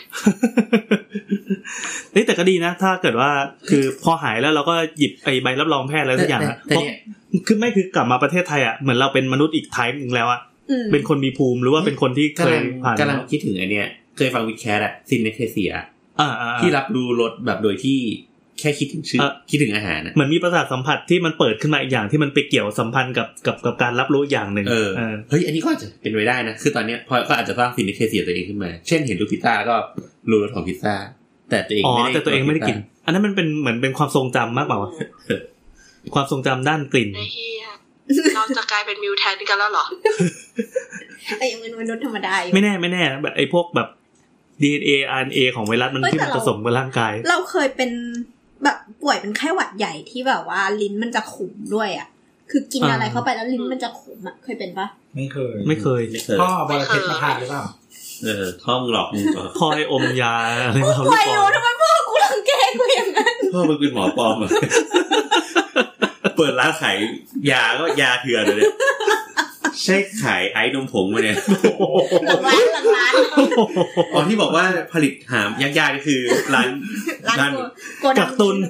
แต่ก็ดีนะถ้าเกิดว่าคือพอหายแล้วเราก็หยิบไอ้ใบรับรองแพทย์อะไรทุกอย่างอ่ะคือกลับมาประเทศไทยอ่ะเหมือนเราเป็นมนุษย์อีกไทป์นึงแล้วอ่ะเป็นคนมีภูมิหรือว่าเป็นคนที่เคยผ่านกำลังคิดถึงไอ้เนี่ยเคยฟังวิดแคสอ่ะซินเนเทเซียที่รับรู้รสแบบโดยที่แค่คิดถึงชื่อคิดถึงอาหารเหมือนมีประสาทสัมผัสที่มันเปิดขึ้นมาอีกอย่างที่มันไปเกี่ยวสัมพันธ์กับการรับรู้อย่างนึงเฮ้ยอันนี้ก็จะเป็นไปได้นะคือตอนเนี้ยพอก็อาจจะสร้างซินเนเทเซียตัวเองขึ้นมาเช่นเห็นรูปพิซซ่าก็รู้รสของพิซซ่าแต่ตัวเองไม่ได้กินอันนั้นมันเป็นเหมือนเป็นความทรงจำมากกว่าความทรงจำด้านกลิ่นไอ้เหี้ยเราจะกลายเป็นมิวแทนกันแล้วเหรอแต่ยังเป็นมนุษย์ธรรมดาอยู่ไม่แน่แบบไอ้พวกแบบ DNA RNA ของไวรัสมันที่มันผสมกับร่างกายเราเคยเป็นแบบป่วยเป็นไข้หวัดใหญ่ที่แบบว่าลิ้นมันจะขมด้วยอ่ะคือกินอะไรเข้าไปแล้วลิ้นมันจะขมอ่ะเคยเป็นปะไม่เคยพ่อบอลเพชรมาทานหรือเปล่าพ่อมึงหลอกมึงพ่อให้อมยาอะไรมาเขาลูกบอลทำไมพ่อกูรังแกกูอย่างนั้นพ่อมึงเป็นหมอปลอมอ่ะเปิดร้านขายยาก็ยาเถื่อนเลยใช่ขายไอ้นมผงมาเนี่ยหลังร้านอ๋อที่บอกว่าผลิตหามยากๆก็คือร้านกักตุน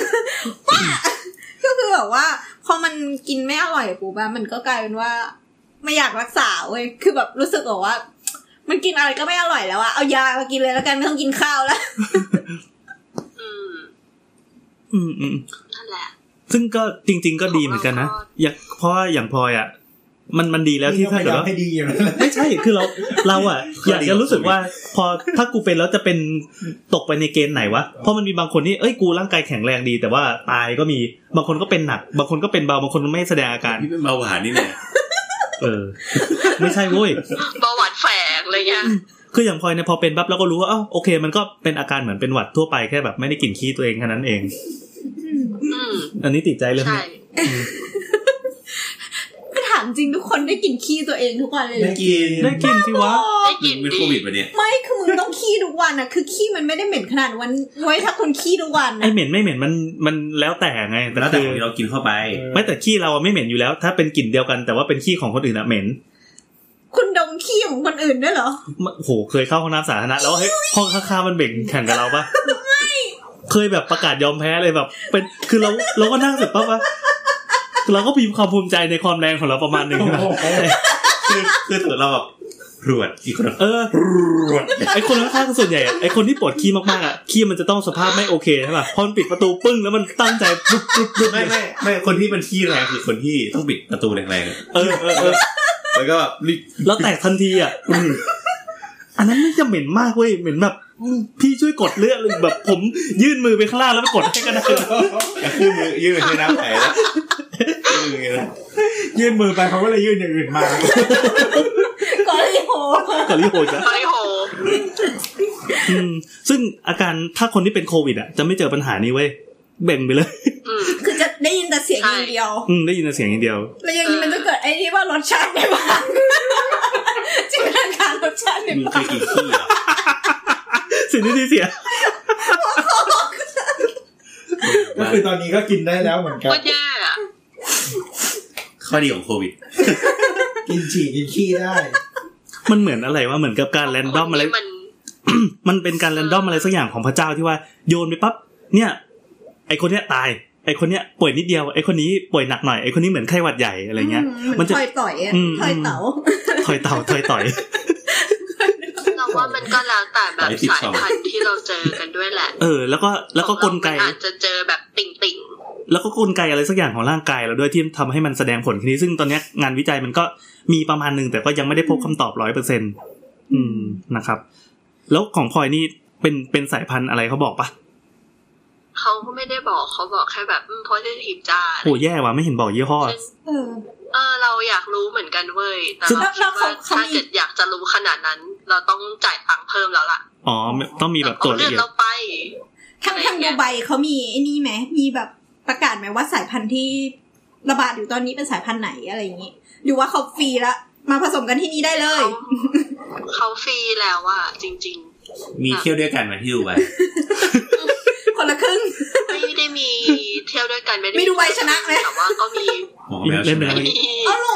ก็คือแบบว่าพอมันกินไม่อร่อยปุ๊บมันก็กลายเป็นว่าไม่อยากรักษาเว้ยคือแบบรู้สึกว่ามันกินอะไรก็ไม่อร่อยแล้วอะเอายามากินเลยแล้วกันไม่ต้องกินข้าวแล้วนั่นแหละซึ่งก็จริงๆก็ดีเหมือนกันนะเพราะว่าอย่างพลอยอ่ะมันดีแล้วที่ถ้าเกิดว่าไม่ใช่คือเราอ่ะอยากจะรู้สึกว่าพอถ้ากูเป็นแล้วจะเป็นตกไปในเกณฑ์ไหนวะเพราะมันมีบางคนที่กูร่างกายแข็งแรงดีแต่ว่าตายก็มีบางคนก็เป็นหนักบางคนก็เป็นเบาบางคนไม่แสดงอาการที่เป็นเบาหวานนี่แหละไม่ใช่เว้ยเบาหวานแฝงอะไรเงี้ยคืออย่างพลอยเนี่ยพอเป็นปั๊บแล้วก็รู้ว่าโอเคมันก็เป็นอาการเหมือนเป็นหวัดทั่วไปแค่แบบไม่ได้กลิ่นขี้ตัวเองแค่นั้นเองอันนี้ติดใจเลยใช่ถามจริงทุกคนได้กินขี้ตัวเองทุกวันเลยได้กินสิวะได้กินเป็นโควิดป่ะเนี่ยไม่คือมึงต้องขี้ทุกวันนะคือขี้มันไม่ได้เหม็นขนาดวันไว้ถ้าคนขี้ทุกวันไอเหม็นไม่เหม็นมันแล้วแต่ไงแต่แล้วแต่เรากินเข้าไปไม่แต่ขี้เราไม่เหม็นอยู่แล้วถ้าเป็นกลิ่นเดียวกันแต่ว่าเป็นขี้ของคนอื่นอะเหม็นคุณดมขี้ของคนอื่นด้วยเหรอโหเคยเข้าห้องน้ำสาธารณะแล้วเฮ้ยห้องข้างๆมันเบ่งแข่งกับเราปะเคยแบบประกาศยอมแพ้เลยแบบเป็นคือเราก็นั่งเสร็จปั๊บว่าเราก็มีความภูมิใจในความแรงของเราประมาณนึงคือตัวเราแบบรวดอีกคนรวดไอ้คนข้างๆส่วนใหญ่ไอ้คนที่ปวดขี้มากๆอ่ะขี้มันจะต้องสภาพไม่โอเคใช่ป่ะพอมันปิดประตูปึ้งแล้วมันตั้งใจปุ๊บไม่คนที่มันขี้แรงคือคนที่ต้องปิดประตูแรงๆแล้วก็แล้วแตกทันทีอ่ะอันนั้นไม่จะเหม็นมากเว้ยเหม็นแบบพี่ช่วยกดเลือดเลยแบบผมยื่นมือไปข้างล่างแล้วไปกดให้ก็ได้อย่าขึ้นมือยื่นไปน้ำไหลแล้วยื่นมือไปเขาก็เลยยื่นอย่างอื่นมากอลิโฮจ้ะซึ่งอาการถ้าคนที่เป็นโควิดอ่ะจะไม่เจอปัญหานี้เว้ยเบ่งไปเลยคือจะได้ยินแต่เสียงอย่างเดียวได้ยินแต่เสียงอย่างเดียวแล้วอย่างนี้มันจะเกิดไอ้ที่ว่ารสชาติไม่บ้างจินตนาการรสชาติไม่บ้างเคยกินขี้เหรอสิ่งที่เสียก็คือตอนนี้ก็กินได้แล้วเหมือนกันก็แย่อะข้อดีของโควิดกินฉี่กินขี้ได้มันเหมือนอะไรวะเหมือนกับการแรนดอมอะไรมันเป็นการแรนดอมอะไรสักอย่างของพระเจ้าที่ว่าโยนไปปั๊บเนี่ยไอคนเนี้ยตายไอคนเนี้ยป่วยนิดเดียวไอคนนี้ป่วยหนักหน่อยไอคนนี้เหมือนไข้หวัดใหญ่อะไรเงี้ยมันจะถอยต่อยถอยเต๋าเราว่ามันก็แล้วแต่แบบสายพันธุ์ที่เราเจอกันด้วยแหละแล้วก็กลไกอาจจะเจอแบบติ่งแล้วก็กลไกอะไรสักอย่างของร่างกายเราด้วยที่ทำให้มันแสดงผลทีนี้ซึ่งตอนนี้งานวิจัยมันก็มีประมาณนึงแต่ก็ยังไม่ได้พบคำตอบ 100% นะครับแล้วของพลอยนี่เป็นสายพันธุ์อะไรเขาบอกปะเขาก็ไม่ได้บอกเขาบอกแค่แบบpositive จ้าโหแย่ว่ะไม่เห็นบอกยี่ห้อเราอยากรู้เหมือนกันเว้ยแต่เราคิดว่าถ้าเกิดอยากจะรู้ขนาดนั้นเราต้องจ่ายตังค์เพิ่มแล้วล่ะอ๋อต้องมีแบบตัวละเอียดเราไปทางดูไบเขามีไอ้นี่ไหมมีแบบประกาศไหมว่าสายพันธุ์ที่ระบาดอยู่ตอนนี้เป็นสายพันธุ์ไหนอะไรอย่างงี้หรือว่าเขาฟรีละมาผสมกันที่นี่ได้เลยเขาฟรีแล้วอ่ะจริงๆมีเที่ยวด้วยกันไหมที่ดูไบคนละครึ่งไม่ได้มีเที่ยวด้วยกันไม่ดูใบชนะไหมแต่ว่าก็มีเล่นไปแล้วอ๋อเหร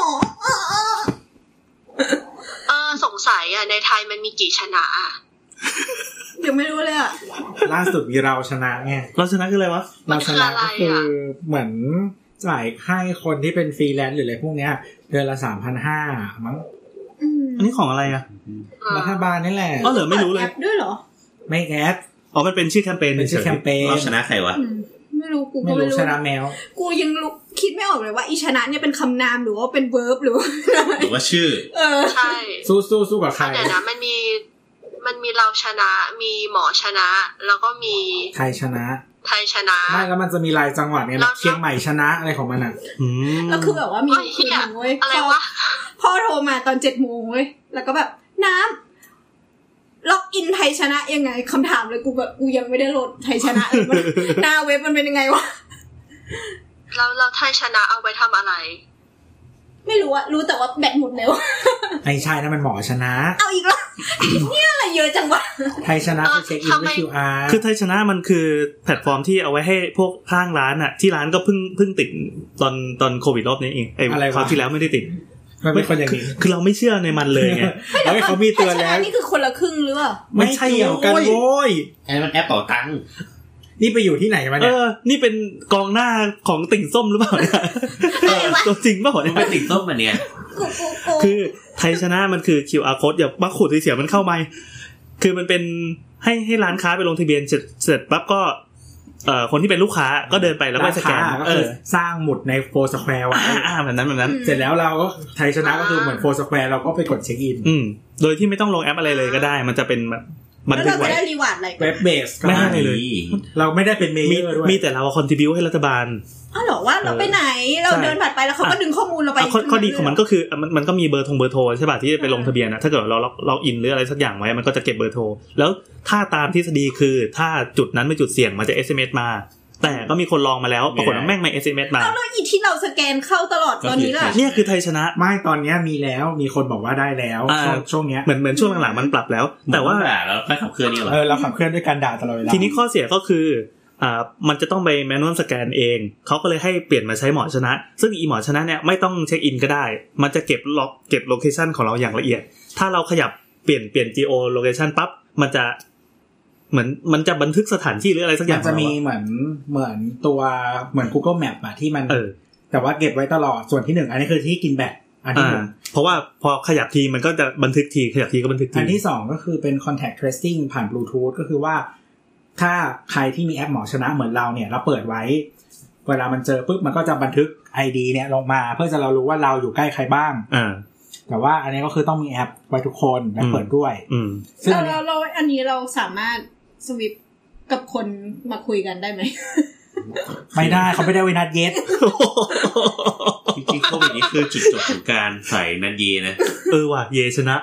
อสงสัยอ่ะในไทยมันมีกี่ชนะอ่ะยังไม่รู้เลยอ่ะล่าสุดมีเราชนะไงเราชนะคืออะไรวะเราชนะก็คือเหมือนจ่ายให้คนที่เป็นฟรีแลนซ์หรืออะไรพวกเนี้ยเดือนละ 3,500 มั้งอันนี้ของอะไรอ่ะรัฐบาลนี่แหละอ๋อเหรอไม่รู้เลยด้วยเหรอไม่แอดอ๋อมันเป็นชื่อแคมเปญเป็นชื่อแคมเปญเราชนะใครวะไม่รู้กูไม่รู้ชนะแมวกูยังคิดไม่ออกเลยว่าอีชนะเนี่ยเป็นคำนามหรือว่าเป็นเวิร์บหรือว่าชื่อใช่สู้กับใครเดี๋ยวนะมันมีเราชนะมีหมอชนะแล้วก็มีไทยชนะไม่แล้วมันจะมีรายจังหวัดเนี่ยเชียงใหม่ชนะอะไรของมันอ่ะแล้วคือแบบว่ามีคืนนึงเว้ยอะไรวะพ่อโทรมาตอน 7:00 นเว้ยแล้วก็แบบน้ำล็อกอินไทยชนะยังไงคำถามเลยกูยังไม่ได้โหลดไทยชนะเลยหน้าเว็บมันเป็นยังไงวะเราไทยชนะเอาไปทำอะไรไม่รู้อะรู้แต่ว่าแบตหมดแล้วไม่ใช่นะมันหมอชนะเอาอีกแล้วเนี่ยอะไรเยอะจังวะไทยชนะคือเช็คอินด้วย QR คือไทยชนะมันคือแพลตฟอร์มที่เอาไว้ให้พวกข้างร้านอะที่ร้านก็เพิ่งติดตอนโควิดรอบนี้เองคราวที่แล้วไม่ได้ติดไม่คนอย่างนี้คือเราไม่เชื่อในมันเลยไงแล้วเขามีเตือนแล้วนี่คือคนละครึ่งหรือเปล่าไม่ใช่เกี่ยวกันโว้ยอันนั้นมันแอปเป๋าตังค์นี่ไปอยู่ที่ไหนมาเนี่ยนี่เป็นกองหน้าของติ่งส้มหรือเปล่าเนี่ยตัวจริงเปล่าเนี่ยเป็นติ่งส้มมันเนี่ยคือไทยชนะมันคือ QR code อย่าบักขูดเสียมันเข้าไมค์คือมันเป็นให้ร้านค้าไปลงทะเบียนเสร็จปั๊บก็คนที่เป็นลูกค้าก็เดินไปแล้วก็สแกนสร้างหมุดในโฟร์สแควร์ไว้แบบนั้นเสร็จแล้วเราก็ไทยชนะก็คือเหมือนโฟร์สแควร์เราก็ไปกดเช็คอินโดยที่ไม่ต้องลงแอปอะไรเลยก็ได้มันจะเป็นแบบมันเราจะได้รีวอร์ดอะไรเว็บเบสไม่ได้เลยเราไม่ได้เป็นเมเยอร์ด้วยมีแต่เราคอนทริบิวต์ให้รัฐบาลอ๋อเหรอว่าเราไปไหนเราเดินผ่านไปแล้วเขาก็ดึงข้อมูลเราไปข้อดีของมันก็คือมันก็มีเบอร์โทรใช่ป่ะที่ไปลงทะเบียนนะถ้าเกิดเราล็อกอินหรืออะไรสักอย่างไว้มันก็จะเก็บเบอร์โทรแล้วถ้าตามทฤษฎีคือถ้าจุดนั้นเป็นจุดเสี่ยงมันจะ SMS มาแต่ก็มีคนลองมาแล้วปรากฏว่าแม่งไม่ SMS มาแล้วอีที่เราสแกนเข้าตลอดตอนนี้ล่ะเนี่ยคือไทยชนะไม่ตอนนี้มีแล้วมีคนบอกว่าได้แล้วช่วงเนี้ยเหมือนช่วงหลังๆมันปรับแล้วแต่ว่าแล้วค่อยขับเคลื่อนนี่หรอเราขับเคลื่อนด้วยการด่าตลอดเวลาทีนี้ข้อเสียก็คือมันจะต้องไปแมนนวลสแกนเองเขาก็เลยให้เปลี่ยนมาใช้หมอชนะซึ่งอีหมอชนะเนี่ยไม่ต้องเช็คอินก็ได้มันจะเก็บโลเคชั่นของเราอย่างละเอียดถ้าเราขยับเปลี่ยน geo location ปั๊บมันจะบันทึกสถานที่หรืออะไรสักอย่างมันจะมีเหมือนตัวเหมือน Google Map อ่ะที่มันแต่ว่าเก็บไว้ตลอดส่วนที่1อันนี้คือที่กินแบตอันที่ 1เพราะว่าพอขยับทีมันก็จะบันทึกทีขยับทีก็บันทึกทีอันที่2ก็คือเป็น contact tracing ผ่าน Bluetooth ก็คือว่าถ้าใครที่มีแอปหมอชนะเหมือนเราเนี่ยเราเปิดไว้เวลามันเจอปุ๊บมันก็จะบันทึก ID เนี่ยลงมาเพื่อจะเรารู้ว่าเราอยู่ใกล้ใครบ้างแต่ว่าอันนี้ก็คือต้องมีแอปไว้ทุกคนและเปิดด้วยซึ่งเราอันนี้เราสามารถสวิปกับคนมาคุยกันได้ไหมไม่ได้เขาไม่ได้ไว้นัดเย็ดจริงๆโควิดนี้คือจุดจบของการใส่นัดเยนะว่ะเยชนะ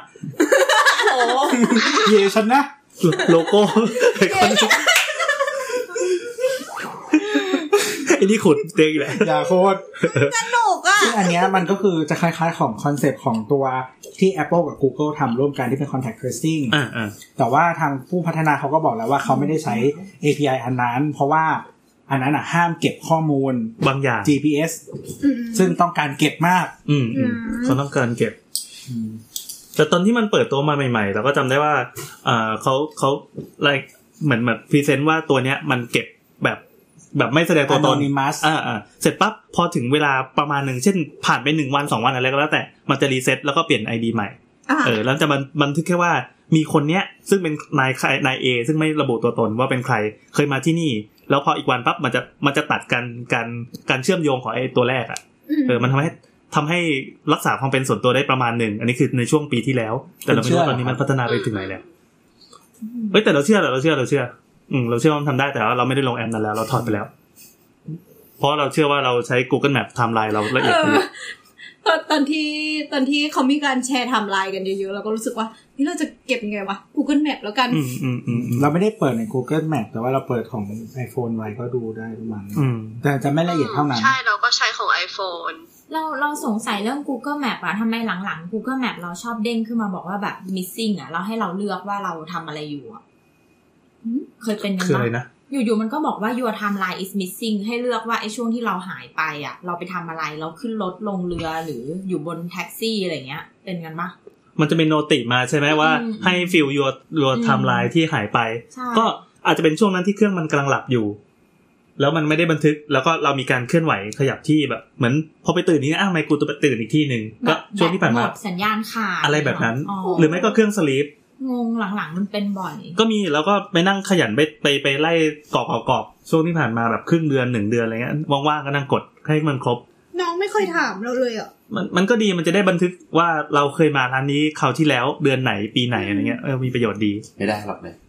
เยชนะโลโก้ไอ้นี่ขุดเต็งแหละอย่าโคตรสนุกอ่ะซึ่งอันเนี้ยมันก็คือจะคล้ายๆของคอนเซ็ปต์ของตัวที่ Apple กับ Google ทำร่วมกันที่เป็น contact tracing แต่ว่าทางผู้พัฒนาเขาก็บอกแล้วว่าเขาไม่ได้ใช้ API อันนั้นเพราะว่าอันนั้นอ่ะห้ามเก็บข้อมูลบางอย่าง GPS ซึ่งต้องการเก็บมากเขาต้องการเก็บแต่ตอนที่มันเปิดตัวมาใหม่ๆเราก็จำได้ว่าเขาอะไรเหมือนพรีเซนต์ว่าตัวเนี้ยมันเก็บแบบไม่แสดงตัวตนเสร็จปั๊บพอถึงเวลาประมาณนึงเช่นผ่านไป1วัน2วันอะไรก็แล้วแต่มันจะรีเซ็ตแล้วก็เปลี่ยน ID ใหม่แล้วจะบันทึกแค่ว่ามีคนเนี้ยซึ่งเป็นนาย A ซึ่งไม่ระบุตัวตนว่าเป็นใครเคยมาที่นี่แล้วพออีกวันปั๊บมันจะตัดการเชื่อมโยงของไอ้ตัวแรกอ่ะมันทำให้รักษาความเป็นส่วนตัวได้ประมาณนึงอันนี้คือในช่วงปีที่แล้วแต่เราไม่รู้ตอนนี้มันพัฒนาไปถึงไหนแล้วแต่เราเชื่อเราเชื่อว่ามันทำได้แต่ว่าเราไม่ได้ลงแอปนั้นแล้วเราถอดไปแล้วเพราะเราเชื่อว่าเราใช้ Google Map ไทม์ไลน์เราละเอียดดีตตอนที่เขามีการแชร์ไทม์ไลน์กันเยอะๆเราก็รู้สึกว่านี่เราจะเก็บยังไงวะ Google Map แล้วกันเราไม่ได้เปิดใน Google Map แต่ว่าเราเปิดของ iPhone ไว้ก็ดูได้ประมาณแต่จะไม่ละเอียดเท่านั้นใช่เราก็ใช้ของ iPhone เราสงสัยเรื่อง Google Map อะทำไมหลังๆ Google Map เราชอบเด้งขึ้นมาบอกว่าแบบ missing อะเราให้เราเลือกว่าเราทำอะไรอยู่อะเคยเป็นกันคืออะไรนะอยู่ๆมันก็บอกว่า your timeline is missing ให้เลือกว่าไอ้ช่วงที่เราหายไปอ่ะเราไปทำอะไรเราขึ้นรถลงเรือหรืออยู่บนแท็กซี่อะไรเงี้ยเป็นกันปะมันจะเป็นโนติมาใช่ไหมว่าให้ฟิล your timeline ที่หายไปก็อาจจะเป็นช่วงนั้นที่เครื่องมันกำลังหลับอยู่แล้วมันไม่ได้บันทึกแล้วก็เรามีการเคลื่อนไหวขยับที่แบบเหมือนพอไปตื่นนี้ไม่กูจะไปตื่นอีกที่นึงก็ช่วงที่ผ่านมาสัญญาณขาดอะไรแบบนั้นหรือไม่ก็เครื่องสลีปงงหลังๆมันเป็นบ่อยก็มีแล้วก็ไปนั่งขยันไปไล่กรอบช่วงที่ผ่านมาแบบครึ่งเดือน1เดือนอะไรเงี้ยว่างๆก็นั่งกดให้มันครบน้องไม่เคยถามเราเลยอ่ะมันก็ดีมันจะได้บันทึกว่าเราเคยมาร้านนี้คราวที่แล้วเดือนไหนปีไหนอะไรเงี้ยมีประโยชน์ดีไม่ได้หรอกเลย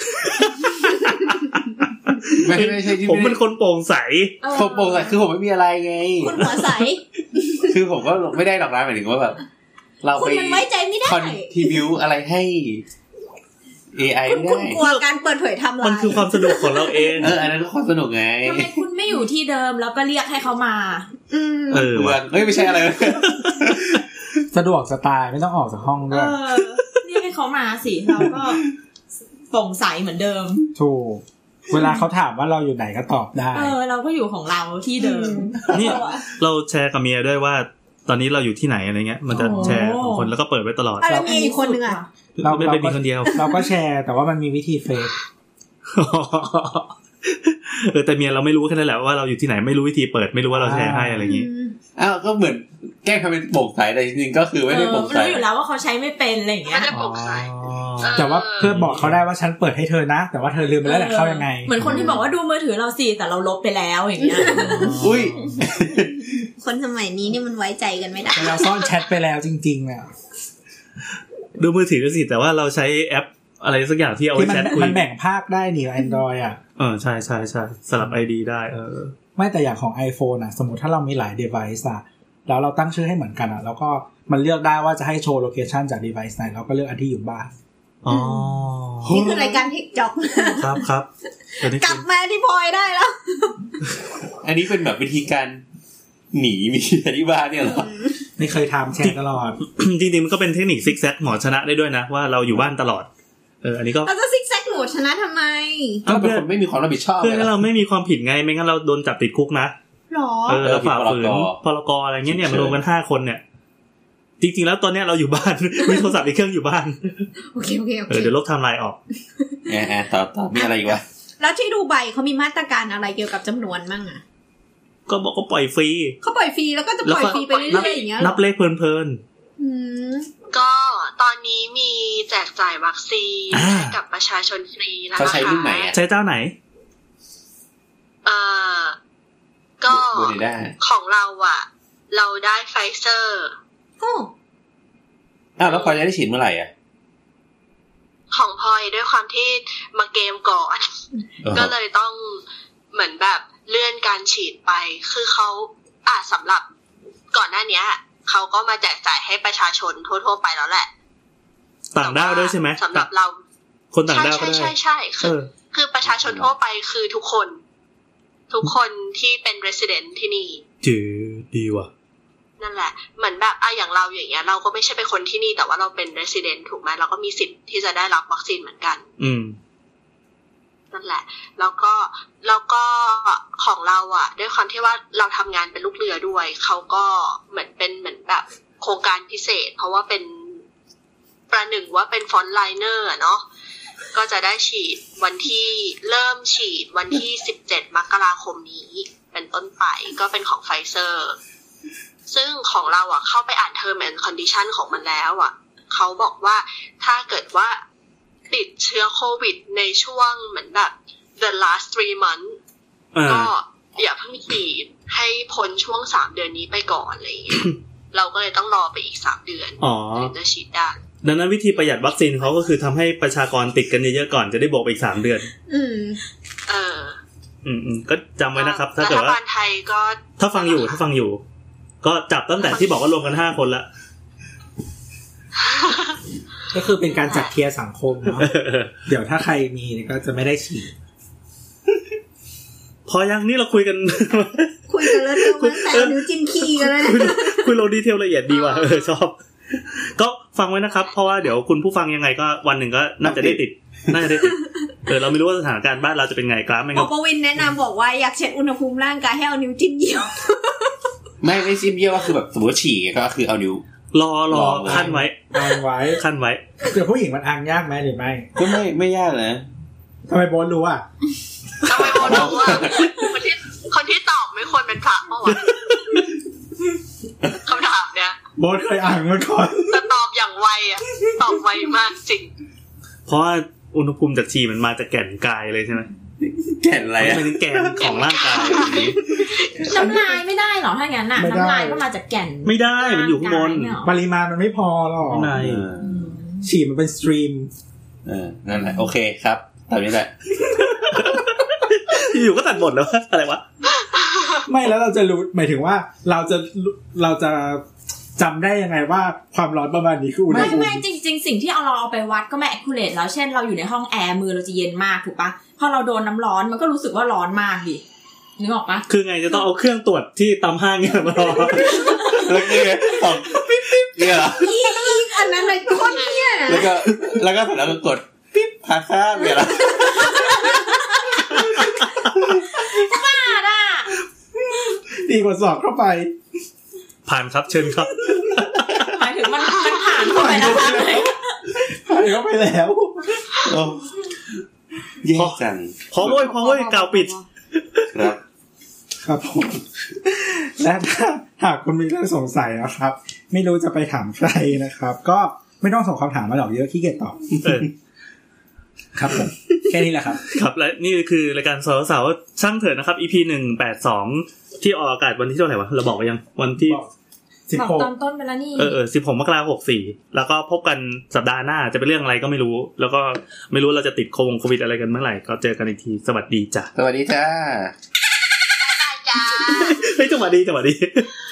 ไม่ใช่ที่ผมเป็นคนโปร่งใสโปร่งใสคือผมไม่มีอะไรไงคนหัวใสคือผมก็ไม่ได้หรอกนะหมายถึงว่าแบบเราไปมันไว้ใจไม่ได้คอนทริบิวอะไรให้ AI ไม่ได้คุณกลัวการเปิดเผยไทม์ไลน์มันคือความสนุกของเราเองอันนั้นก็ความสนุกไงทำไมคุณไม่อยู่ที่เดิมแล้วก็เรียกให้เขามาไม่ใช่อะไรสะดวกสไตล์ไม่ต้องออกจากห้องด้วยเรียกให้เขามาสิเราก็โปร่งใสเหมือนเดิมถูกเวลาเขาถามว่าเราอยู่ไหนก็ตอบได้เราก็อยู่ของเราที่เดิมนี่เราแชร์กับเมียด้วยว่าตอนนี้เราอยู่ที่ไหนอะไรเงี้ยมันจะแชร์ของคนแล้วก็เปิดไว้ตลอดแล้วมีคนนึงอ่ะเราไม่มีคนเดียวเราก็แชร์แต่ว่ามันมีวิธีเฟซแต่เมียเราไม่รู้แค่นั้นแหละว่าเราอยู่ที่ไหนไม่รู้วิธีเปิดไม่รู้ว่าเราแชร์ให้อะไรอย่างงี้ก็เหมือนแกล้งทำเป็นโปร่งใสแต่จริงๆก็คือไม่ได้โปร่งใสรู้อยู่แล้วว่าเขาใช้ไม่เป็นอะไรอย่างเงี้ยไม่ได้โปร่งใสแต่ว่าเพื่อบอกเขาได้ว่าฉันเปิดให้เธอนะแต่ว่าเธอลืมไปแล้วแหละเข้ายังไงเหมือนคนที่บอกว่าดูมือถือเราสิแต่เราลบไปแล้วอย่างเงี้ยอุ้ยคนสมัยนี้นี่มันไว้ใจกันไม่ได้เราซ่อนแชทไปแล้วจริงๆอ่ะดูมือถือสิแต่ว่าเราใช้แอปอะไรสักอย่างที่เอาไว้แชทคุยมันแบ่งภาคได้นี่ Android อ่ะใช่ๆๆสลับ ID ได้ไม่แต่อย่างของ iPhone อ่ะสมมุติถ้าเรามีหลาย device อ่ะแล้วเราตั้งชื่อให้เหมือนกันอ่ะแล้วก็มันเลือกได้ว่าจะให้โชว์โลเคชันจาก device ไหนเราก็เลือกอันที่อยู่บ้านนี่คือรายการเทคจ็อกครับกลับมาที่พลอยได้แล้วอันนี้เป็นแบบวิธีการหนีมีที่บ้านเนี่ยเหรอไม่เคยทำแชร์ตลอดจริงๆมันก็เป็นเทคนิคซิกแซกหมอชนะได้ด้วยนะว่าเราอยู่บ้านตลอดอันนี้ก็เราจะซิกแซกหมอชนะทำไมก็เป็นคนไม่มีความรับผิดชอบเพื่อนเราไม่มีความผิดไงไม่งั้นเราโดนจับติดคุกนะหรอเราฝ่าฝืนพรกอะไรเงี้ยเนี่ยรวมกัน5คนเนี่ยจริงๆแล้วตอนนี้เราอยู่บ้านมีโทรศัพท์อีกเครื่องอยู่บ้านโอเคเดี๋ยวลบไทม์ไลน์ออกต่อมีอะไรอีกวะแล้วที่ดูไบเขามีมาตรการอะไรเกี่ยวกับจำนวนมั่งอ่ะก็บอกเขาปล่อยฟรีเขาปล่อยฟรีแล้วก็จะปล่อยฟรีไปเรื่อยๆอย่างเงี้ยนับเลขเพลินๆก็ตอนนี้มีแจกจ่ายวัคซีนให้กับประชาชนฟรีนะคะเขาใช้รุ่นไหนใช้เจ้าไหนก็ของเราอ่ะเราได้ไฟเซอร์แล้วพอจะได้ฉีดเมื่อไหร่อ่ะของพลอยด้วยความที่มาเกมก่อนก็เลยต้องเหมือนแบบเลื่อนการฉีดไปคือเขาสำหรับก่อนหน้านี้เขาก็มาแจกจ่ายให้ประชาชนทั่วๆไปแล้วแหละต่างด้าวด้วยใช่ไหมสำหรับเราคนต่างด้าวก็ได้ใช่คือประชาชนทั่วไปคือทุกคนที่เป็น resident ที่นี่ดีว่ะนั่นแหละเหมือนแบบอย่างเราอย่างเงี้ยเราก็ไม่ใช่เป็นคนที่นี่แต่ว่าเราเป็น resident ถูกไหมเราก็มีสิทธิ์ที่จะได้รับวัคซีนเหมือนกันนั่นแหละแล้วก็ของเราด้วยความที่ว่าเราทำงานเป็นลูกเรือด้วยเขาก็เหมือนแบบโครงการพิเศษเพราะว่าเป็นประหนึ่งว่าเป็นฟอนต์ไลเนอร์เนาะก็จะได้ฉีดวันที่เริ่มฉีดวันที่17 มกราคมนี้เป็นต้นไปก็เป็นของไฟเซอร์ซึ่งของเราเข้าไปอ่าน term and condition ของมันแล้วเขาบอกว่าถ้าเกิดว่าติดเชื้อโควิดในช่วงเหมือนแบบ the last 3 months ก็อย่าเพิ่งฉีดให้พ้นช่วง3 เดือนนี้ไปก่อนอะไรอย่างเงี้ย เราก็เลยต้องรอไปอีก3 เดือนถึงจะฉีดได้ดังนั้นวิธีประหยัดวัคซีนเขาก็คือทำให้ประชากรติดกันเยอะๆก่อนจะได้บวกไปอีก3 เดือนก็จำไว้นะครับถ้าเกิดว่ารัฐบาลไทยก็ถ้าฟังอยู่ก็จับตั้งแต่ที่บอกว่ารวมกัน5คนละก็คือเป็นการจัดเทียร์สังคมเนาะเดี๋ยวถ้าใครมีก็จะไม่ได้ฉีดพอยังนี่เราคุยกันแล้วเดี๋ยวมันแต่นิ้วจิ้มขี้กันเลยคุยลงดีเทลละเอียดดีว่ะชอบก็ฟังไว้นะครับเพราะว่าเดี๋ยวคุณผู้ฟังยังไงก็วันหนึ่งก็น่าจะได้ติดเราไม่รู้ว่าสถานการณ์บ้านเราจะเป็นไงครับไม่งั้นปวินแนะนำบอกว่าอยากเช็คอุณหภูมิร่างกายให้เอานิ้วจิ้มเยี่ยวไม่จิ้มเยี่ยวก็คือแบบสมมติฉี่ก็คือเอานิ้วรอขั้นไว้เดี๋ยวผู้หญิงมันอังยากไหมหรือไม่ก็ไม่ยากนะทำไมโบนรู้อ่ะทำไมโบนรู้อ่ะคนที่ตอบไม่ควรเป็นพระเมื่อวานคำถามเนี้ยโบนเคยอ่านมาก่อนแต่ตอบอย่างไวอ่ะตอบไวมากจริงเพราะอุณหภูมิจากฉี่มันมาจากแก่นกายเลยใช่ไหมแก่นอะไรมันเป็นแก่นของร่างกายน้ำลายไม่ได้หรอถ้างั้นน่ะน้ำลายก็มาจากแก่นไม่ได้มันอยู่ข้างบนปริมาณมันไม่พอหรอกในฉี่มันเป็นสตรีมนั่นแหละโอเคครับตามนี้แหละอยู่ก็ตัดบทแล้วอะไรวะไม่แล้วเราจะรู้หมายถึงว่าเราจะจำได้ยังไงว่าความร้อนประมาณนี้คืออุณหภูมิไม่จริงๆสิ่งที่เราเอาไปวัดก็ไม่ accurate แล้วเช่นเราอยู่ในห้องแอร์มือเราจะเย็นมากถูกปะพอเราโดนน้ำร้อนมันก็รู้สึกว่าร้อนมากดินึกออกปะคือไงจะต้องเอาเครื่องตรวจที่ตามห้างเนี่ยมารอแล้วนี่ไงของปิ๊บปิ๊บเนี่ยอันนั้นเลยโคตรเนี่ยแล้วก็แล้วก็กดปิ๊บพาข้างเนี่ยล่ะบ้าด่ะดีกว่าสอบเข้าไปผ่านครับเชิญครับหมายถึงมันผ่านเข้าไปแล้วผ่านเข้าไปแล้วแย่จังพอเว้ยกล่าวปิดครับผมและถ้าหากคุณมีเรื่องสงสัยนะครับไม่รู้จะไปถามใครนะครับก็ไม่ต้องส่งคำถามมาหรอกเยอะขี้เกียจตอบครับผมแค่นี้แหละครับครับและนี่คือรายการสาวช่างเถิดนะครับ EP 182ที่ออกอากาศวันที่เท่าไหร่วะเราบอกไปยังวันที่ 16ตอนต้นไปแล้วนี่ 16มกราคม64แล้วก็พบกันสัปดาห์หน้าจะเป็นเรื่องอะไรก็ไม่รู้แล้วก็ไม่รู้เราจะติดโควิดอะไรกันเมื่อไหร่ก็เจอกันอีกทีสวัสดีจ้ะสวัสดีจ้าบ๊ายบายจ้าเฮ้ยจังหวะดี